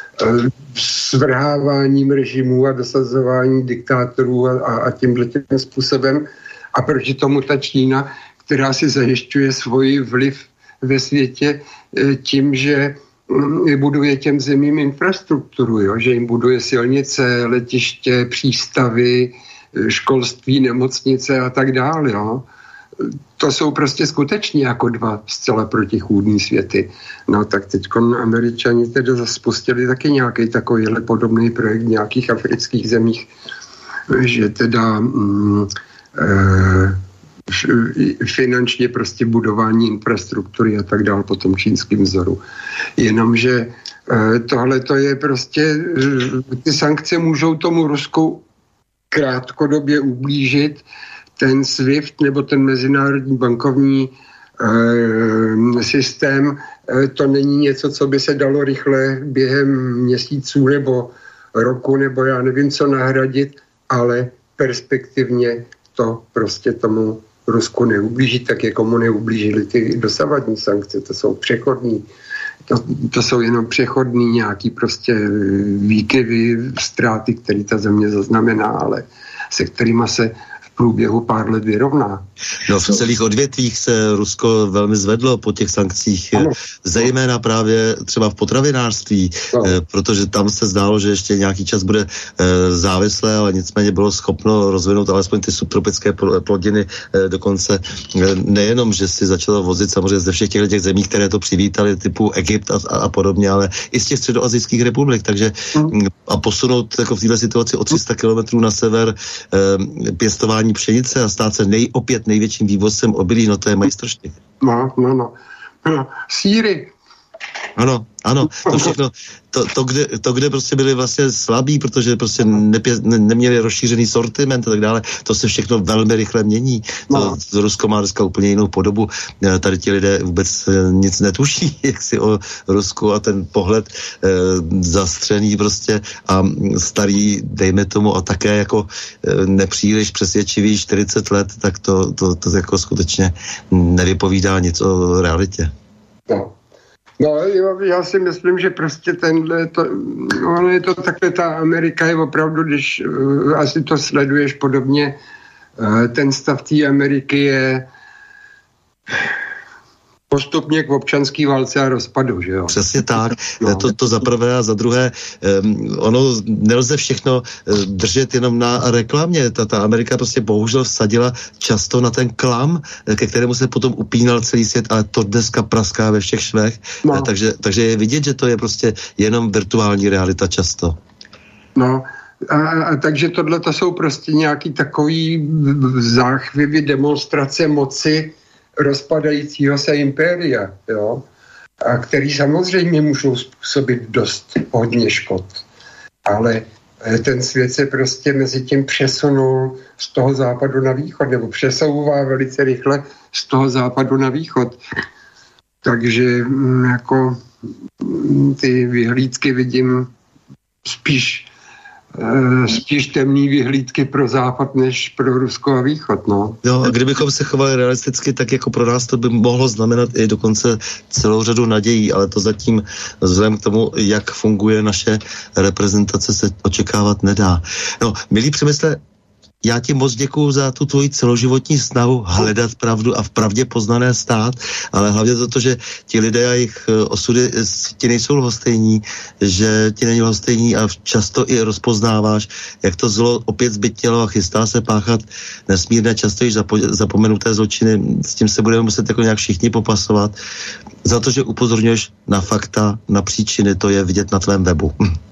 svrháváním režimů a dosazování diktátorů a, a tímhle tím způsobem. A proti tomu ta Čína, která si zajišťuje svůj vliv ve světě tím, že buduje těm zemím infrastrukturu, jo? Že jim buduje silnice, letiště, přístavy, školství, nemocnice a tak dále. Jo? To jsou prostě skutečně jako dva zcela protichůdný světy. No tak teď Američani teda spustili taky nějaký takovýhle podobný projekt v nějakých afrických zemích, že teda mm, e, finančně prostě budování infrastruktury a tak dál po tom čínském vzoru. Jenomže tohle to je prostě, ty sankce můžou tomu Rusku krátkodobě ublížit, ten SWIFT nebo ten mezinárodní bankovní e, systém, e, to není něco, co by se dalo rychle během měsíců nebo roku nebo já nevím co nahradit, ale perspektivně to prostě tomu Rusku neublíží, tak jako mu neublížili ty dosavadní sankce, to jsou přechodní, to, to jsou jenom přechodní nějaký prostě výkyvy, ztráty, které ta země zaznamená, ale se kterýma se v průběhu pár let vyrovná. No v celých odvětvích se Rusko velmi zvedlo po těch sankcích, ano. Zejména právě třeba v potravinářství, no. eh, protože tam se zdálo, že ještě nějaký čas bude eh, závislé, ale nicméně bylo schopno rozvinout alespoň ty subtropické plodiny, eh, dokonce eh, nejenom, že si začalo vozit samozřejmě ze všech těch, těch zemí, které to přivítali, typu Egypt a, a, a podobně, ale i z těch středoasijských republik, takže mm. a posunout jako v této situaci o tři sta kilometrů na sever eh, pěstování pšenice a stát se nej, opět největším vývozcem obilí, no to je majstrštěk. No, no, no. no. Sýry. Ano, ano, to všechno, to, to, kde, to, kde prostě byli vlastně slabí, protože prostě nepě, ne, neměli rozšířený sortiment a tak dále, to se všechno velmi rychle mění. To, to Rusko má dneska úplně jinou podobu. Tady ti lidé vůbec nic netuší, jak si o Rusku a ten pohled e, zastřený prostě a starý, dejme tomu, a také jako e, nepříliš přesvědčivý čtyřicet let, tak to, to, to jako skutečně nevypovídá nic o realitě. No. No, jo, já si myslím, že prostě tenhle, to, ono je to takhle, ta Amerika je opravdu, když uh, asi to sleduješ podobně, uh, ten stav té Ameriky je postupně k občanský válce a rozpadu, že jo? Přesně tak, no. to, to za prvé a za druhé, um, ono nelze všechno uh, držet jenom na reklamě, ta, ta Amerika prostě bohužel vsadila často na ten klam, ke kterému se potom upínal celý svět, ale to dneska praská ve všech švech, no. uh, takže, takže je vidět, že to je prostě jenom virtuální realita často. No, a, a takže tohle to jsou prostě nějaký takový záchvěvy, demonstrace moci rozpadajícího se impéria, jo, a který samozřejmě můžou způsobit dost hodně škod. Ale ten svět se prostě mezi tím přesunul z toho západu na východ, nebo přesouvá velice rychle z toho západu na východ. Takže jako ty vyhlídky vidím spíš spíš temný vyhlídky pro západ, než pro Rusko a východ, no. No a kdybychom se chovali realisticky, tak jako pro nás to by mohlo znamenat i dokonce celou řadu nadějí, ale to zatím vzhledem k tomu, jak funguje naše reprezentace, se očekávat nedá. No, milí Přemysle, já ti moc děkuju za tu tvoji celoživotní snahu hledat pravdu a v pravdě poznané stát, ale hlavně za to, že ti lidé a jejich osudy ti nejsou lhostejní, že ti není lhostejní a často i rozpoznáváš, jak to zlo opět zbytnělo a chystá se páchat nesmírně často již zapo- zapomenuté zločiny. S tím se budeme muset jako nějak všichni popasovat. Za to, že upozorňuješ na fakta, na příčiny, to je vidět na tvém webu.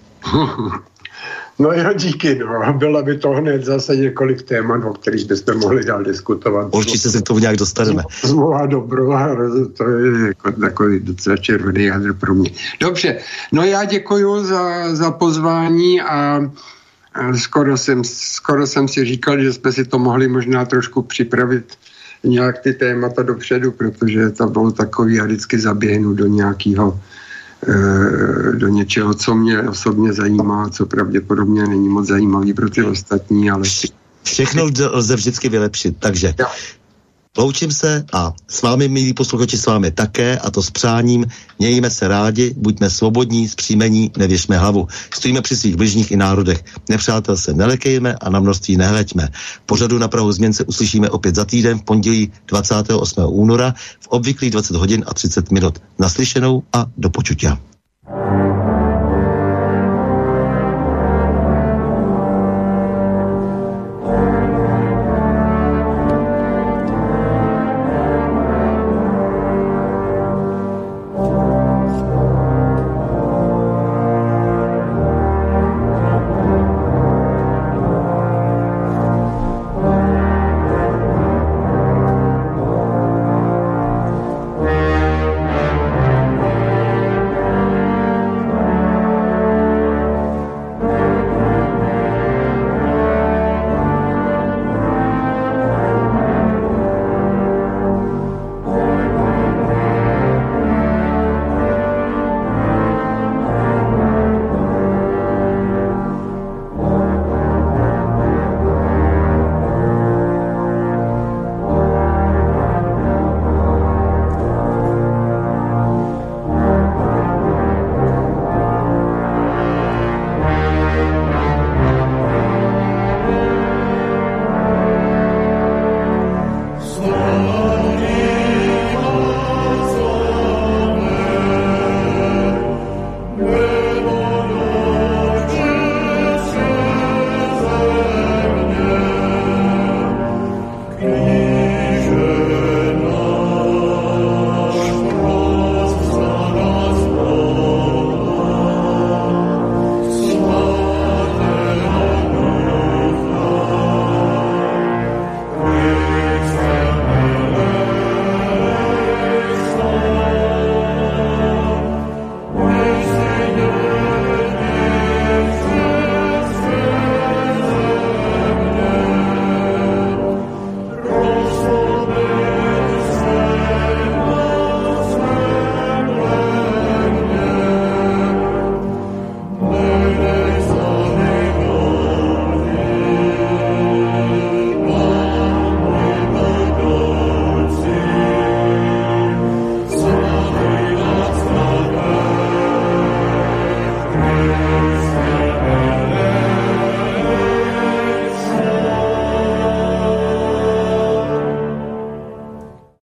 No jo, díky, no. Bylo by to hned zase několik témat, o kterých bychom mohli dál diskutovat. Určitě se k tomu nějak dostaneme. Zmluva dobro, to je jako takový docela červený jádro pro mě. Dobře, no já děkuju za, za pozvání a skoro jsem, skoro jsem si říkal, že jsme si to mohli možná trošku připravit nějak ty témata dopředu, protože to bylo takový, já vždycky zaběhnu do nějakého do něčeho, co mě osobně zajímá, co pravděpodobně není moc zajímavý pro ty ostatní, ale... Všechno lze vždycky vylepšit, takže ja. Loučím se a s vámi, milí posluchači, s vámi také, a to s přáním, mějme se rádi, buďme svobodní, zpříjmení, nevěšme hlavu. Stojíme při svých bližních i národech. Nepřátel se nelekejme a na množství nehleďme. Pořadu Na prahu změn se uslyšíme opět za týden v pondělí dvacátého osmého února v obvyklých dvacet hodin a třicet minut. Naslyšenou a do počutia.